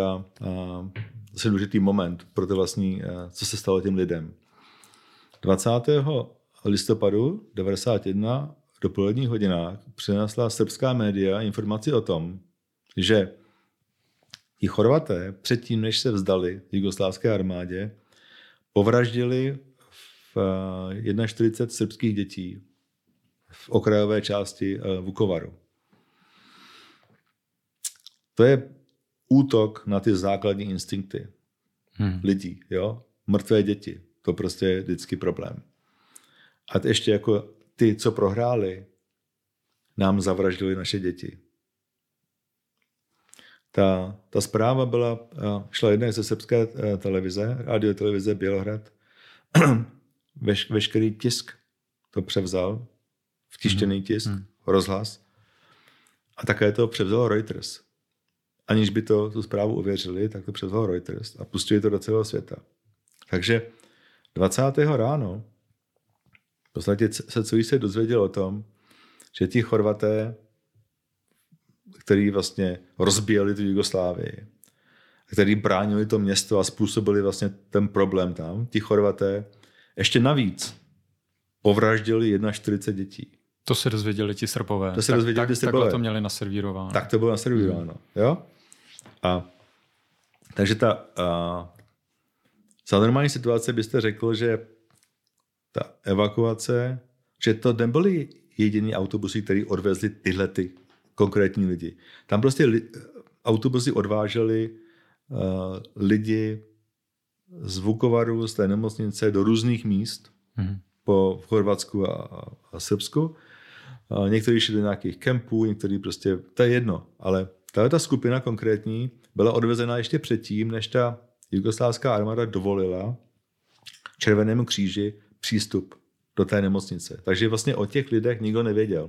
důležitý moment pro to vlastní, co se stalo těm lidem. 20. listopadu 1991 v dopoledních hodinách přinesla srbská média informaci o tom, že ti Chorvaté předtím, než se vzdali jugoslávské armádě, povraždili v 41 srbských dětí v okrajové části Vukovaru. To je útok na ty základní instinkty lidí. Jo? Mrtvé děti. To prostě je vždycky problém. A ještě jako ty, co prohráli, nám zavraždili naše děti. Ta zpráva šla jednak ze srbské televize, radiotelevize Bělehrad. Veškerý tisk to převzal, vtištěný tisk, rozhlas. A také to převzal Reuters. Aniž by tu zprávu ověřili, tak to převzal Reuters a pustili to do celého světa. Takže 20. ráno v podstatě se celý svět dozvěděl o tom, že ti Chorvaté, kteří vlastně rozbíjeli tu Jugoslávii, kteří bránili to město a způsobili vlastně ten problém tam, ti Chorvaté ještě navíc povraždili 41 dětí. To se dozvěděli ti Srbové. Takhle to měli naservírováno. Tak to bylo naservírováno. Jo? Takže za normální situace byste řekl, že ta evakuace, že to nebyly jediný autobusy, který odvezli tyhle ty konkrétní lidi. Tam prostě autobusy odvážely lidi z Vukovaru, z té nemocnice do různých míst po Chorvatsku a Srbsku. Někteří šli do nějakých kempů, někteří prostě, to je jedno, ale ta skupina konkrétní byla odvezena ještě předtím, než ta jugoslávská armáda dovolila Červenému kříži přístup do té nemocnice. Takže vlastně o těch lidech nikdo nevěděl.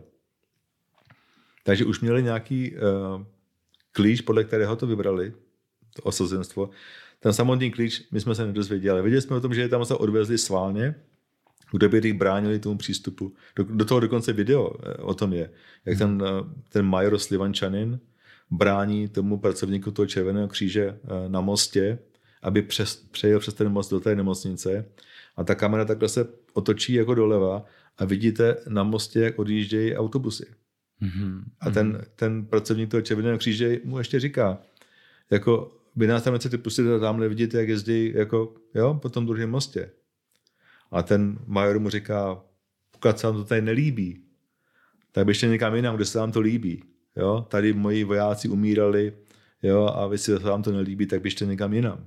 Takže už měli nějaký klíč, podle kterého to vybrali, to osazenstvo. Ten samotný klíč my jsme se nedozvěděli. Věděli jsme o tom, že je tam se odvezli sválně, kde by bránili tomu přístupu. Do toho dokonce video o tom je. Jak ten major Slivančanin brání tomu pracovníku toho Červeného kříže na mostě, aby přejel přes ten most do té nemocnice. A ta kamera takhle se otočí jako doleva a vidíte na mostě, jak odjíždějí autobusy. A ten pracovník toho Červeného kříže mu ještě říká, jako vy nás tam nechcete pustit a tamhle vidíte, jak jezdí jako, po tom druhém mostě. A ten major mu říká, pokud se vám to tady nelíbí, tak běžte někam jinam, kde se vám to líbí. Jo? Tady moji vojáci umírali, a vy si vám to nelíbí, tak běžte někam jinam.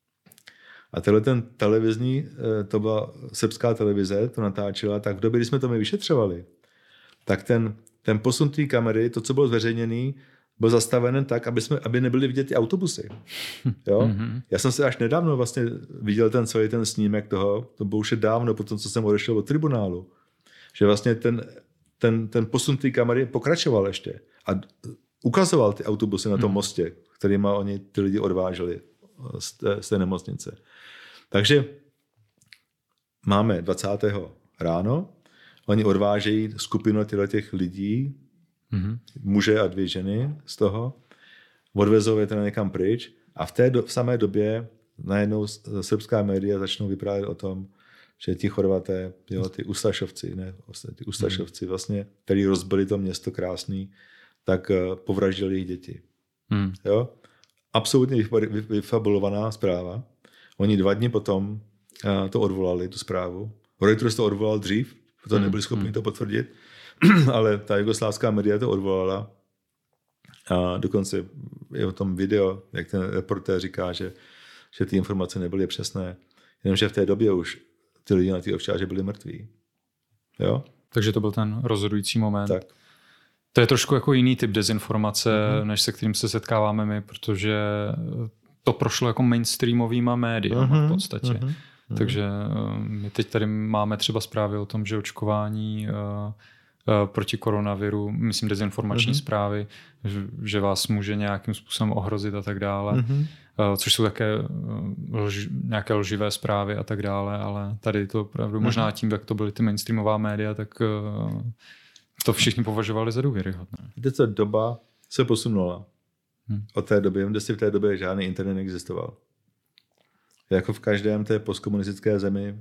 A ten televizní, to byla srbská televize, to natáčela, tak v době, kdy jsme to my vyšetřovali, tak ten posun té kamery, to, co bylo zveřejněný, byl zastaven tak, aby nebyly vidět ty autobusy. Jo? Já jsem se až nedávno vlastně viděl celý ten snímek toho, to bylo už dávno po tom, co jsem odešel od tribunálu, že vlastně ten posun té kamery pokračoval ještě a ukazoval ty autobusy na tom mostě, kterýma oni ty lidi odváželi z té nemocnice. Takže máme 20. ráno, oni odvážejí skupinu těch lidí, muže a 2 ženy z toho, odvezou je teda někam pryč a v samé době najednou srbská média začnou vyprávět o tom, že ti Chorvaté, ty Ustašovci vlastně, který rozbili to město krásný, tak povraždili jejich děti. Jo? Absolutně vyfabulovaná zpráva. Oni 2 dny potom to odvolali, tu zprávu. Reuters to odvolal dřív, protože nebyli schopni to potvrdit, ale ta jugoslávská média to odvolala. A dokonce je o tom video, jak ten reportér říká, že ty informace nebyly přesné, jenomže v té době už ty lidi na ty ovčáře byli mrtví. Jo? Takže to byl ten rozhodující moment. Tak. To je trošku jako jiný typ dezinformace, než se kterým se setkáváme my, protože to prošlo jako mainstreamovýma médiama v podstatě. Takže my teď tady máme třeba zprávy o tom, že očkování proti koronaviru, myslím dezinformační zprávy, že vás může nějakým způsobem ohrozit a tak dále, což jsou také nějaké lživé zprávy a tak dále, ale tady to opravdu možná tím, jak to byly ty mainstreamová média, tak to všichni považovali za důvěryhodné. Víte co, doba se posunula. Od té doby, v té době žádný internet neexistoval. Jako v každém té postkomunistické zemi,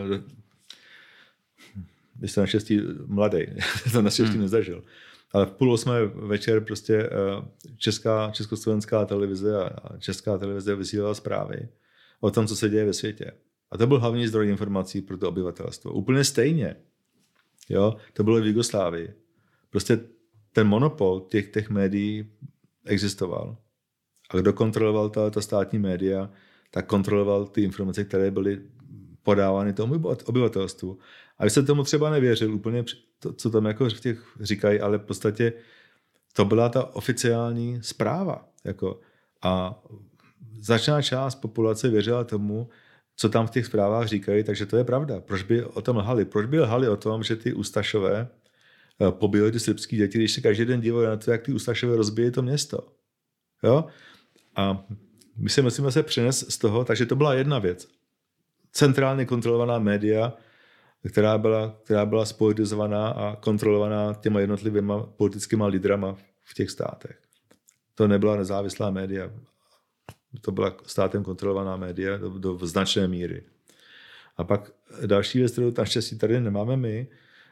vy jste naštěstí mladý, to naštěstí nezažil. Ale v 7:30 večer prostě československá televize a česká televize vysílala zprávy o tom, co se děje ve světě. A to byl hlavní zdroj informací pro to obyvatelstvo. Úplně stejně. Jo? To bylo v Jugoslávii. Prostě ten monopol těch médií existoval. A kdo kontroloval ta státní média, tak kontroloval ty informace, které byly podávány tomu obyvatelstvu. A vy jste tomu třeba nevěřil úplně, co tam jako v těch říkají, ale v podstatě to byla ta oficiální zpráva. Jako. A značná část populace věřila tomu, co tam v těch zprávách říkají, takže to je pravda. Proč by o tom lhali? Proč by lhali o tom, že ty Ustašové pobili ty srbský děti, když se každý den dívají na to, jak ty Ustašové rozbíjí to město. Jo? A my se musíme se přenést z toho, takže to byla jedna věc. Centrálně kontrolovaná média, která byla spolitizovaná a kontrolovaná těma jednotlivýma politickýma lídrama v těch státech. To nebyla nezávislá média. To byla státem kontrolovaná média do značné míry. A pak další věc, kterou naštěstí tady nemáme my,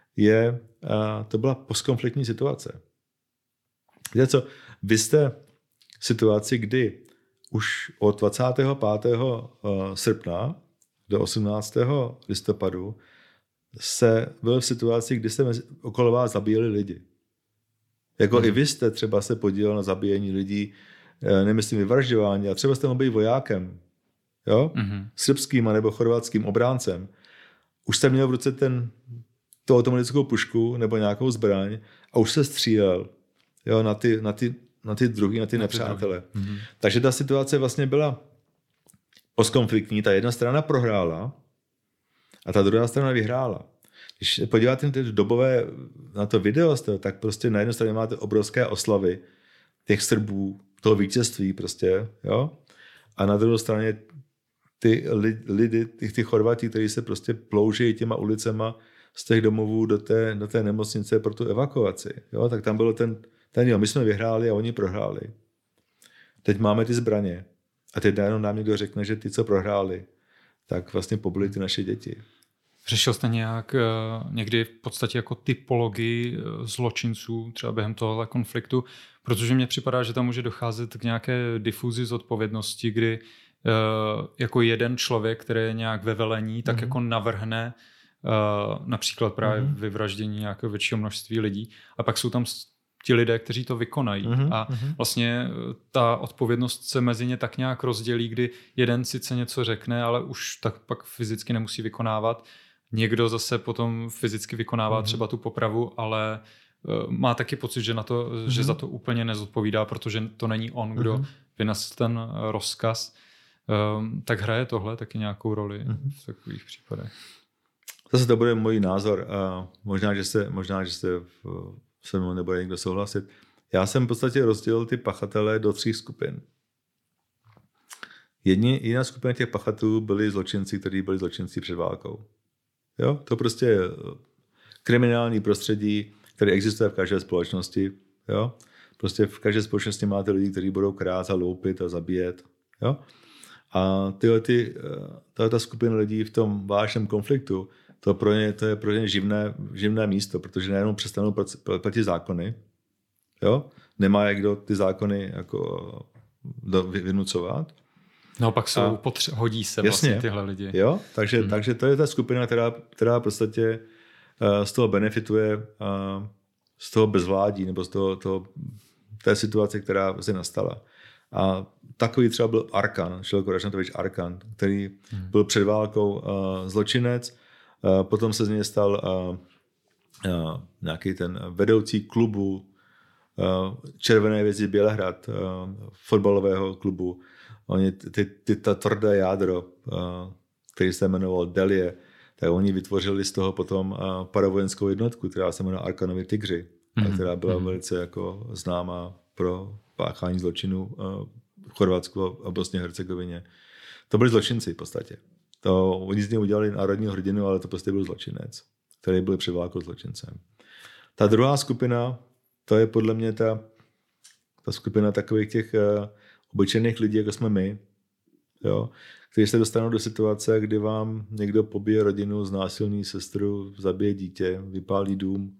to byla postkonfliktní situace. Víte co, vy jste v situaci, kdy už od 25. srpna do 18. listopadu byl v situaci, kdy se okolo vás zabíjeli lidi. Jako i vy jste třeba se podílel na zabíjení lidí, nemyslím vyvražďování, a třeba jste mohl být vojákem, jo? Srbským nebo chorvatským obráncem. Už jste měl v ruce tu automatickou pušku nebo nějakou zbraň a už se střílel, jo, na ty druhý, na ty nepřátele. Takže ta situace vlastně byla postkonfliktní. Ta jedna strana prohrála a ta druhá strana vyhrála. Když podíváte na to video, tak prostě na jedné straně máte obrovské oslavy těch Srbů, toho vítězství prostě, jo? A na druhé straně ty lidi, ty Chorvati, kteří se prostě plouží těma ulicema z těch domovů do té nemocnice pro tu evakuaci, jo? Tak tam bylo my jsme vyhráli a oni prohráli. Teď máme ty zbraně a teď najednou nám někdo řekne, že ty, co prohráli, tak vlastně pobili ty naše děti. Řešil jste nějak někdy v podstatě jako typologii zločinců třeba během tohohle konfliktu? Protože mně připadá, že tam může docházet k nějaké difuzi zodpovědnosti, kdy jako jeden člověk, který je nějak ve velení, tak jako navrhne například právě vyvraždění nějakého většího množství lidí a pak jsou tam ti lidé, kteří to vykonají. A vlastně ta odpovědnost se mezi ně tak nějak rozdělí, kdy jeden sice něco řekne, ale už tak pak fyzicky nemusí vykonávat. Někdo zase potom fyzicky vykonává třeba tu popravu, ale má taky pocit, že že za to úplně nezodpovídá, protože to není on, kdo vynesl ten rozkaz. Tak hraje tohle taky nějakou roli v takových případech. Zase to bude můj názor. Možná, že se se mnou nebude někdo souhlasit. Já jsem v podstatě rozdělil ty pachatele do 3 skupin. Jedna skupina těch pachatelů byli zločinci, kteří byli zločinci před válkou. Jo? To prostě je kriminální prostředí, které existuje v každé společnosti. Jo? Prostě v každé společnosti máte lidi, kteří budou krát a loupit a zabíjet. Jo? A ta skupina lidí v tom vážném konfliktu, to je pro ně živné místo, protože najednou přestanou platit zákony. Jo? Nemá jak kdo ty zákony jako vynucovat. No pak hodí se vlastně tyhle lidi. Jo? Takže to je ta skupina, která v podstatě z toho benefituje, z toho bezvládí, nebo z té situace, která se nastala. A takový třeba byl Arkan, Željko Ražnatovič Arkan, který byl před válkou zločinec, potom se z něj stal nějaký ten vedoucí klubu Červené hvězdy Bělehrad, fotbalového klubu. Oni ta tvrdé jádro, který se jmenoval Delie, tak oni vytvořili z toho potom paravojenskou jednotku, která se jmenovala Arkanovi Tygři, a která byla velice jako známá pro páchání zločinů v Chorvatsku a Bosně a Hercegovině. To byli zločinci v podstatě. Oni z něj udělali národního hrdinu, ale to prostě byl zločinec, který byl před válkou zločincem. Ta druhá skupina, to je podle mě ta skupina takových těch obyčejných lidí, jako jsme my, jo, kteří se dostanou do situace, kdy vám někdo pobije rodinu, znásilní sestru, zabije dítě, vypálí dům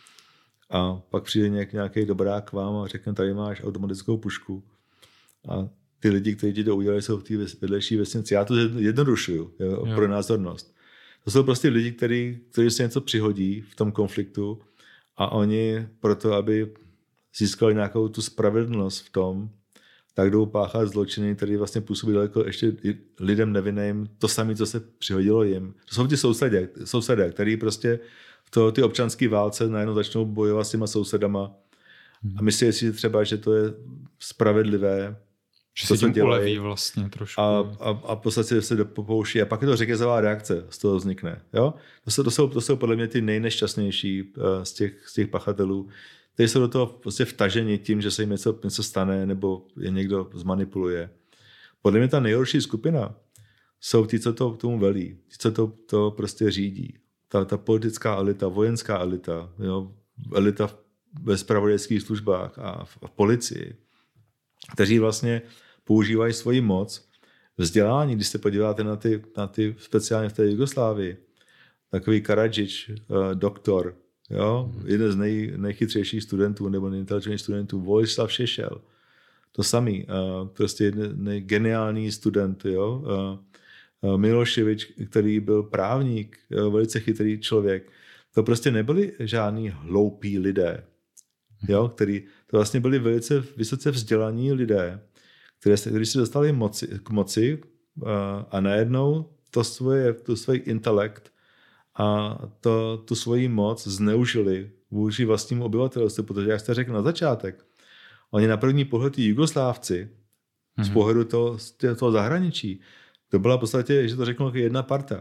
a pak přijde nějaký dobrák k vám a řekne, tady máš automatickou pušku. A ty lidi, kteří ti to udělali, jsou v té vedlejší vesnici. Já to jednodušuju pro názornost. To jsou prostě lidi, kteří se něco přihodí v tom konfliktu a oni proto, aby získali nějakou tu spravedlnost v tom, tak jdou páchat zločiny, které vlastně působí daleko ještě lidem nevinným to samé, co se přihodilo jim. To jsou ti sousedé, který prostě v ty občanské válce najednou začnou bojovat s těma sousedama a myslí si třeba, že to je spravedlivé, že se tím uleví vlastně trošku. A v podstatě se popouší a pak je to řetězová reakce z toho vznikne. Jo? To jsou podle mě ty nejnešťastnější z těch pachatelů, kteří jsou do toho prostě vtaženi tím, že se jim něco stane nebo je někdo zmanipuluje. Podle mě ta nejhorší skupina jsou ti, co to tomu velí, ti, co to prostě řídí. Ta politická elita, vojenská elita, jo? Elita ve zpravodajských službách a v policii, kteří vlastně používají svoji moc. Vzdělání, když se podíváte na ty speciálně v té Jugoslávii, takový Karadžič, doktor, jo? Jeden z nejchytřejších studentů nebo nejinteligentnějších studentů, Vojislav Šešel, to samý, prostě jeden geniální student, jo? Miloševič, který byl právník, velice chytrý člověk. To prostě nebyli žádní hloupí lidé, jo? To vlastně byli velice vysoce vzdělaní lidé, kteří se dostali k moci a najednou to svůj intelekt a tu svoji moc zneužili vůči vlastnímu obyvatelstvu, protože, jak jste řekl na začátek, oni na první pohled ty Jugoslávci z pohledu toho zahraničí, to byla v podstatě, že to řeknu, jedna parta.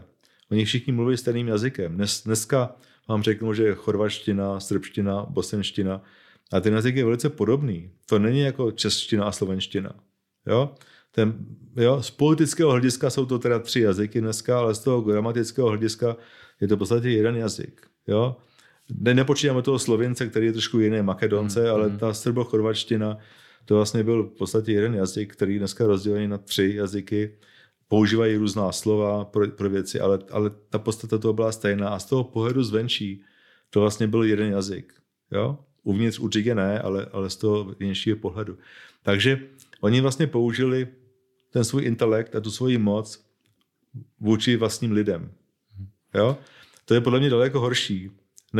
Oni všichni mluví stejným jazykem. Dneska vám řeknu, že chorvačtina, srbština, bosenština a ten jazyk je velice podobný. To není jako čeština a slovenština. Jo? Z politického hlediska jsou to teda 3 jazyky dneska, ale z toho gramatického hlediska je to v podstatě jeden jazyk. Jo? Nepočítáme toho Slověnce, který je trošku jiný, Makedonce, ale ta srbo-chorvačtina, to vlastně byl v podstatě jeden jazyk, který dneska rozdělený na 3 jazyky. Používají různá slova pro věci, ale ta podstata toho byla stejná a z toho pohledu zvenčí to vlastně byl jeden jazyk. Jo? Uvnitř určitě ne, ale z toho vnějšího pohledu. Takže oni vlastně použili ten svůj intelekt a tu svoji moc vůči vlastním lidem. Jo? To je podle mě daleko horší,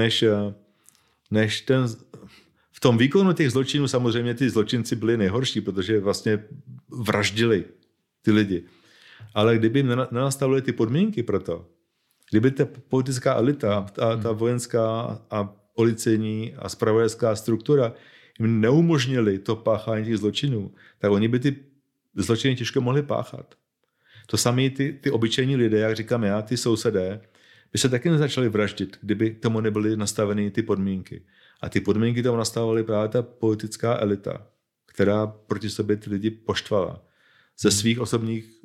než ten... V tom výkonu těch zločinů samozřejmě ty zločinci byli nejhorší, protože vlastně vraždili ty lidi. Ale kdyby jim nenastavili ty podmínky pro to, kdyby ta politická elita, ta vojenská a policejní a zpravodajská struktura jim neumožnili to páchání těch zločinů, tak oni by ty zločiny těžko mohli páchat. To samé ty obyčejní lidé, jak říkám já, ty sousedé, by se taky nezačali vraždit, kdyby tomu nebyly nastaveny ty podmínky. A ty podmínky tomu nastavovaly právě ta politická elita, která proti sobě ty lidi poštvala. Ze svých osobních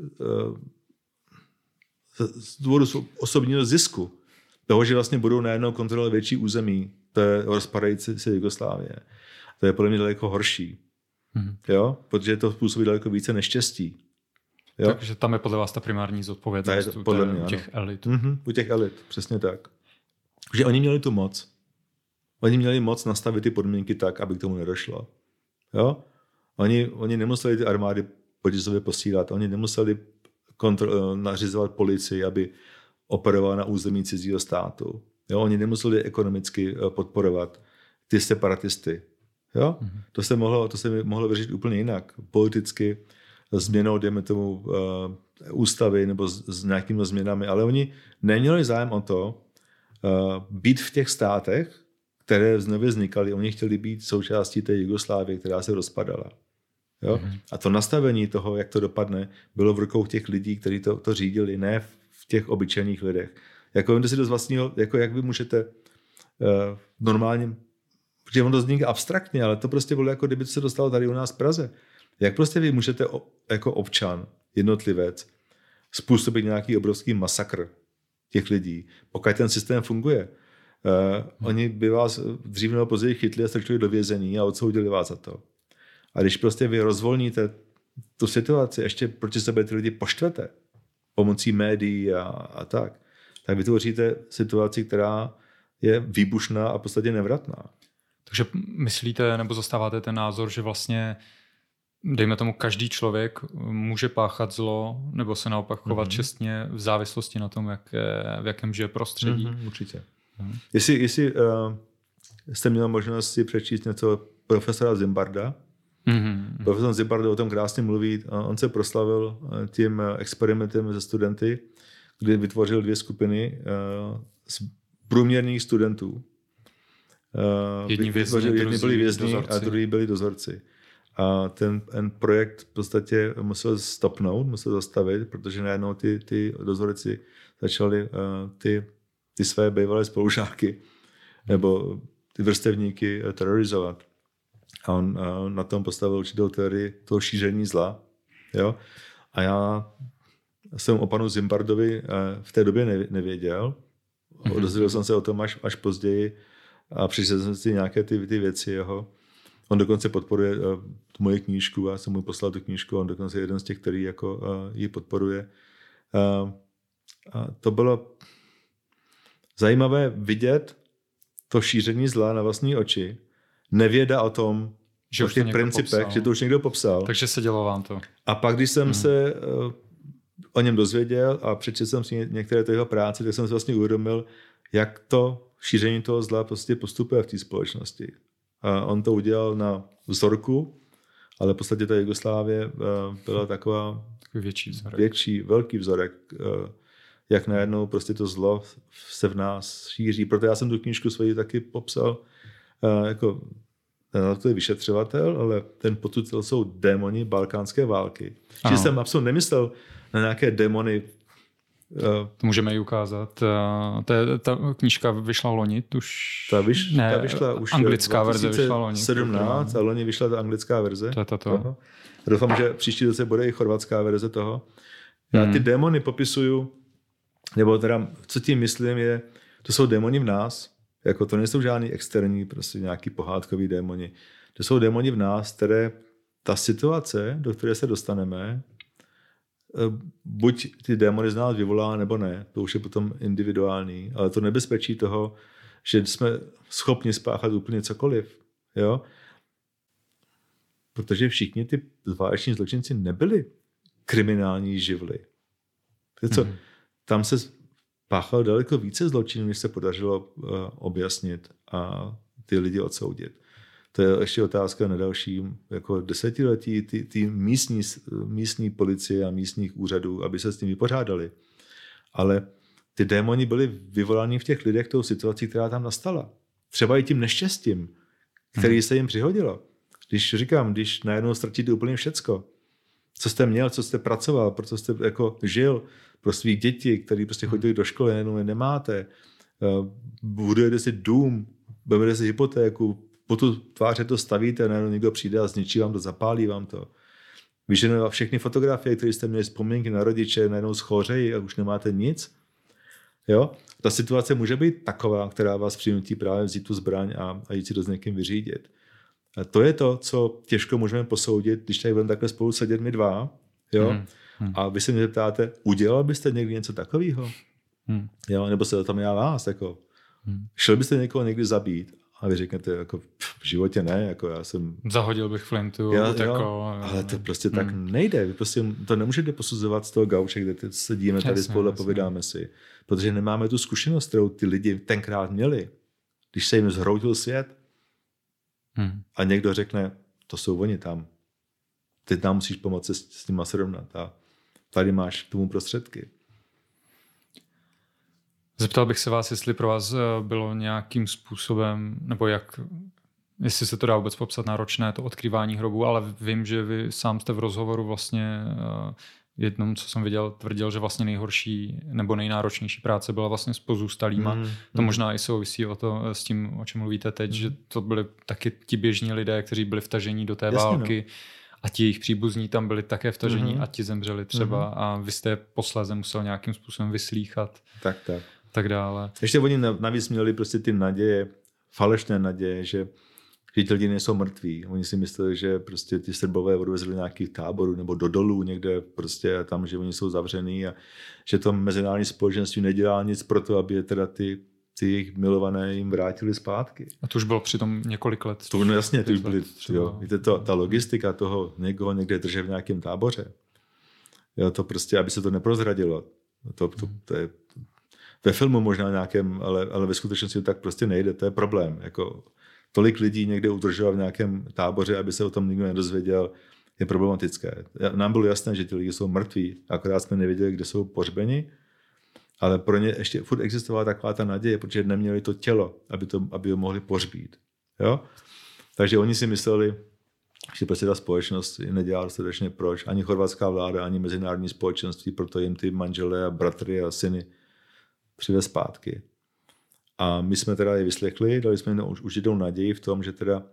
z důvodu osobního zisku. Toho, že vlastně budou najednou kontrolovat větší území té rozpadající se Jugoslávie. To je podle mě daleko horší. Jo? Protože to způsobí daleko více neštěstí. Jo? Takže tam je podle vás ta primární zodpovědnost u těch elit. U těch elit, přesně tak. Že oni měli tu moc. Oni měli moc nastavit ty podmínky tak, aby k tomu nedošlo. Jo? Oni nemuseli ty armády proti sobě posílat. Oni nemuseli nařizovat policii, aby operovala na území cizího státu. Jo? Oni nemuseli ekonomicky podporovat ty separatisty. Jo? To se mohlo vyřešit úplně jinak. Politicky, změnou, dejme tomu, ústavy nebo s nějakými změnami. Ale oni neměli zájem o to být v těch státech, které znovu vznikaly. Oni chtěli být součástí té Jugoslávie, která se rozpadala. Jo? A to nastavení toho, jak to dopadne, bylo v rukou těch lidí, kteří to řídili, ne v těch obyčejných lidech. Jako si dost vlastního, jako jak vy můžete normálně, protože on to zní abstraktně, ale to prostě bylo jako kdyby se dostalo tady u nás v Praze. Jak prostě vy můžete jako občan, jednotlivec, způsobit nějaký obrovský masakr těch lidí, pokud ten systém funguje. Oni by vás dřív nebo později chytli a strčili do vězení a odsoudili vás za to. A když prostě vy rozvolníte tu situaci, ještě proti sebe ty lidi poštvete pomocí médií a tak vytvoříte situaci, která je výbušná a v podstatě nevratná. Takže myslíte nebo zastáváte ten názor, že vlastně dejme tomu každý člověk může páchat zlo nebo se naopak chovat čestně v závislosti na tom, v jakém žije prostředí? Určitě. Jestli jste měl možnost si přečíst něco profesora Zimbarda, profesor Zimbardo o tom krásně mluví, on se proslavil tím experimentem se studenty, kdy vytvořil 2 skupiny z průměrných studentů. Jedni byli vězni a druhý byli dozorci. A ten projekt v podstatě musel stopnout, musel zastavit, protože najednou ty dozorci začali ty své bývalé spolužáky nebo ty vrstevníky terorizovat. A on na tom postavil určitou teorii toho šíření zla. Jo? A já jsem o panu Zimbardovi v té době nevěděl. Dozvěděl jsem se o tom až později a přišel jsem si nějaké ty věci jeho. On dokonce podporuje tu moji knížku, já jsem mu poslal tu knížku, on dokonce je jeden z těch, který jako ji podporuje. A to bylo zajímavé vidět to šíření zla na vlastní oči, nevěda o tom, že o těch principech, že to už někdo popsal. Takže se dělo vám to. A pak, když jsem se o něm dozvěděl a přečetl jsem si některé jeho práce, tak jsem si vlastně uvědomil, jak to šíření toho zla prostě postupuje v té společnosti. A on to udělal na vzorku, ale v podstatě ta Jugoslávie byla taková velký vzorek, jak najednou prostě to zlo se v nás šíří. Proto já jsem tu knížku svoji taky popsal jako to je vyšetřovatel, ale ten podtutel jsou démoni balkánské války. Čiže jsem absolutně nemyslel na nějaké démony To můžeme ji ukázat. Ta knížka vyšla loni, tuž... Ta vyšla už anglická verze vyšla loni. 17 a loni vyšla ta anglická verze. To je tato. Doufám, že příští roce bude i chorvatská verze toho. Já ty démony popisuju, nebo teda, co tím myslím je, to jsou démoni v nás, jako to nejsou žádný externí, prostě nějaký pohádkový démoni. To jsou démoni v nás, které ta situace, do které se dostaneme, buď ty démony z nás vyvolá, nebo ne. To už je potom individuální. Ale to nebezpečí toho, že jsme schopni spáchat úplně cokoliv. Jo? Protože všichni ty váleční zločinci nebyli kriminální živly. Tam se páchalo daleko více zločinů, než se podařilo objasnit a ty lidi odsoudit. To je ještě otázka na dalším jako desetiletí ty místní policie a místních úřadů, aby se s tím vypořádali. Ale ty démoni byly vyvolány v těch lidech tou situací, která tam nastala. Třeba i tím neštěstím, který se jim přihodilo. Když najednou ztratíte úplně všecko, co jste měl, co jste pracoval, pro co jste jako žil, pro svých děti, který prostě chodili do školy, najednou je nemáte, budujete si dům, berete si hypotéku, po tu tváře to stavíte, najednou někdo přijde a zničí vám to, zapálí vám to. Vyženuje všechny fotografie, které jste měli vzpomínky na rodiče, najednou schořejí a už nemáte nic. Jo? Ta situace může být taková, která vás přinutí právě vzít tu zbraň a jít si to s někým vyřídit. A to je to, co těžko můžeme posoudit, když tady budeme takhle spolu sedět my dva. Jo? A vy se mě zeptáte, udělal byste někdy něco takového? Jo? Nebo se tam já vás. Jako, šel byste někoho někdy zabít? A vy řeknete, jako, v životě ne, jako já jsem... Zahodil bych flintu. Ale to prostě tak nejde. Vy prostě to nemůžete posuzovat z toho gauče, kde sedíme tady spolu a povídáme si. Protože nemáme tu zkušenost, kterou ty lidi tenkrát měli. Když se jim zhroutil svět a někdo řekne, to jsou oni tam. Ty tam musíš pomoci s nima srovnat a tady máš k tomu prostředky. Zeptal bych se vás, jestli pro vás bylo nějakým způsobem, nebo jestli se to dá vůbec popsat náročné, to odkrývání hrobů, ale vím, že vy sám jste v rozhovoru vlastně jednom, co jsem viděl, tvrdil, že vlastně nejhorší nebo nejnáročnější práce byla vlastně s pozůstalýma. To možná i souvisí s tím, o čem mluvíte teď, že to byli taky ti běžní lidé, kteří byli vtažení do té války. A ti jejich příbuzní tam byli také vtažení a ti zemřeli třeba a vy jste posléze musel nějakým způsobem vyslýchat. Tak dále. Ještě oni navíc měli prostě ty naděje, falešné naděje, že ti lidi nejsou mrtví. Oni si mysleli, že prostě ty Srbové odvezli nějakých táborů nebo do dolů někde prostě tam, že oni jsou zavřený a že to mezinárodní společenství nedělá nic pro to, aby je teda ty jejich milované jim vrátili zpátky. A to už bylo přitom několik let. To no jasně, to už byly, jo. Víte, ta logistika toho někoho někde drže v nějakém táboře. Jo, to prostě, aby se to neprozradilo. To je ve filmu možná nějakém, ale ve skutečnosti to tak prostě nejde, to je problém. Jako, tolik lidí někde udržovat v nějakém táboře, aby se o tom nikdo nedozvěděl, je problematické. Nám bylo jasné, že ti lidi jsou mrtví, akorát jsme nevěděli, kde jsou pohřbeni, ale pro ně ještě furt existovala taková ta naděje, protože neměli to tělo, aby ho mohli pohřbít. Jo? Takže oni si mysleli, že prostě ta společnost nedělá dostatečně proč. Ani chorvatská vláda, ani mezinárodní společenství, proto jim ty manželé a bratry a syny přivez zpátky. A my jsme teda je vyslechli, dali jsme jim určitou naději v tom, že teda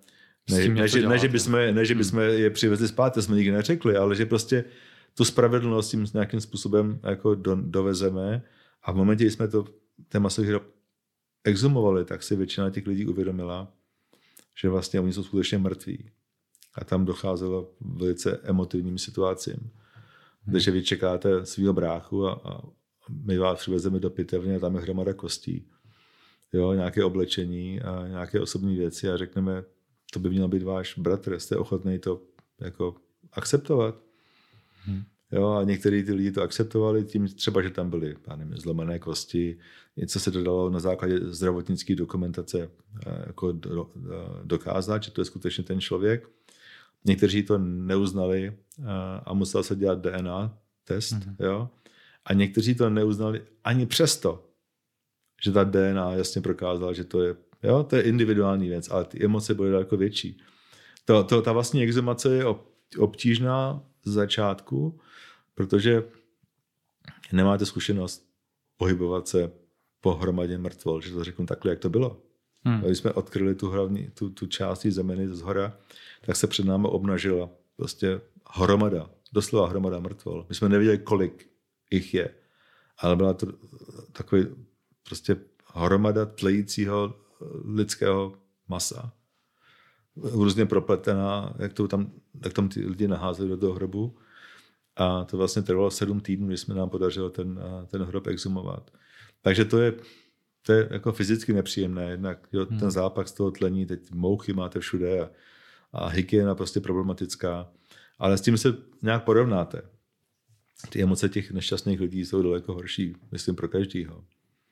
ne, že bychom je přivezli zpátky, to jsme nikdy neřekli, ale že prostě tu spravedlnost tím nějakým způsobem jako dovezeme a v momentě, kdy jsme ten masový hrob exhumovali, tak si většina těch lidí uvědomila, že vlastně oni jsou skutečně mrtví. A tam docházelo velice emotivním situacím. Takže vy čekáte svýho bráchu a my vás přivezeme do pitevny a tam je hromada kostí. Jo, nějaké oblečení a nějaké osobní věci a řekneme, to by měl být váš bratr, jste ochotný to jako akceptovat. Jo, a některý ty lidi to akceptovali tím třeba, že tam byly zlomené kosti, něco se dodalo na základě zdravotnické dokumentace jako dokázat, že to je skutečně ten člověk. Někteří to neuznali a musel se dělat DNA test. Jo? A někteří to neuznali ani přesto, že ta DNA jasně prokázala, že to je individuální věc, ale ty emoce byly daleko větší. Ta vlastní exhumace je obtížná z začátku, protože nemáte zkušenost pohybovat se po hromadě mrtvol, že to řeknu takhle, jak to bylo. Když jsme odkryli tu část zeminy z hora, tak se před námi obnažila prostě doslova hromada mrtvol. My jsme nevěděli, kolik jich je, ale byla to takový prostě hromada tlejícího lidského masa. Různě propletená, jak tam ty lidi naházeli do toho hrobu. A to vlastně trvalo 7 týdnů, když jsme nám podařilo ten hrob exhumovat. Takže to je jako fyzicky nepříjemné. Jednak ten zápach z toho tlení, teď mouchy máte všude a hygiena prostě problematická. Ale s tím se nějak porovnáte. Ty emoce těch nešťastných lidí jsou daleko horší, myslím, pro každýho.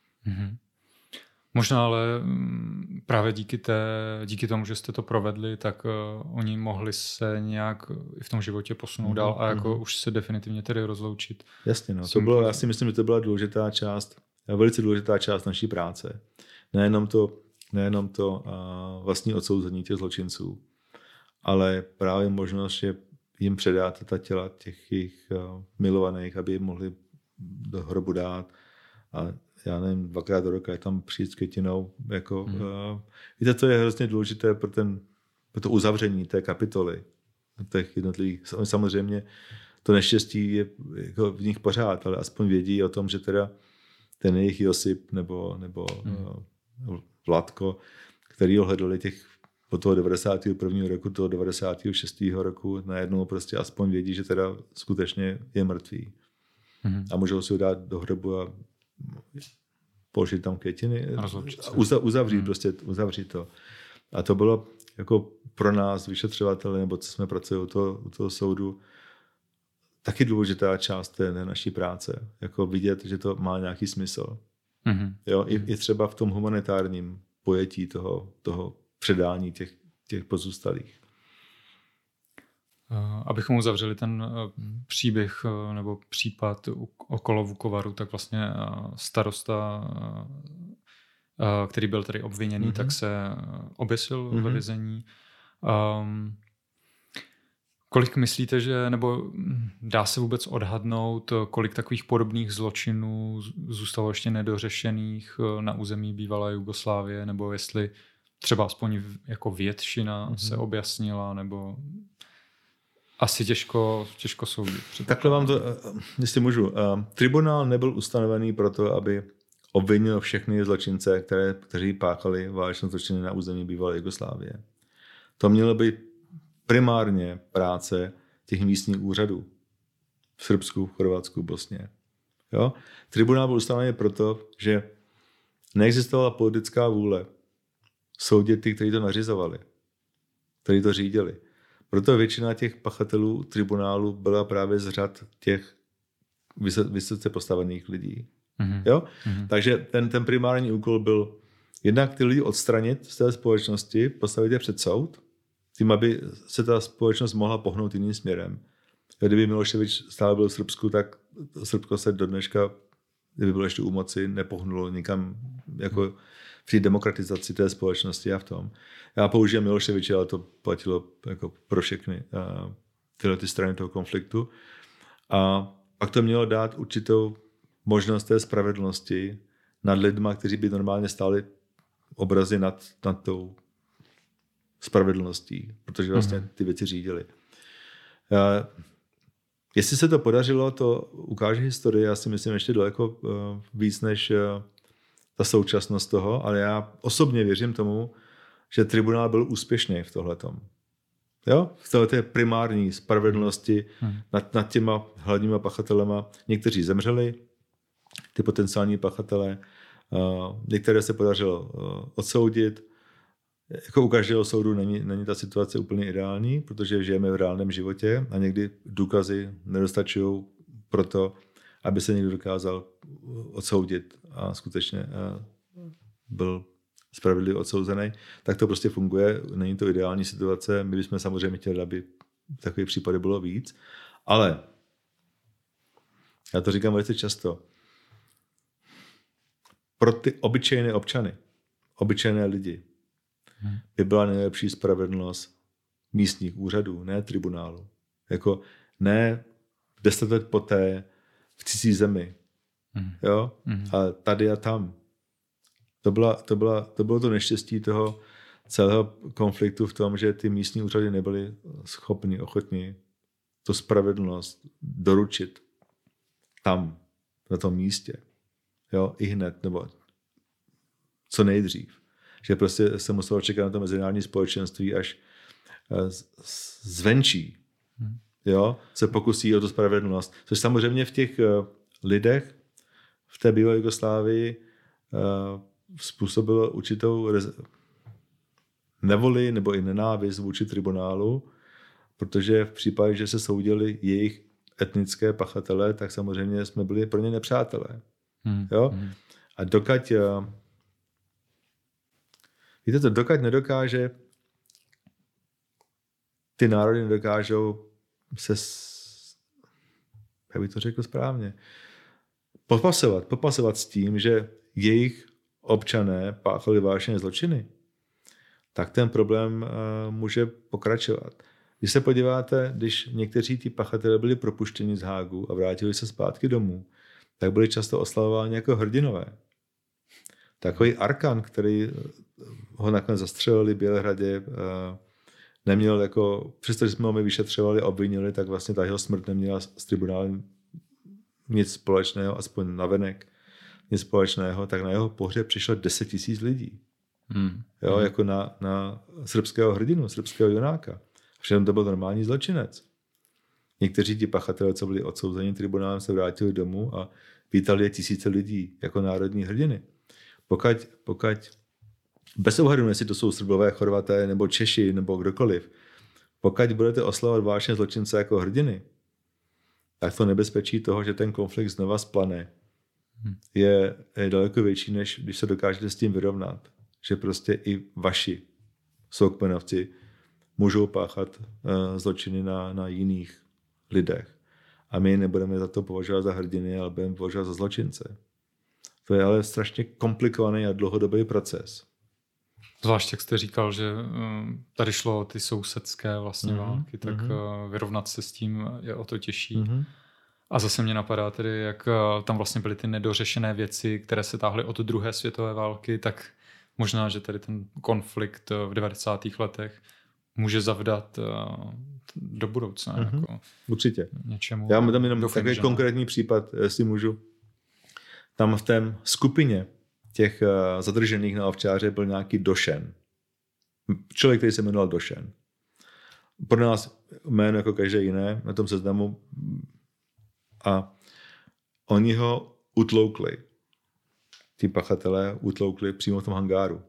Možná ale právě díky tomu, že jste to provedli, tak oni mohli se nějak v tom životě posunout dál a jako už se definitivně tedy rozloučit. Jasně, no. Já si myslím, že to byla důležitá část, velice důležitá část naší práce. Nejenom to vlastní odsouzení těch zločinců, ale právě možnost, že jim předáte ta těla těch jejich milovaných, aby je mohli do hrobu dát a já nevím, 2krát do roka je tam přijít s květinou. Víte, to je hrozně důležité pro to uzavření té kapitoly. Těch jednotlivých. Samozřejmě to neštěstí je jako v nich pořád, ale aspoň vědí o tom, že teda ten jejich Josip nebo Vladko, který ho hledali od toho 91. roku, toho 96. roku, najednou prostě aspoň vědí, že teda skutečně je mrtvý. A můžou si ho dát do hrobu a položit tam květiny a uzavřít to. A to bylo jako pro nás vyšetřovatele, nebo co jsme pracovali u toho soudu, taky důležitá část té naší práce. Jako vidět, že to má nějaký smysl. Jo, i třeba v tom humanitárním pojetí toho předání těch pozůstalých. Abychom uzavřeli ten příběh nebo případ okolo Vukovaru, tak vlastně starosta, který byl tady obviněný, tak se oběsil ve vězení. Kolik myslíte, nebo dá se vůbec odhadnout, kolik takových podobných zločinů zůstalo ještě nedořešených na území bývalé Jugoslávie, nebo jestli třeba aspoň jako většina se objasnila, nebo asi těžko soudit. Takhle vám to, jestli můžu. Tribunál nebyl ustanovený proto, aby obvinil všechny zločince, kteří páchali válečné zločiny na území bývalé Jugoslávie. To mělo být primárně práce těch místních úřadů v Srbsku, v Chorvatsku, v Bosně. Jo? Tribunál byl ustanovený proto, že neexistovala politická vůle soudit ty, kteří to nařizovali, kteří to řídili. Proto většina těch pachatelů tribunálu byla právě z řad těch vysoce postavených lidí. Jo? Takže ten primární úkol byl jednak ty lidi odstranit z té společnosti, postavit je před soud, tím, aby se ta společnost mohla pohnout jiným směrem. Kdyby Miloševič stále byl v Srbsku, tak Srbsko se do dneška, kdyby bylo ještě u moci, nepohnulo nikam jako v té demokratizaci té společnosti a v tom. Já použijem Miloševiče, ale to platilo jako pro všechny tyhle ty strany toho konfliktu. A pak to mělo dát určitou možnost té spravedlnosti nad lidma, kteří by normálně stáli obrazy nad tou spravedlností, protože vlastně ty věci řídili. Jestli se to podařilo, to ukáže historie, já si myslím ještě daleko víc než ta současnost toho, ale já osobně věřím tomu, že tribunál byl úspěšný v tohletom. Jo? V té primární spravedlnosti nad těma hlavníma pachatelema. Někteří zemřeli, ty potenciální pachatelé, některé se podařilo odsoudit. Jako u každého soudu není ta situace úplně ideální, protože žijeme v reálném životě a někdy důkazy nedostačují pro to, aby se někdo dokázal odsoudit a skutečně byl spravedlivě odsouzený. Tak to prostě funguje, není to ideální situace. My bychom samozřejmě chtěli, aby takových případů bylo víc, ale já to říkám velice často, pro ty obyčejné občany, obyčejné lidi, by byla nejlepší spravedlnost místních úřadů, ne tribunálu. Jako ne 10 let poté v cizí zemi Jo? A tady a tam. To bylo to neštěstí toho celého konfliktu v tom, že ty místní úřady nebyly ochotní tu spravedlnost doručit tam, na tom místě. Jo? I hned, nebo co nejdřív. Že prostě se muselo čekat na to mezinárodní společenství, až zvenčí jo, se pokusí o tu spravedlnost. Což samozřejmě v těch lidech v té bývalé Jugoslávii způsobilo určitou nevoli nebo i nenávist vůči tribunálu, protože v případě, že se soudili jejich etnické pachatele, tak samozřejmě jsme byli pro ně nepřátelé. Jo? A dokud nedokáže ty národy nedokážou se, jak bych to řekl správně, popasovat s tím, že jejich občané páchali vážné zločiny, tak ten problém může pokračovat. Když se podíváte, když někteří ty pachatelé byli propuštěni z Hágu a vrátili se zpátky domů, tak byli často oslavováni jako hrdinové. Takový Arkan, který ho nakonec zastřelili v Bělehradě, neměl jako, přestože jsme ho my vyšetřovali a obvinili, tak vlastně ta jeho smrt neměla s tribunálem nic společného, aspoň navenek nic společného, tak na jeho pohřeb přišlo 10 000 lidí. Jo, jako na srbského hrdinu, srbského junáka. Všem to byl normální zločinec. Někteří ti pachatelé, co byli odsouzeni tribunálem, se vrátili domů a vítali je tisíce lidí jako národní hrdiny. Pokud bez ohledu, jestli to jsou Srbové, Chorvaté nebo Češi nebo kdokoliv, pokud budete oslavovat vážné zločince jako hrdiny, tak to nebezpečí toho, že ten konflikt znova splane, je daleko větší, než když se dokážete s tím vyrovnat. Že prostě i vaši soukmenovci můžou páchat zločiny na jiných lidech. A my nebudeme za to považovat za hrdiny, ale budeme považovat za zločince. To je ale strašně komplikovaný a dlouhodobý proces. Zvlášť, jak jste říkal, že tady šlo o ty sousedské vlastně války, tak vyrovnat se s tím je o to těžší. A zase mě napadá tedy, jak tam vlastně byly ty nedořešené věci, které se táhly od druhé světové války, tak možná, že tady ten konflikt v 90. letech může zavdat do budoucna. Jako určitě. Něčemu. Já mám tam jenom takový konkrétní případ, jestli můžu. Tam v té skupině těch zadržených na Ovčáře byl nějaký Došen. Člověk, který se jmenoval Došen. Pro nás jméno jako každé jiné na tom seznamu. A oni ho utloukli. Ty pachatelé utloukli přímo v tom hangáru.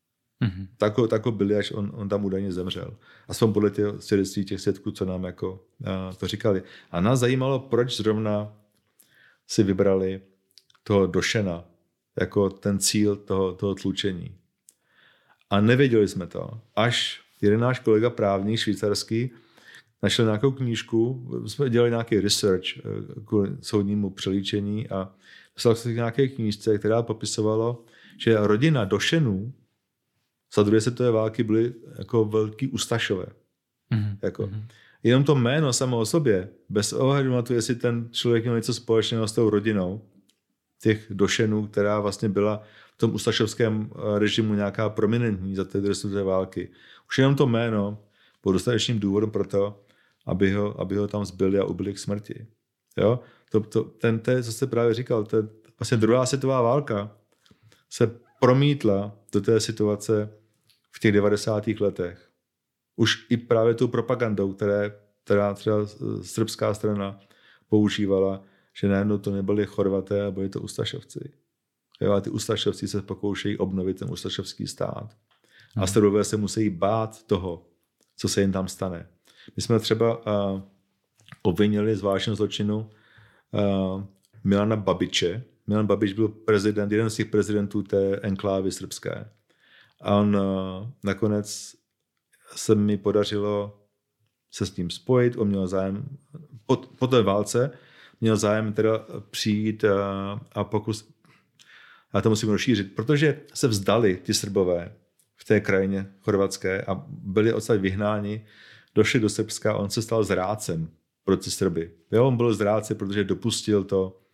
Tako byli, až on tam údajně zemřel. Aspoň podle těch svědectví těch svědků, co nám jako to říkali. A nás zajímalo, proč zrovna si vybrali toho Došena jako ten cíl toho tlučení. A nevěděli jsme to. Až jeden náš kolega právník švýcarský našel nějakou knížku, jsme dělali nějaký research k soudnímu přelíčení a dostal se k nějaké knížce, která popisovalo, že rodina Došenů za druhé světové války byly jako velký Ustašové. Jenom to jméno samo o sobě, bez ohledu na to, jestli ten člověk měl něco společného s tou rodinou, těch Došenů, která vlastně byla v tom ustašovském režimu nějaká prominentní za té druhé světové války. Už jenom to jméno byl dostatečným důvodem pro to, aby ho tam zbyli a ubili k smrti. Jo? Co jste právě říkal, vlastně druhá světová válka se promítla do té situace v těch 90. letech. Už i právě tou propagandou, která třeba srbská strana používala, že najednou to nebyli Chorvaté, ale byli to Ustašovci. Jo, a ty Ustašovci se pokoušejí obnovit ten ustašovský stát. A Srbové se musí bát toho, co se jim tam stane. My jsme třeba obvinili z vážného zločinu Milana Babiče. Milan Babiš byl jeden z těch prezidentů té enklávy srbské. A on nakonec se mi podařilo se s ním spojit. On měl zájem po té válce měl zájem teda přijít a pokus. Já to musím rozšířit, protože se vzdali ti Srbové v té krajině chorvatské a byli odsaď vyhnáni, došli do Srbska a on se stal zrádcem pro ty Srby. Jo, on byl zrádce, protože dopustil to,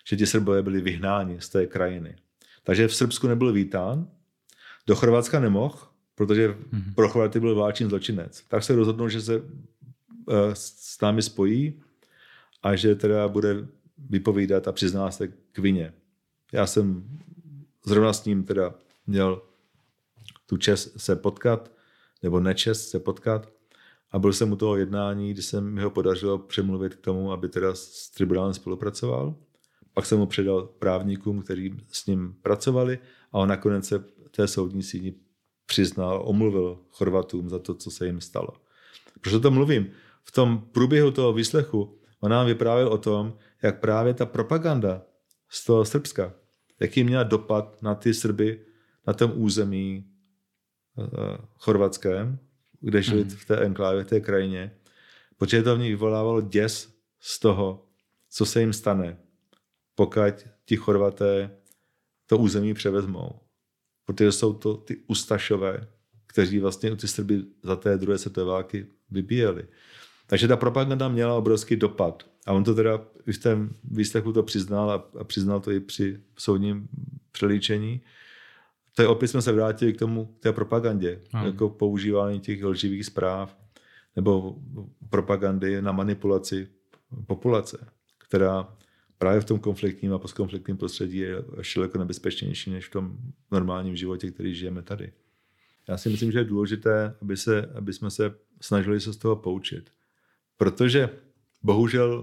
že ti Srbové byli vyhnáni z té krajiny. Takže v Srbsku nebyl vítán, do Chorvatska nemohl, protože pro Chorvaty byl válčný zločinec. Tak se rozhodnul, že se s námi spojí a že teda bude vypovídat a přizná se k vině. Já jsem zrovna s ním teda měl tu čest se potkat, nebo nečest se potkat a byl jsem u toho jednání, kdy se mi ho podařilo přemluvit k tomu, aby teda s tribunálem spolupracoval. Pak jsem ho předal právníkům, kteří s ním pracovali a on nakonec se té soudní síni přiznal, omluvil Chorvatům za to, co se jim stalo. Proč o tom mluvím? V tom průběhu toho výslechu on nám vyprávěl o tom, jak právě ta propaganda z toho Srbska, jaký měla dopad na ty Srby na tom území chorvatském, kde žili v té enklávě, v té krajině, protože to v nich vyvolávalo děs z toho, co se jim stane, pokud ti Chorvaté to území převezmou. Protože jsou to ty Ustašové, kteří vlastně ty Srby za té druhé světové války vybíjeli. Takže ta propaganda měla obrovský dopad. A on to teda v tom výslechu to přiznal a přiznal to i při soudním přelíčení. To je opět jsme se vrátili k té propagandě, jako používání těch lživých zpráv nebo propagandy na manipulaci populace, která právě v tom konfliktním a postkonfliktním prostředí je ještě daleko nebezpečnější než v tom normálním životě, který žijeme tady. Já si myslím, že je důležité, aby jsme se snažili se z toho poučit. Protože bohužel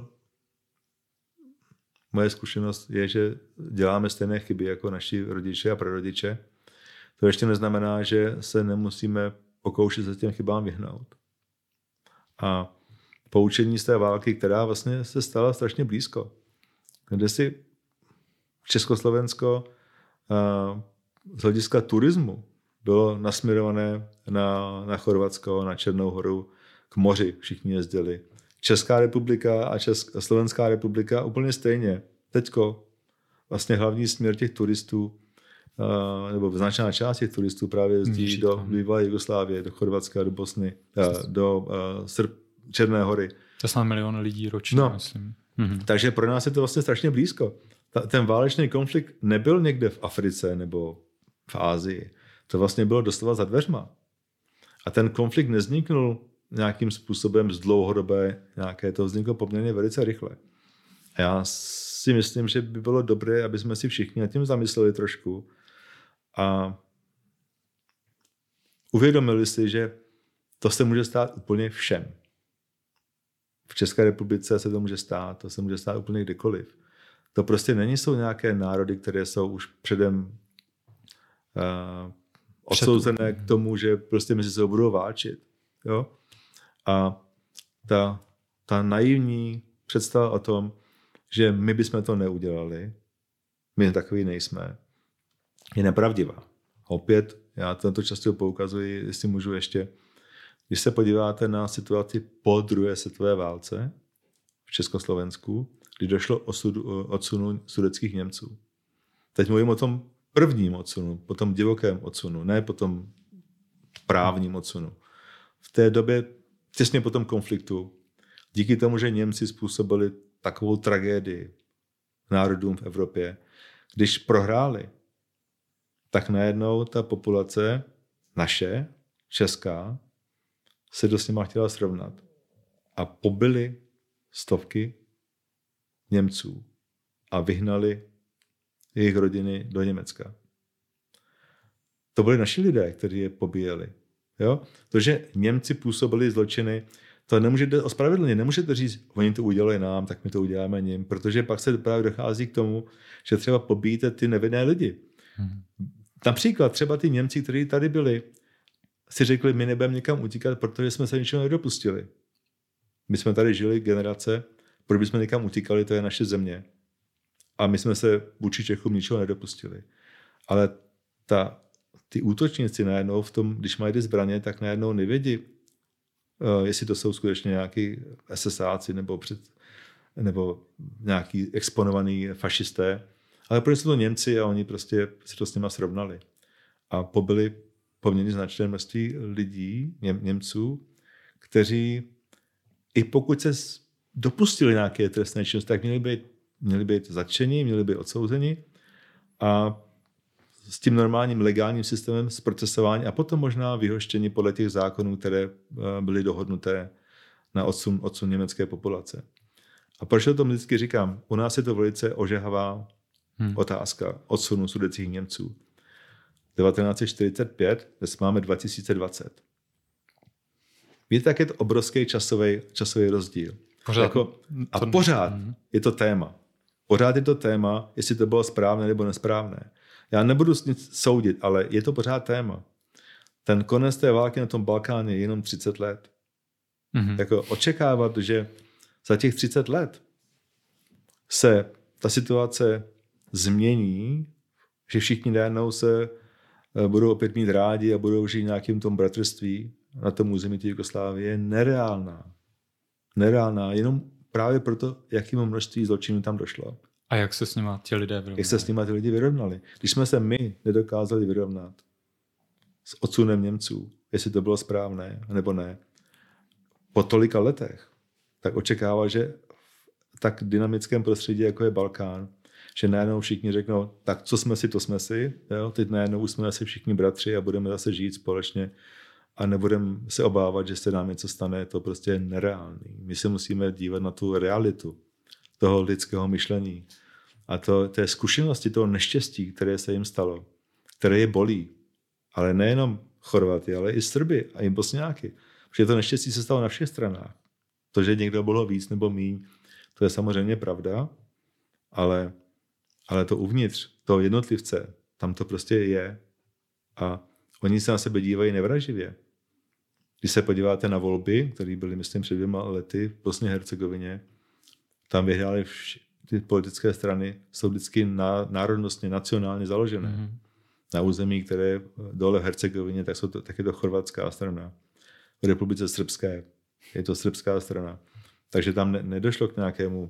moje zkušenost je, že děláme stejné chyby jako naši rodiče a prarodiče. To ještě neznamená, že se nemusíme pokoušet se těm chybám vyhnout. A poučení z té války, která vlastně se stala strašně blízko. Kde si Československo z hlediska turismu bylo nasměrované na Chorvatsko, na Černou Horu, k moři. Všichni jezdili. Česká republika a Slovenská republika úplně stejně. Teďko vlastně hlavní směr těch turistů, nebo značná část těch turistů právě jezdí do bývalé Jugoslávie, do Chorvatska, do Bosny, do Černé Hory. To jsou miliony lidí ročně, myslím. Takže pro nás je to vlastně strašně blízko. Ten válečný konflikt nebyl někde v Africe nebo v Asii. To vlastně bylo doslova za dveřma. A ten konflikt nevzniknul nějakým způsobem z dlouhodobé nějaké, to vzniklo poměrně velice rychle. A já si myslím, že by bylo dobré, aby jsme si všichni nad tím zamysleli trošku a uvědomili si, že to se může stát úplně všem. V České republice se to může stát, to se může stát úplně kdekoliv. To prostě jsou nějaké národy, které jsou už předem odsouzené k tomu, že prostě mezi sebou budou válčit. Jo? A ta naivní představa o tom, že my bychom to neudělali, my takový nejsme, je nepravdivá. Opět, já to často poukazuji, jestli můžu ještě, když se podíváte na situaci po druhé světové válce v Československu, kdy došlo odsunu sudetských Němců. Teď mluvím o tom prvním odsunu, po tom divokém odsunu, ne po tom právním odsunu. V té době, těsně po tom konfliktu, díky tomu, že Němci způsobili takovou tragédii národům v Evropě, když prohráli, tak najednou ta populace naše, česká, se s nima chtěla srovnat. A pobili stovky Němců a vyhnali jejich rodiny do Německa. To byli naši lidé, kteří je pobíjeli. Jo? To, že Němci působili zločiny, to nemůžete ospravedlnit. Nemůžete říct, oni to udělali nám, tak my to uděláme ním, protože pak se právě dochází k tomu, že třeba pobíjíte ty nevinné lidi. Například třeba ty Němci, kteří tady byli, si řekli, my nebudeme někam utíkat, protože jsme se ničeho nedopustili. My jsme tady žili generace, proč bychom někam utíkali, to je naše země. A my jsme se vůči Čechům ničeho nedopustili. Ale ty útočníci najednou v tom, když mají ty zbraně, tak najednou nevědí, jestli to jsou skutečně nějaký SSáci nebo nějaký exponovaný fašisté. Ale protože jsou to Němci a oni prostě si to s nima srovnali. A pobili poměrně značné množství lidí, Němců, kteří i pokud se dopustili nějaké trestné činnosti, tak měli být měli být zatčeni, měli být odsouzeni a s tím normálním legálním systémem zprocesování a potom možná vyhoštění podle těch zákonů, které byly dohodnuté na odsun německé populace. A proč o tom vždycky říkám? U nás je to velice ožehavá otázka odsunu sudetských Němců. 1945, dnes máme 2020. Víte, jak je to obrovský časový rozdíl. Pořád. Pořád je to téma. Pořád je to téma, jestli to bylo správné nebo nesprávné. Já nebudu nic soudit, ale je to pořád téma. Ten konec té války na tom Balkáně je jenom 30 let. Jako očekávat, že za těch 30 let se ta situace změní, že všichni najednou se budou opět mít rádi a budou žít nějakým tom bratrství na tom území té Jugoslávie, je nereálná. Nereálná, jenom právě proto, jakému množství zločinů tam došlo. A jak se s nima ti lidé vyrovnali? Jak se s nima ty lidi vyrovnali. Když jsme se my nedokázali vyrovnat s odsunem Němců, jestli to bylo správné nebo ne, po tolika letech, tak očekává, že v tak dynamickém prostředí, jako je Balkán, že najednou všichni řeknou, tak co jsme si, to jsme si. Jo? Teď najednou jsme asi všichni bratři a budeme zase žít společně a nebudeme se obávat, že se nám něco stane. To prostě je nereálný. My se musíme dívat na tu realitu toho lidského myšlení a té zkušenosti, toho neštěstí, které se jim stalo, které je bolí. Ale nejenom Chorvaty, ale i Srby a i Bosňáky. Protože to neštěstí se stalo na všech stranách. To, že někdo bylo víc nebo míň, to je samozřejmě pravda, ale to uvnitř, toho jednotlivce, tam to prostě je. A oni se na sebe dívají nevraživě. Když se podíváte na volby, které byly, myslím, před 2 lety v Bosně a Hercegovině, tam vyhrály ty politické strany, jsou vždycky národnostně, nacionálně založené. Na území, které dole v Hercegovině, tak je to chorvatská strana. V Republice Srbské je to srbská strana. Takže tam nedošlo k nějakému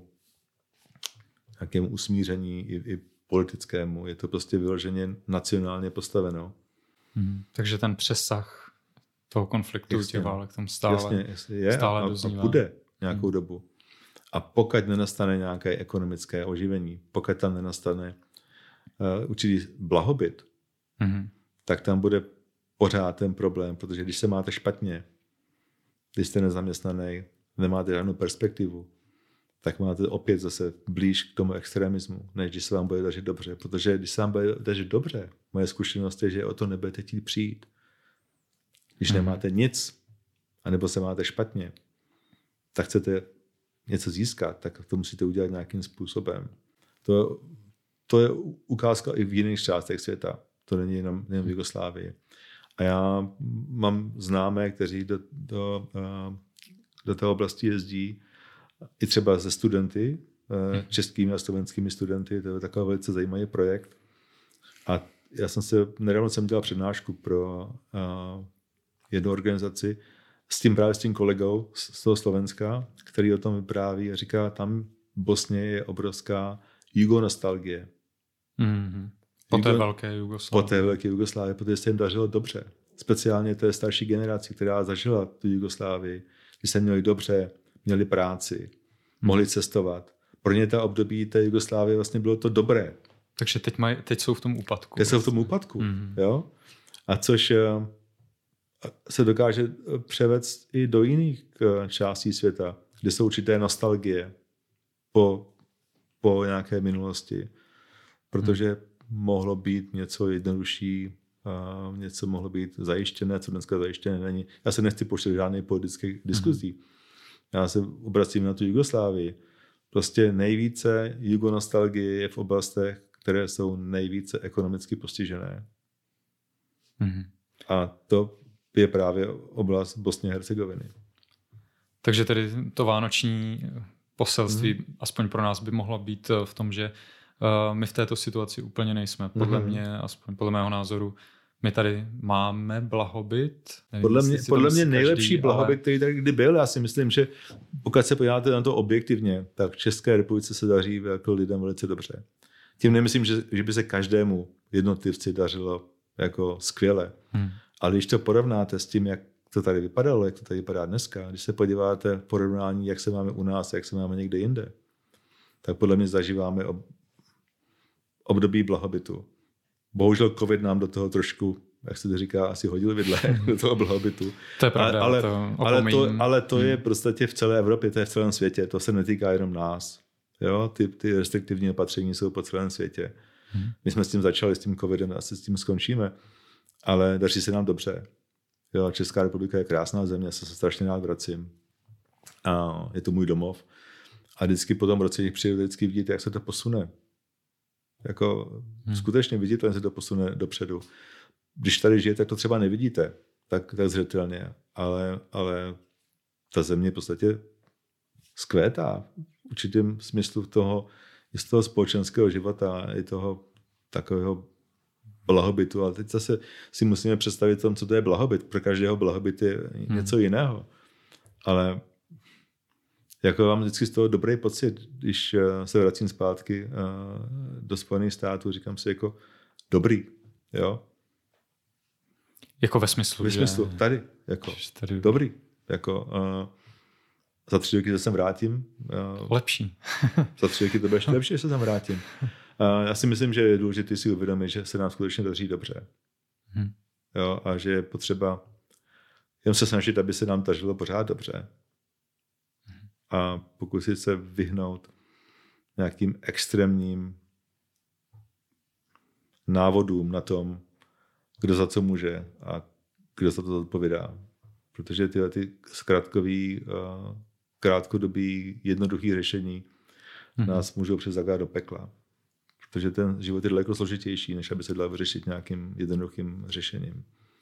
usmíření i politickému. Je to prostě vyloženě nacionálně postaveno. Takže ten přesah toho konfliktu, těch válek tam stále doznívá. A bude nějakou dobu. A pokud nenastane nějaké ekonomické oživení, pokud tam nenastane určitý blahobyt, tak tam bude pořád ten problém, protože když se máte špatně, když jste nezaměstnaný, nemáte žádnou perspektivu, tak máte opět zase blíž k tomu extremismu, než když se vám bude dařit dobře. Protože když se vám bude dařit dobře, moje zkušenost je, že o to nebudete chtít přijít. Když nemáte nic, anebo se máte špatně, tak chcete něco získat, tak to musíte udělat nějakým způsobem. To je ukázka i v jiných částech světa. To není jenom v Jugoslávii. A já mám známé, kteří do té oblasti jezdí, i třeba ze studenty, českými a slovenskými studenty. To je takový velice zajímavý projekt. A nedávno jsem dělal přednášku pro jednu organizaci s tím kolegou z toho Slovenska, který o tom vypráví a říká, tam v Bosně je obrovská jugonostalgie. Po té velké Jugoslávii, protože se jim dařilo dobře. Speciálně té starší generaci, která zažila tu Jugoslávii, když se měli dobře, měli práci, mohli cestovat. Pro ně ta období té Jugoslávie vlastně bylo to dobré. Takže teď jsou v tom úpadku. Teď jsou v tom úpadku, jo? A což se dokáže převést i do jiných částí světa, kde jsou určité nostalgie po nějaké minulosti. Protože mohlo být něco jednodušší, něco mohlo být zajištěné, co dneska zajištěné není. Já se nechci pouštět žádné politické diskuzí. Já se obracím na tu Jugoslávii. Prostě nejvíce jugonostalgie je v oblastech, které jsou nejvíce ekonomicky postižené. A to je právě oblast Bosny a Hercegoviny. Takže tedy to vánoční poselství, aspoň pro nás, by mohlo být v tom, že my v této situaci úplně nejsme. Podle mě, aspoň podle mého názoru, my tady máme blahobyt. Nevím, podle mě nejlepší blahobyt, který tady kdy byl. Já si myslím, že pokud se podíváte na to objektivně, tak v České republice se daří jako lidem velice dobře. Tím nemyslím, že by se každému jednotlivci dařilo jako skvěle. Ale když to porovnáte s tím, jak to tady vypadalo, jak to tady vypadá dneska, když se podíváte v porovnání, jak se máme u nás, jak se máme někde jinde, tak podle mě zažíváme období blahobytu. Bohužel covid nám do toho trošku, jak se to říká, asi hodil vidle do toho blahobytu. To je pravda, ale to je v podstatě v celé Evropě, to je v celém světě, to se netýká jenom nás. Jo? Ty restriktivní opatření jsou po celém světě. My jsme s tím začali, s tím covidem, asi s tím skončíme, ale daří se nám dobře. Jo? Česká republika je krásná země, já se strašně rád vracím. A je to můj domov. A vždycky po tom roce, když přijdu, vždycky vidíte, jak se to posune. Jako skutečně vidíte, jak se to posune dopředu. Když tady žijete, tak to třeba nevidíte tak zřetelně, ale ta země v podstatě zkvétá v určitém smyslu z toho společenského života i toho takového blahobytu. Ale teď zase si musíme představit tom, co to je blahobyt. Pro každého blahobyt je něco jiného. Ale jako mám vždycky z toho dobrý pocit, když se vracím zpátky do Spojených států, říkám si jako dobrý, jo. Jako ve smyslu, ve smyslu, tady, jako tady. Dobrý, jako za 3 roky se sem vrátím. Lepší. Za 3 roky to bude ještě lepší, že se sem vrátím. Já si myslím, že je důležité si uvědomit, že se nám skutečně daří dobře. Jo, a že je potřeba jen se snažit, aby se nám dařilo pořád dobře. A pokusit se vyhnout nějakým extrémním návodům na tom, kdo za co může a kdo za to odpovídá. Protože tyhle krátkodobý, jednoduchý řešení nás můžou přezagat do pekla. Protože ten život je daleko složitější, než aby se dal vyřešit nějakým jednoduchým řešením.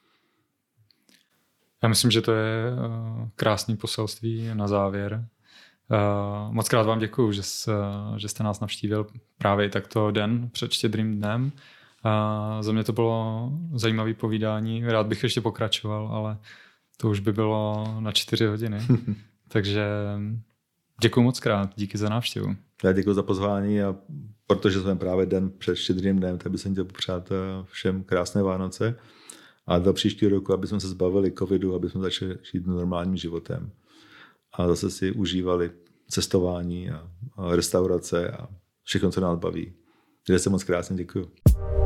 Já myslím, že to je krásný poselství na závěr. Moc krát vám děkuju, že jste nás navštívil právě takto den před Štědrým dnem. Za mě to bylo zajímavé povídání. Rád bych ještě pokračoval, ale to už by bylo na 4 hodiny. Takže děkuju moc krát. Díky za návštěvu. Já děkuji za pozvání a protože jsme právě den před Štědrým dnem, tak bych se chtěl popřát všem krásné Vánoce a do příštího roku, aby jsme se zbavili covidu, aby jsme začali žít normálním životem. A zase si užívali cestování a restaurace a všechno, co nás baví. Takže se moc krásně děkuju.